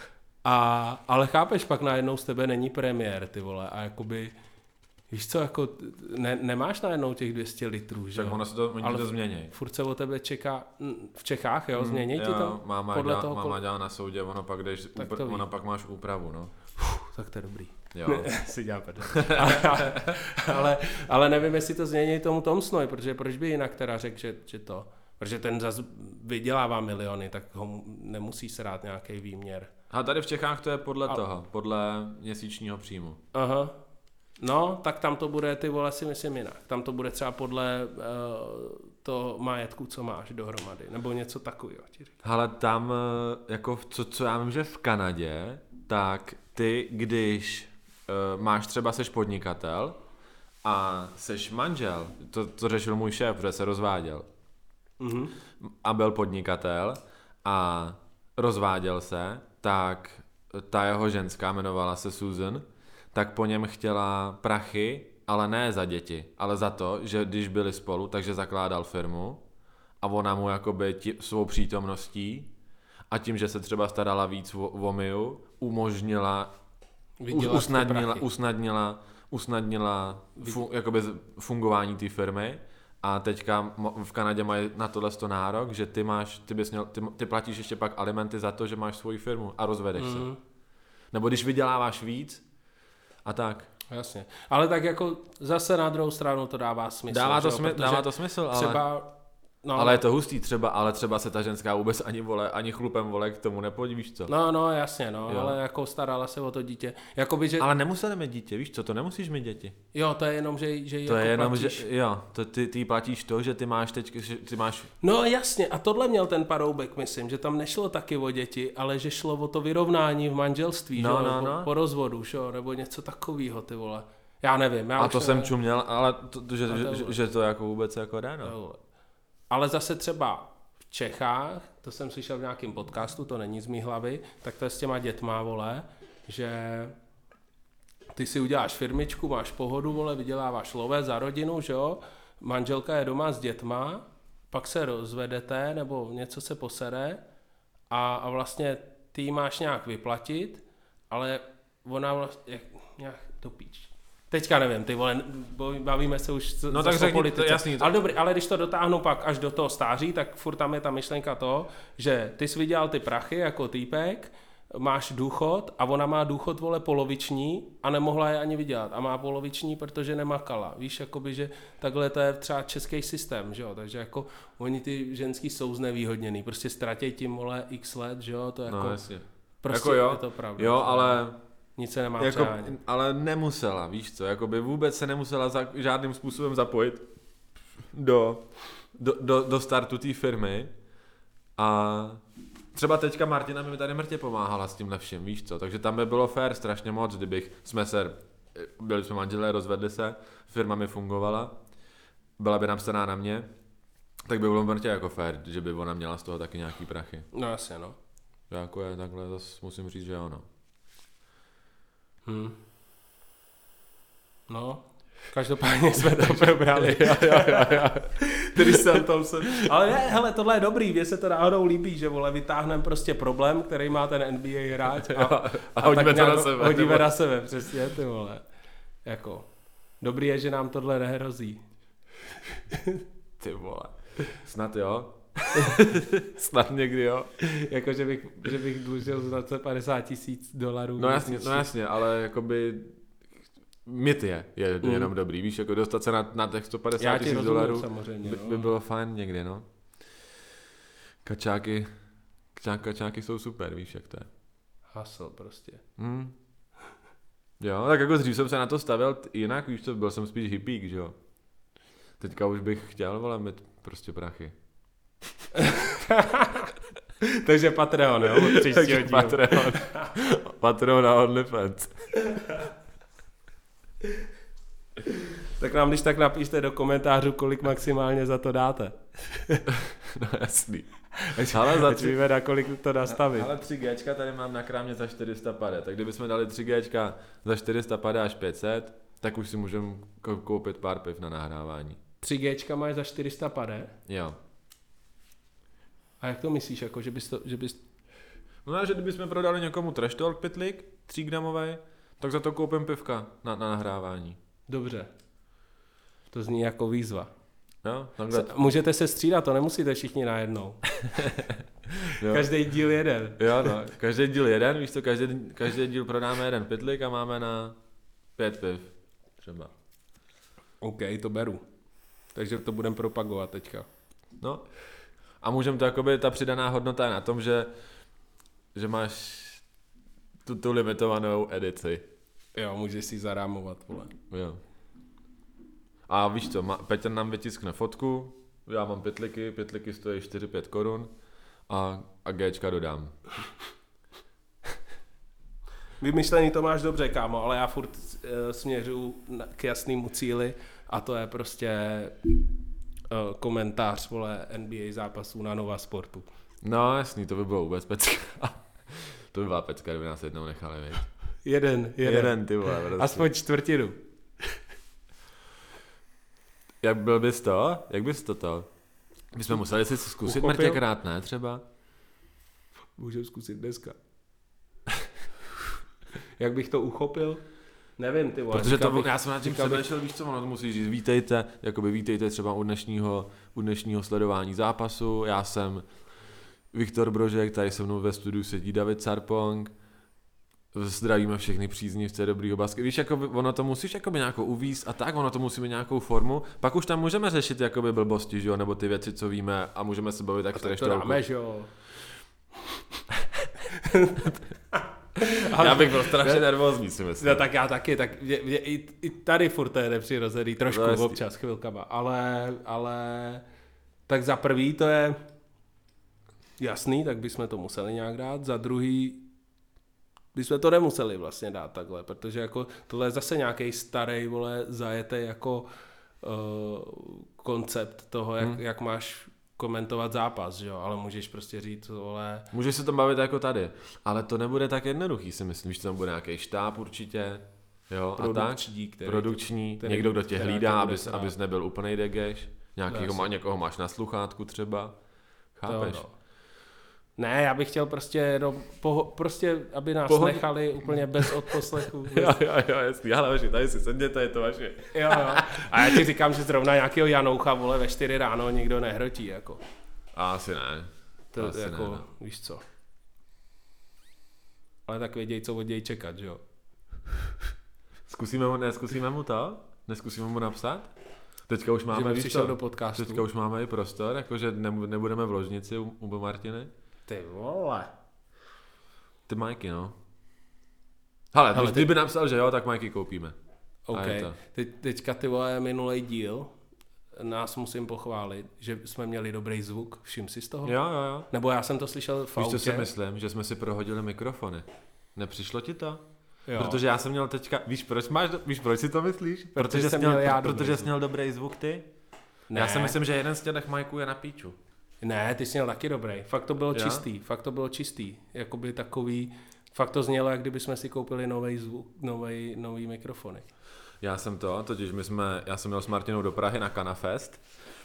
A, ale chápeš, pak najednou z tebe není premiér, ty vole. A jakoby, víš co, jako ne, nemáš najednou těch dvě stě litrů, že? Tak ono se to, oni to změní. Furt se o tebe čeká, v Čechách, jo, změní hmm, ti to? Máma, podle dělá, toho, máma dělá na soudě, ono pak, jdeš, upr- ono pak máš úpravu, no. Uf, tak to je dobrý. Jo. si dělá prdel. ale, ale, ale nevím, jestli to změní tomu Thompsonovi, protože proč by jinak teda řekl, že, že to, protože ten zase vydělává miliony, tak ho nemusí se dát nějaký výměr. A tady v Čechách to je podle a... toho, podle měsíčního příjmu. Aha. No, tak tam to bude, ty vole, si myslím jinak. Tam to bude třeba podle uh, toho majetku, co máš dohromady, nebo něco takového. Ale tam, jako co, co já vím, že v Kanadě, tak ty, když uh, máš třeba, seš podnikatel a seš manžel, to, to řešil můj šéf, protože se rozváděl. Mm-hmm. A byl podnikatel a rozváděl se, tak ta jeho ženská, jmenovala se Susan, tak po něm chtěla prachy, ale ne za děti, ale za to, že když byli spolu, takže zakládal firmu a ona mu jakoby tí, svou přítomností a tím, že se třeba starala víc o, o Miu, umožnila, usnadnila, usnadnila, usnadnila fu, jakoby fungování té firmy a teďka v Kanadě mají na tohle sto nárok, že ty máš, ty, bys měl, ty, ty platíš ještě pak alimenty za to, že máš svoji firmu a rozvedeš mm. se. Nebo když vyděláváš víc, a tak. Jasně. Ale tak jako zase na druhou stranu to dává smysl. Dává to, smysl, dává to smysl, ale... Třeba No, ale je to hustý třeba, ale třeba se ta ženská vůbec ani vole, ani chlupem vole k tomu nepodí, víš co? No, no, jasně, no, Jo. ale jako starala se o to dítě. Jakoby, že... Ale nemuseli mít dítě, víš co, to nemusíš mít děti. Jo, to je jenom, že, že To jako je jenom, platíš. že, jo, to ty, ty platíš to, že ty máš teď, že ty máš, No jasně, a tohle měl ten Paroubek, myslím, že tam nešlo taky o děti, ale že šlo o to vyrovnání v manželství, No, že? no, po, no. po rozvodu, že? Nebo něco takového, ty vole. Já nevím. Já a už to jsem nevím. čuměl, ale to, to, že, A že, tohle. že, že to jako vůbec jako jde, no. Tohle. Ale zase třeba v Čechách, to jsem slyšel v nějakém podcastu, to není z mý hlavy, tak to je s těma dětma, vole, že ty si uděláš firmičku, máš pohodu, vole, vyděláváš lové za rodinu, že jo, manželka je doma s dětma, pak se rozvedete nebo něco se posere a, a vlastně ty jí máš nějak vyplatit, ale ona vlastně jak, nějak to píč. Teďka nevím, ty vole, bavíme se už No tak řekni, to jasný. To... Ale dobrý, ale když to dotáhnu pak až do toho stáří, tak furt tam je ta myšlenka to, že ty jsi vydělal ty prachy jako týpek, máš důchod a ona má důchod, vole, poloviční a nemohla je ani vydělat. A má poloviční, protože nemakala. Víš, jakoby, že takhle to je třeba český systém, že jo. Takže jako oni ty ženský jsou znevýhodněný. Prostě ztratěj tím, vole, x let, že jo. To jako, No jasně. prostě jako jo, je to pravda. jo, ale... Nic se nemá jako, přehánět. ale nemusela, víš co, jakoby vůbec se nemusela za, žádným způsobem zapojit do, do, do, do startu té firmy a třeba teďka Martina mi tady mrtě pomáhala s tímhle vším, víš co, takže tam by bylo fér strašně moc, kdybych jsme se, byli jsme manželé, rozvedli se, firma mi fungovala, byla by namstaná na mě, tak by bylo mrtě jako fér, že by ona měla z toho taky nějaký prachy. No jasně, no. Jako je, takhle zase musím říct, že ano. Hmm. No, každopádně jsme to probrali. jo, jo, jo, jo. Tristan Thompson. Ale ne, hele, tohle je dobrý, mně se to náhodou líbí, že vole, vytáhneme prostě problém, který má ten N B A hráč a, a, a hodíme tak to na sebe. Hodíme na sebe, přesně, ty vole. Jako, dobrý je, že nám tohle nehrozí. Ty vole, snad jo. Snad někdy jo. Jako, že bych, že bych dlužil za padesát tisíc dolarů. No jasně, no jasně, ale jakoby mít je, je mm. jenom dobrý, víš, jako dostat se na, na těch sto padesát tisíc dolarů samozřejmě, by, no. by bylo fajn někdy, no. Kačáky, kačáky, kačáky jsou super, víš, jak to je. Hustle prostě. Mm. Jo, tak jako dřív jsem se na to stavil jinak, víš co, byl jsem spíš hippík, že jo. Teďka už bych chtěl, vole, mít prostě prachy. Takže Patreon, jo? Od příštího dílu. Patreon. Patreon a OnlyFans. Tak nám když tak napište do komentářů, kolik maximálně za to dáte. No jasný. Ale za tři... víme, na kolik to nastavit. Ale tři géčka tady mám na krámě za čtyři sta padesát, tak kdybychom dali tři géčka za čtyři sta padesát až pět set, tak už si můžeme koupit pár piv na nahrávání. tři géčka máš za čtyři sta padesát? Jo. A jak to myslíš, jako, že bys to... Že bys... No, že kdybychom prodali někomu trash talk pitlik, tří gramovej, tak za to koupím pivka na, na nahrávání. Dobře. To zní jako výzva. Jo, takhle. Můžete se střídat, to nemusíte všichni najednou. Každý díl jeden. Jo, no, každý díl jeden, víš co, každý, každý díl prodáme jeden pitlik a máme na pět piv. Třeba. OK, to beru. Takže to budeme propagovat teďka. No. A můžeme to, jakoby, ta přidaná hodnota je na tom, že, že máš tu, tu limitovanou edici. Jo, můžeš si zarámovat, vole. Jo. A víš co, ma, Petr nám vytiskne fotku, já mám pytliky, pytliky stojí čtyři pět korun a, a Gčka dodám. Vymyšlený to máš dobře, kámo, ale já furt uh, směřuji k jasnému cíli a to je prostě uh, komentář, vole, N B A zápasů na Nova Sportu. No jasný, to by bylo vůbec pecka. To by byla pecka, kdyby nás jednou nechali, viď? Jeden, jeden. Jeden, ty vole. Prostě. Aspoň čtvrtinu. Jak byl bys to? Jak bys to to? My jsme museli si zkusit mrtěkrát, ne třeba? Můžu zkusit dneska. Jak bych to uchopil? Nevím, ty vole. Protože to, bych, já jsem na tím přemýšlel, víš co, ono to musí říct, vítejte, jakoby vítejte třeba u dnešního, u dnešního sledování zápasu, já jsem Viktor Brožek, tady se mnou ve studiu sedí David Sarpong zdravíme všechny příznivce dobrýho basketu. Víš, jako ono to musíš jakoby nějakou uvízt a tak, ono to musí mít nějakou formu. Pak už tam můžeme řešit jakoby blbosti, že jo, nebo ty věci, co víme a můžeme se bavit tak tak to dáme, že jo. Já bych byl strašně nervózní, si myslím. No, tak já taky, tak mě, mě, i, i tady furt to je nepřirozený, trošku no, občas chvilkama, ale, ale tak za prvý to je jasný, tak bychom to museli nějak dát, za druhý bychom to nemuseli vlastně dát takhle, protože jako tohle je zase nějaký starý, vole, zajetý jako uh, koncept toho, jak, hmm. jak máš komentovat zápas, že jo, ale můžeš prostě říct, vole... Můžeš se to bavit jako tady, ale to nebude tak jednoduchý, si myslím, že tam bude nějaký štáb určitě, jo, produkční, a tak, který, produkční, který, někdo, kdo tě hlídá, abys, abys nebyl úplnej degeš, nějakýho má, někoho máš na sluchátku třeba, chápeš? To, no. Ne, já bych chtěl prostě jenom, poho- prostě, aby nás Pohodě. nechali úplně bez odposlechu. Bez... jo, jo, jo, jasný, ale vaši, tady si sedněte, je to vaše. jo, jo. A já ti říkám, že zrovna nějakého Janoucha, vole, ve čtyři ráno nikdo nehrotí, jako. Asi ne. To Asi jako, ne, no. Víš co. Ale tak věděj, co od něj čekat, že jo. Zkusíme mu, neskusíme mu to? Neskusíme mu napsat? Teďka už máme, víš co, do podcastu. Teďka už máme i prostor, jakože nebudeme v ložnici u, u Martiny. Ty vole. Ty majky, no. Hele, Hele kdyby ty... napsal, že jo, tak majky koupíme. OK. Te, teďka ty vole minulej díl, nás musím pochválit, že jsme měli dobrý zvuk, všim si z toho? Jo, jo, jo. Nebo já jsem to slyšel v autě. Víš, co si myslím? Že jsme si prohodili mikrofony. Nepřišlo ti to? Jo. Protože já jsem měl teďka, víš proč máš, víš proč si to myslíš? Protože, protože jsi měl, měl, já protože jsi měl dobrý zvuk ty? Ne. Já si myslím, že jeden z těch majků je na píču. Ne, ty jsi měl taky dobrý. Fakt to bylo jo? čistý, fakt to bylo čistý. Jakoby takový, fakt to znělo, jak kdyby jsme si koupili nový zvuk, nový, nový mikrofony. Já jsem to, totiž my jsme, já jsem měl s Martinou do Prahy na Kanafest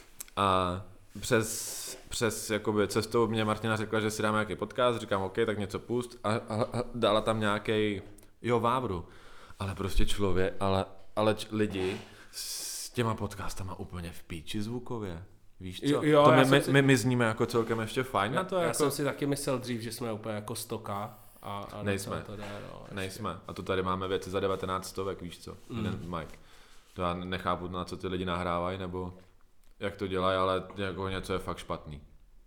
a přes, přes jakoby cestou mě Martina řekla, že si dáme nějaký podcast, říkám OK, tak něco pust a, a, a dala tam nějaký, jo, Vávru, ale prostě člověk, ale, ale č, lidi s těma podcastama úplně v píči zvukově. Víš co? Jo, to my, my, si... my, my zníme jako celkem ještě fajn já, na to. Já jako... jsem si taky myslel dřív, že jsme úplně jako stoka. A, a nejsme, to jde, no, nejsme. A to tady máme věci za devatenáct stovek, víš co? Mm. Jeden mic. To já nechápu, na co ty lidi nahrávají, nebo jak to dělají, ale jako něco je fakt špatný.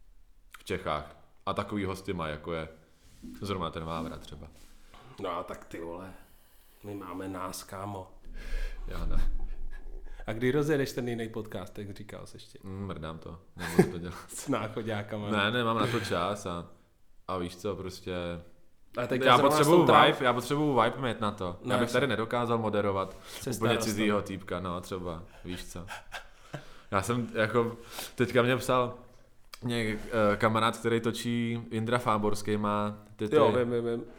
V Čechách. A takový hosty mají, jako je zrovna ten Vávra třeba. No a tak ty vole, my máme nás, kámo. Já ne. A kdy rozjedeš ten jiný podcast, jak říkal jsi ještě? Mm, mrdám to, nebudu to dělat. S náchoďákama. Ne, nemám na to čas a, a víš co, prostě... Tak já potřebuju vibe, já potřebuju vibe mít na to. No, já bych tady nedokázal moderovat se úplně cizího týpka, no třeba, víš co. Já jsem jako, teďka mě psal něk, uh, kamarád, který točí, Indra Fáborský má ty, ty jo, vím, vím, vím.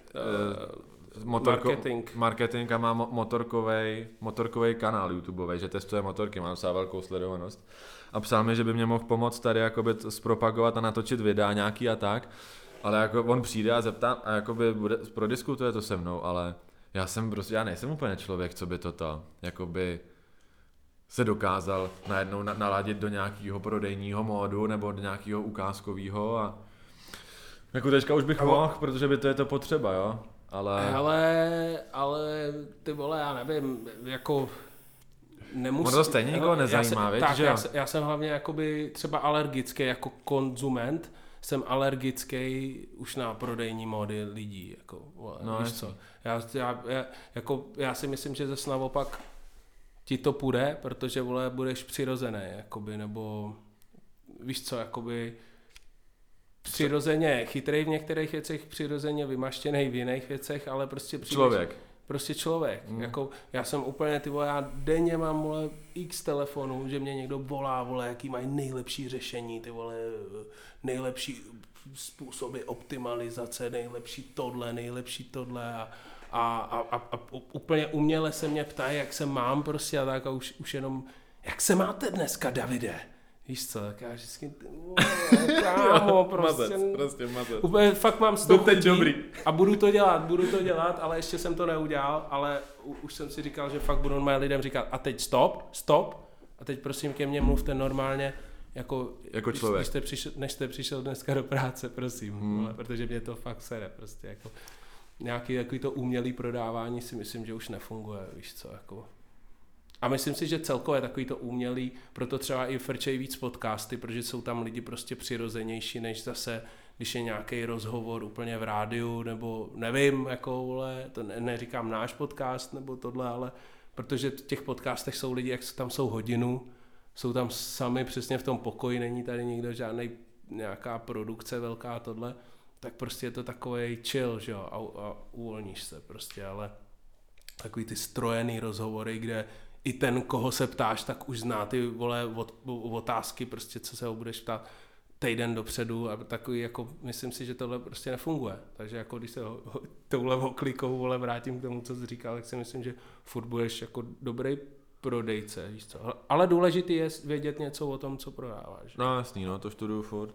Uh, motorko, marketing. marketing a má motorkovej, motorkovej kanál YouTubeovej, že testuje motorky, má docela velkou sledovanost. A psal mi, že by mě mohl pomoct tady jakoby zpropagovat a natočit videa nějaký a tak. Ale jako on přijde a zeptá a jakoby bude, prodiskutuje to se mnou, ale já jsem prostě, já nejsem úplně člověk, co by toto, jakoby se dokázal najednou naladit do nějakého prodejního módu nebo do nějakého ukázkového a jako teďka už bych mohl, protože by to je to potřeba, jo, ale... Ale, ale ty vole, já nevím, jako... Nemusí, ono to stejně nikoho nezajímá, víš, že jo? Já, já jsem hlavně jakoby třeba alergický jako konzument, jsem alergický už na prodejní módy lidí, jako, vole, no, víš co. Já, já, já, jako, já si myslím, že zase naopak ti to půjde, protože, vole, budeš přirozený, jakoby, nebo víš co, jakoby přirozeně chytrý v některých věcech, přirozeně vymaštěný v jiných věcech, ale prostě přijdeš, člověk. Prostě člověk. Mm. Jako, já jsem úplně, ty vole, já denně mám, vole, x telefonů, že mě někdo volá, vole, jaký mají nejlepší řešení, ty vole, nejlepší způsoby optimalizace, nejlepší tohle, nejlepší tohle a, a, a, a, a úplně uměle se mě ptají, jak se mám prostě a tak a už, už jenom, jak se máte dneska, Davide? Víš co, tak já vždycky, kámo, prostě, mazec, prostě mazec. Úplně fakt mám z toho chutí a budu to dělat, budu to dělat, ale ještě jsem to neudělal, ale u, už jsem si říkal, že fakt budu normálně lidem říkat a teď stop, stop a teď prosím ke mně mluvte normálně, jako, jako člověk. Než jste, přišel, než jste přišel dneska do práce, prosím, hmm. ale, protože mě to fakt sere, prostě jako. nějaký takový to umělý prodávání si myslím, že už nefunguje, víš co, jako. A myslím si, že celkově takový to umělý, proto třeba i frčej víc podcasty, protože jsou tam lidi prostě přirozenější, než zase, když je nějaký rozhovor úplně v rádiu, nebo nevím, jako, vole, to ne, neříkám náš podcast, nebo tohle, ale protože v těch podcastech jsou lidi, jak tam jsou hodinu, jsou tam sami přesně v tom pokoji, není tady nikdo žádnej nějaká produkce velká tohle, tak prostě je to takovej chill, že jo, a, a uvolníš se prostě, ale takový ty strojený rozhovory, kde i ten, koho se ptáš, tak už zná ty, vole, od, otázky, prostě co se ho budeš ptát týden dopředu a takový, jako, myslím si, že tohle prostě nefunguje. Takže jako když se ho, ho, touhle oklikou, vole, vrátím k tomu, co jsi říkal, tak si myslím, že furt budeš jako dobrý prodejce, víš co. Ale důležitý je vědět něco o tom, co prodáváš. No jasný, no, to študuju furt.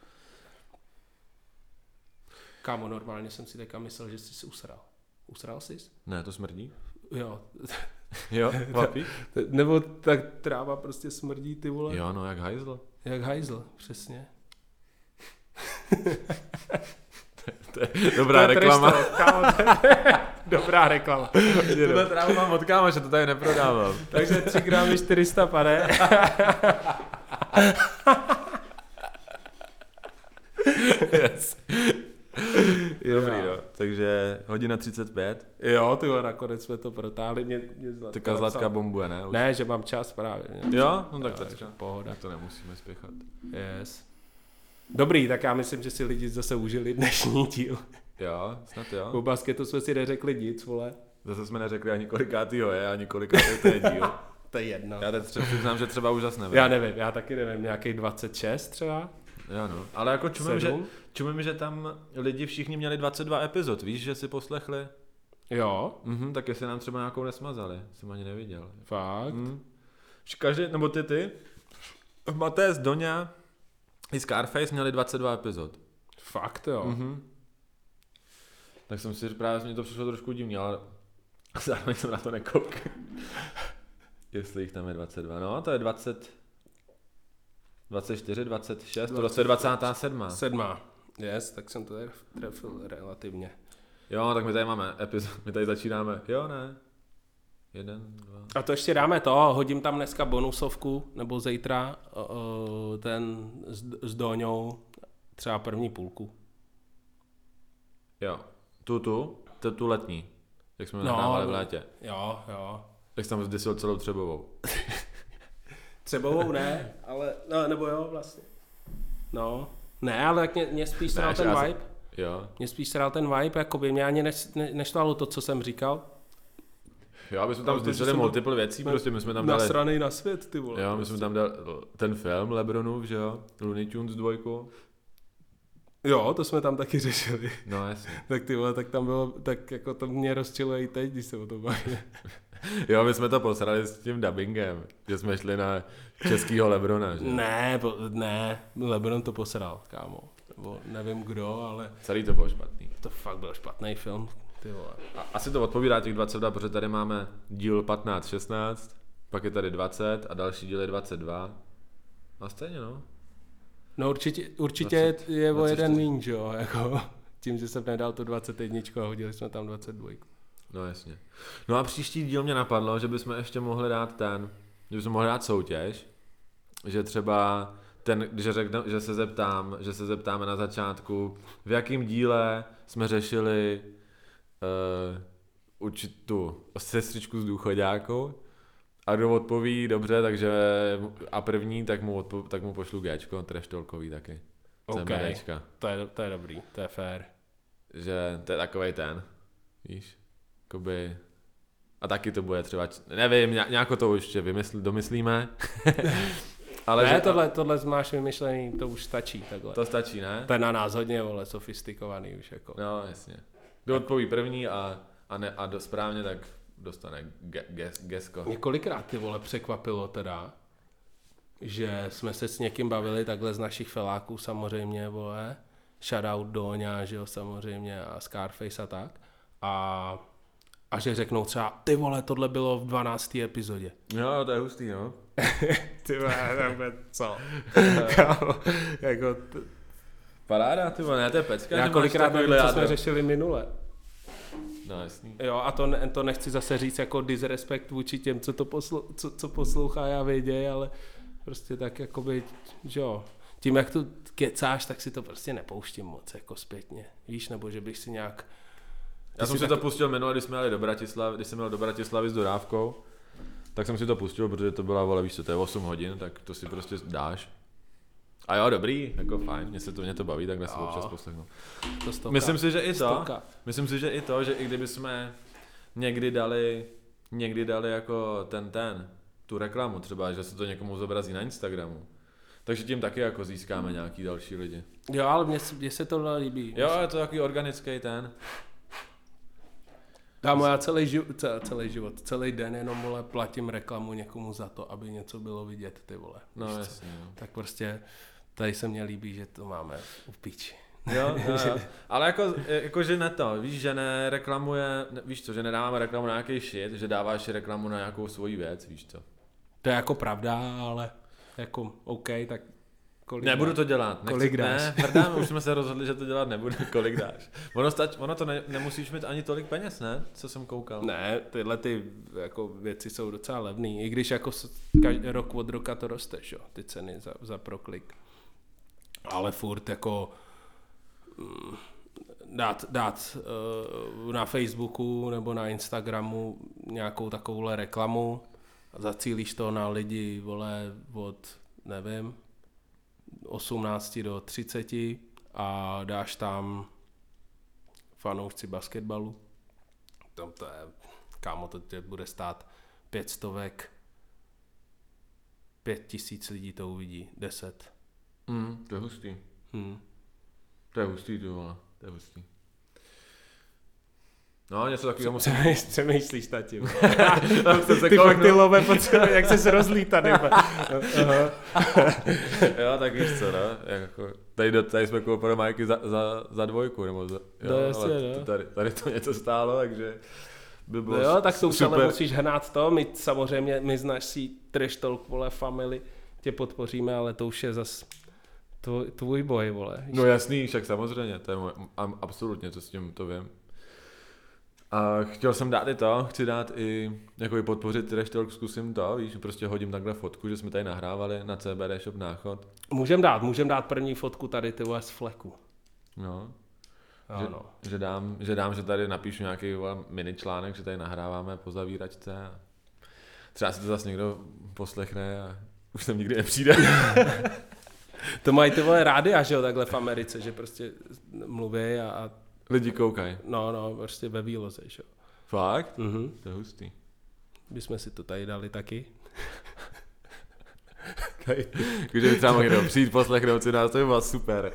Kámo, normálně jsem si teďka myslel, že jsi si usral. Usral jsi? Ne, to smrdí? Jo. Jo, chlapí? Nebo tak tráva prostě smrdí, ty vole. Jo, no, jak hajzl. Jak hajzl, přesně. To je dobrá reklama. Dobrá reklama. Tuhle trávu mám od kámoše, to tady neprodávám. Takže tři gramy čtyři sta, pane. Yes. Dobrý, no. Takže hodina třicet pět. Jo, tyhle, nakonec jsme to protáhli. Mě, mě Zlatka Taká Zlatka bombuje, ne? Už. Ne, že mám čas právě. Jo? No tak jo, pohoda. To nemusíme spěchat. Yes. Dobrý, tak já myslím, že si lidi zase užili dnešní díl. Jo, snad jo. U basketu jsme si neřekli nic, vole. Zase jsme neřekli ani kolikátýho je, ani kolikátý to je díl. To je jedno. Já teď třeba přiznám, že třeba už zase nevím. Já nevím, já taky nevím, nějaký dvacet šest třeba? Jo no, ale jako čumím, že, čumím, že tam lidi všichni měli dvacet dva epizod, víš, že si poslechli? Jo. Mhm, tak jestli nám třeba nějakou nesmazali, jsem ani neviděl. Fakt? Mhm. Každý, nebo ty ty, Matez, Doňa i Scarface měli dvacet dva epizod. Fakt jo. Mhm. Tak jsem si právě, mě to přišlo trošku divný, ale zároveň jsem na to nekoukal. Jestli jich tam je dvacet dva, no to je dvacet, dvacet čtyři, dvacet šest, to je dvacátá sedmá. Sedmá, yes, tak jsem to trefil relativně. Jo, tak my tady máme epizod, my tady začínáme, jo ne, jeden, dva. A to ještě dáme to, hodím tam dneska bonusovku, nebo zítra uh, ten s, s Doňou, třeba první půlku. Jo, tu tu, tu, tu letní, jak jsme no, nahrávali v létě. Jo, jo. Jak jsi tam zdysil celou Třebovou. Třebovou ne, ale, no, nebo jo vlastně. No, ne, ale tak mě, mě spíš sral ten vibe. Jo. Mě spíš sral ten vibe, jakoby mě ani ne, ne, neštvalo to, co jsem říkal. Jo, aby jsme tam zdysili multiple věcí, prostě my jsme tam dali... Nasranej na svět, ty vole. Jo, my jsme tam dali ten film Lebronův, že jo, Looney Tunes dvojku. Jo, to jsme tam taky řešili. No jasně. Tak ty vole, tak tam bylo, tak jako to mě rozčiluje i teď, když se o to bavíme. Jo, my jsme to posrali s tím dubbingem, že jsme šli na českýho Lebrona, že? Ne, po, ne, Lebron to posral, kámo. Nebo nevím kdo, ale... Celý to bylo špatný. To fakt byl špatný film, ty vole. A asi to odpovídá těch dvacet dva, protože tady máme díl patnáct šestnáct, pak je tady dvacet a další díl je dvacet dva. A stejně no. No určitě, určitě dvacet, je o jeden míň, že jo, jako tím, že jsem nedal tu dvacet jedna a hodili jsme tam dvacet dva. No jasně. No a příští díl mě napadlo, že bychom ještě mohli dát ten, že bychom mohli dát soutěž, že třeba ten, že, řekne, že se zeptám, že se zeptáme na začátku, v jakém díle jsme řešili uh, určitou sestřičku z důchodáku a kdo odpoví dobře, takže a první, tak mu, odpo, tak mu pošlu Gčko, treštolkový taky. Okay. To je, to je dobrý, to je fér. Že to je takovej ten, víš, jakoby... A taky to bude třeba, nevím, nějako to ještě vymysl, domyslíme. Ale ne, že tohle, tohle máš vymyšlený, to už stačí takhle. To stačí, ne? To je na nás hodně, vole, sofistikovaný už jako. No, jasně. Kdo odpoví první a, a, ne, a do, správně, tak dostane ge, ges, gesko. Několikrát, ty vole, překvapilo teda, že jsme se s někým bavili takhle z našich feláků samozřejmě, vole. Shoutout Doňa, že jo, samozřejmě a Scarface a tak. A, a že řeknou třeba, ty vole, tohle bylo v dvanácté epizodě. Jo, to je hustý, no. Ty vole, co? jako... T... Paráda, ty vole, ne, to je pecka. Já kolikrát nevím, co jsme řešili minule. No jasný. Jo, a to, ne, to nechci zase říct jako disrespekt vůči těm, co to poslu, co, co poslouchá a vědějí, ale prostě tak jakoby, že jo, tím jak tu kecáš, tak si to prostě nepouštím moc jako zpětně, víš, nebo že bych si nějak... Já jsem si tak... to pustil minule, když jsme jeli do Bratislavy, když jsem měl do Bratislavy s dodávkou, tak jsem si to pustil, protože to byla, vole, víš co, to je osm hodin, tak to si prostě dáš. A jo, dobrý, jako fajn, mě se to, mě to baví, takhle si občas poslechnu. To myslím si, že i to, stoka. myslím si, že i to, že i kdyby jsme někdy dali, někdy dali jako ten ten, tu reklamu třeba, že se to někomu zobrazí na Instagramu, takže tím taky jako získáme nějaký další lidi. Jo, ale mně, mně se to líbí. Jo, je to takový organický ten. Kámo, já celý, živ, celý život, celý den jenom, vole, platím reklamu někomu za to, aby něco bylo vidět, ty vole. No jasně, jo. Tak prostě tady se mně líbí, že to máme v piči. Jo, jo, jo. Ale jako, jako, že ne to, víš, že nereklamuje, víš co, že nedáváme reklamu na nějaký shit, že dáváš reklamu na nějakou svoji věc, víš co. To je jako pravda, ale jako OK, tak kolik nebudu dáš? to dělat. Nechci, kolik dáš? Ne, hrdáme, už jsme se rozhodli, že to dělat nebudu, kolik dáš. Ono, stač, ono to ne, nemusíš mít ani tolik peněz, ne? Co jsem koukal. Ne, tyhle ty jako věci jsou docela levný, i když jako každý rok od roka to roste, jo, ty ceny za, za proklik. Ale furt jako dát, dát uh, na Facebooku nebo na Instagramu nějakou takovouhle reklamu a zacílíš to na lidi, vole, od, nevím, osmnáct do třiceti a dáš tam fanoušci basketbalu. Tam to je, kámo, to tě bude stát pět stovek, pět tisíc lidí to uvidí, deset. Mm, to je hustý. Hmm. To je hustý, ty vole, to je hustý. No, něco takového musím... Přemýšlíš, tati. Ty fakt ty lové potřebuje, jak se rozlí tady. Jo, tak víš co, no. Jako, tady, do, tady jsme koupili majky za, za, za dvojku, nebo za... Jo, no, jasně, ale no. to, tady, tady to něco stálo, takže... By bylo no jo, tak to už super. ale musíš hnát to. My samozřejmě, my znáš si Trash Talk, vole, family, tě podpoříme, ale to už je zas... Tvoj, tvůj boj, vole. No jasný, však samozřejmě, to je můj, absolutně, co s tím to vím. A chtěl jsem dát i to, chci dát i, jako i podpořit Trash Talk, zkusím to, víš, prostě hodím takhle fotku, že jsme tady nahrávali na C B D Shop Náchod. Můžem dát, můžem dát první fotku tady, ty vole, z fleku. No, že, no. Že, dám, že dám, že tady napíšu nějaký mini článek, že tady nahráváme po zavíračce a třeba si to zase někdo poslechne a už sem nikdy nepřijde. To mají ty vole rádia, že jo, takhle v Americe, že prostě mluví a... a... Lidi koukají. No, no, prostě ve výloze, že jo. Fakt? Mhm. To je hustý. Bychom si to tady dali taky. Když by třeba mohli přijít poslechnout si nás, to by bylo super.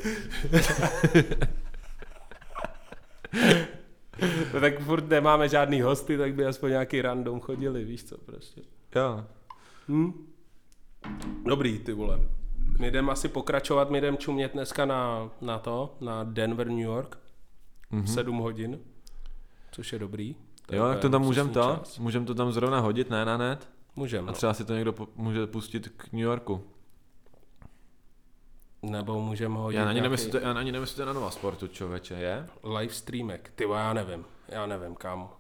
No tak furt nemáme žádný hosty, tak by aspoň nějaký random chodili, víš co, prostě. Jo. Hm? Dobrý, ty vole. My jdem asi pokračovat, my jdem čumět dneska na, na to, na Denver, New York. Mm-hmm. sedm hodin, což je dobrý. To jo, tak to tam můžem to, můžem to tam zrovna hodit, ne na net? Můžem, A třeba no. si to někdo po, může pustit k New Yorku. Nebo můžeme hodit já ani nějaký... nevím, jestli to, já ani nevím, jestli to je na Nova Sportu, člověče, je? Live streamek, ty já nevím, já nevím, kámo.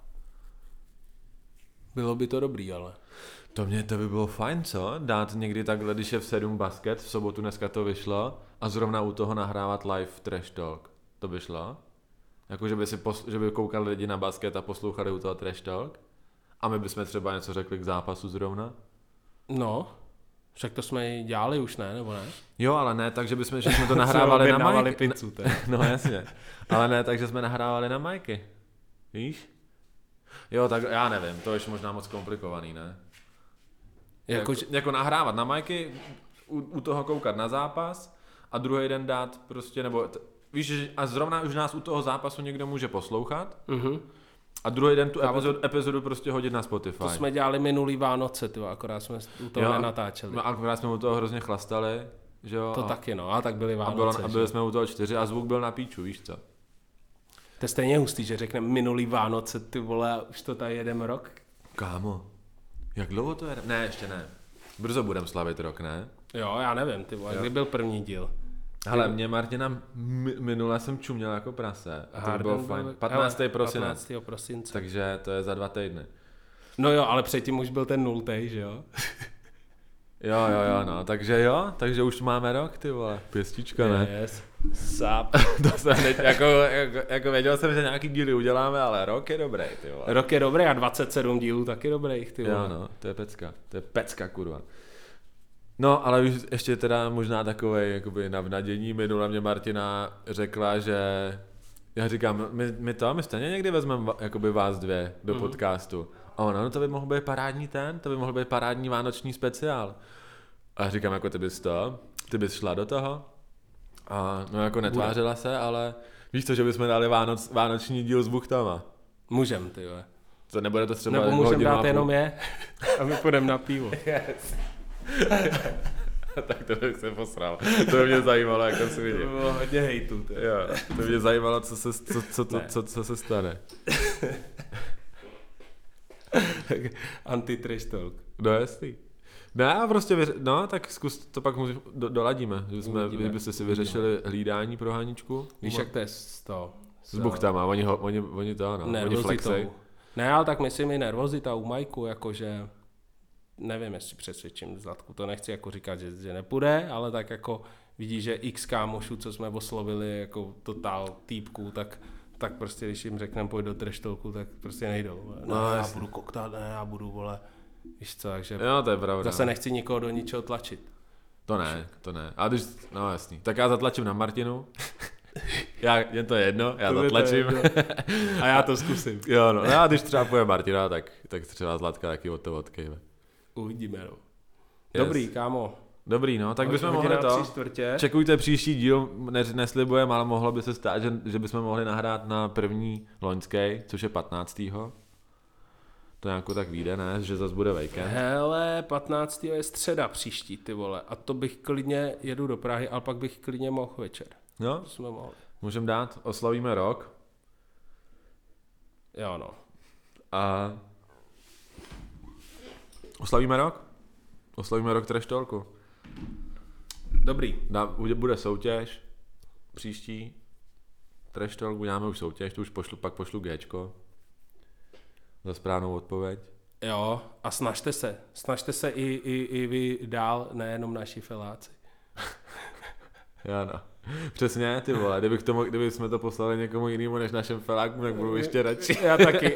Bylo by to dobrý, ale... To mě to by bylo fajn, co? Dát někdy takhle, když je v sedm basket, v sobotu dneska to vyšlo, a zrovna u toho nahrávat live trash talk. To by šlo? Jako, že by, si posl- že by koukali lidi na basket a poslouchali u toho trash talk? A my bychom třeba něco řekli k zápasu zrovna? No, však to jsme dělali už, ne, nebo ne? Jo, ale ne, takže bychom, že jsme to nahrávali na majky. Pizzu, no jasně, ale ne, takže jsme nahrávali na majky. Víš? Jo, tak já nevím, to je možná moc komplikovaný, ne? Jako, jako, jako nahrávat na majky, u, u toho koukat na zápas a druhý den dát prostě, nebo t- víš, a zrovna už nás u toho zápasu někdo může poslouchat uh-huh. a druhý den tu epizodu, epizodu prostě hodit na Spotify. To jsme dělali minulý Vánoce, tyjo, akorát jsme u toho jo, nenatáčeli. No akorát jsme u toho hrozně chlastali, že jo. To a, taky no, a tak byly Vánoce. A, bylo, a byli jsme u toho čtyři a zvuk byl na píču, víš co. To je stejně hustý, že řekneme minulý Vánoce, ty vole, a už to tady jedem rok. Kámo, jak dlouho to je? Ne, ještě ne. Brzo budem slavit rok, ne? Jo, já nevím, ty vole, kdy byl první díl? Hele, mě Martina m- minule jsem čuměl jako prase. A to Harden bylo byl- fajn. patnáctého prosince. patnáctého prosince. Takže to je za dva týdny. No jo, ale předtím už byl ten nultej, že jo? Jo, jo, jo, no, takže jo, takže už máme rok, ty vole, pěstička, ne? Yes. Sap. To jsem teď, jako, jako, jako věděl jsem, že nějaký díly uděláme, ale rok je dobrý, ty vole. Rok je dobrý a dvacet sedm dílů taky dobrých, ty vole. Jo, no, to je pecka, to je pecka, kurva. No, ale už ještě teda možná takovej, jakoby navnadění, minule mě Martina řekla, že já říkám, my, my to, my stejně někdy vezmeme jakoby vás dvě do mm. podcastu. A ona, no to by mohl být parádní ten, to by mohl být parádní vánoční speciál. A já říkám, jako ty bys to, ty bys šla do toho. A no jako netvářila se, ale víš to, že bychom dali Vánoc, vánoční díl s buchtama. Můžem, ty vole. To nebude to třeba Nebo můžem dát půl. jenom je a my půjdeme na pivo. Yes. Tak to bych se posral. To by mě zajímalo, jak to si vidím. To bylo hodně hejtu. Ty. Jo, to by mě zajímalo, co se, co, co, co, co, co se stane. Anti-trash talk. No jasný. Ne, a prostě, vyř... no, tak zkus, to pak může, do, doladíme, že jsme, Uvidíme. byste si vyřešili hlídání pro Haničku. Víš, jak to je s to? S buchtama, oni, ho, oni, oni to, no, oni flexej. Ne, ale tak myslím i nervozita u Majku, jakože nevím, jestli přesvědčím Zlatku, to nechci jako říkat, že, že nepůjde, ale tak jako vidí, že x kámošů, co jsme oslovili, jako totál týpků, tak tak prostě, když jim řekneme pojď do trash talku, tak prostě nejdou. No, no já jasný. Budu koktat, ne, já budu, vole, víš co, takže jo, to je pravda. Zase nechci nikoho do ničeho tlačit. To ne, to ne. A když, no jasný. Tak já zatlačím na Martinu. Já, jen to je jedno, já to zatlačím. A já to zkusím. Jo, no. A když třeba půjde Martina, tak, tak třeba Zlatka taky od toho odkejve. Uvidíme, no. Dobrý, yes. Kámo. Dobrý, no, tak bychom mohli to. Čekujte příští díl, ne, neslibujeme, ale mohlo by se stát, že, že bychom mohli nahrát na první loňský, což je patnáctého To nějakou tak vyjde, ne? Že zase bude víkend. Hele, patnáctého je středa příští, ty vole. A to bych klidně, jedu do Prahy, ale pak bych klidně mohl večer. No, to jsme mohli. Můžeme dát, oslavíme rok. Jo, no. A oslavíme rok? Oslavíme rok trash talku. Dobrý. Dá, bude soutěž příští. Trash talk, uděláme už soutěž, to už pošlu, pak pošlu Gčko. Za správnou odpověď. Jo, a snažte se. Snažte se i, i, i vy dál, nejenom naši feláci. Já no. Přesně, ty vole, kdybych to, kdyby jsme to poslali někomu jinému než našem felákům, tak budu ještě radši. Já taky.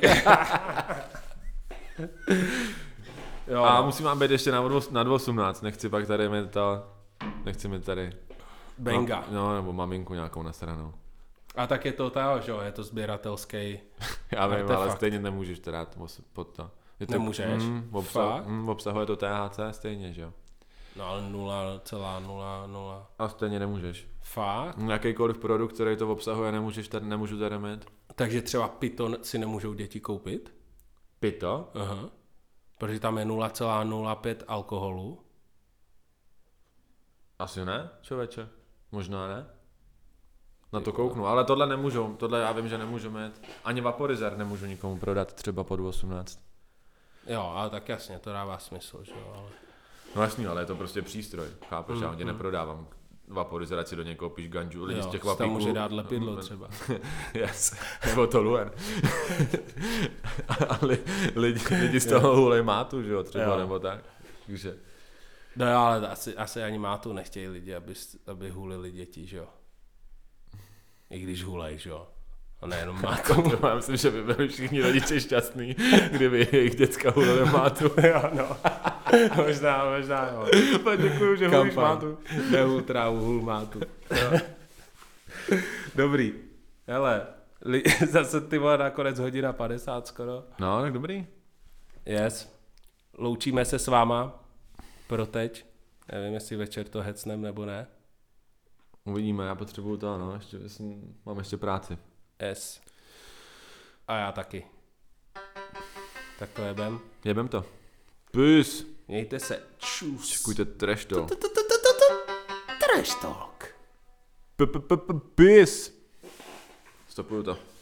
Jo. A musím vám být ještě na, na osmnáct, nechci pak tady mít to, nechci mít tady Benga. No, no, nebo maminku nějakou nasranou. A tak je to ta, že jo, je to sběratelský Já vím, artefakt. ale stejně nemůžeš teda pod to. Je to Nemůžeš? Mm, obsah, mm, obsahuje to T H C stejně, že jo. No ale nula celá nula nula. A stejně nemůžeš. Fakt? Jakýkoliv produkt, který to obsahuje, nemůžeš tady, nemůžu tady mít. Takže třeba Python si nemůžou děti koupit? Pito? Aha. Protože tam je nula celá nula pět alkoholu. Asi ne, člověče. Možná ne. Na to kouknu, ale tohle nemůžu, tohle já vím, že nemůžu mít. Ani vaporizer nemůžu nikomu prodat třeba pod osmnáct. Jo, ale tak jasně, to dává smysl, že jo, ale... No jasný, ale je to prostě přístroj, chápeš, mm, já tě mm. neprodávám vaporizer, ať si do něj koupíš ganžu, lidi jo, z těch vapíků. Tam může dát lepidlo třeba. Yes, nebo to luen. A li, lidi, lidi z toho hulej mátu, že jo, třeba, jo. Nebo tak. Takže... No jo, ale asi, asi ani mátu nechtějí lidi, aby, aby hulili děti, že jo. I když hulej, že jo. A nejenom mátu. Já myslím, že by byli všichni rodiče šťastný, kdyby jejich děcka hulili mátu. Jo, no. možná, možná, jo. Děkuju, že hulíš mátu. Nehul trávu, hul mátu. Jo. Dobrý. Hele, li, zase ty vole nakonec hodina padesát skoro. No, tak dobrý. Yes. Loučíme se s váma pro teď. Nevím, jestli večer to hecnem nebo ne. Uvidíme, já potřebuju to, no, ještě, mám ještě práci. Yes. A já taky. Tak to jebem. Jebem to. Pys. Mějte se. Čus. Čekujte trash talk. Trash talk. Pys. Stopuju to.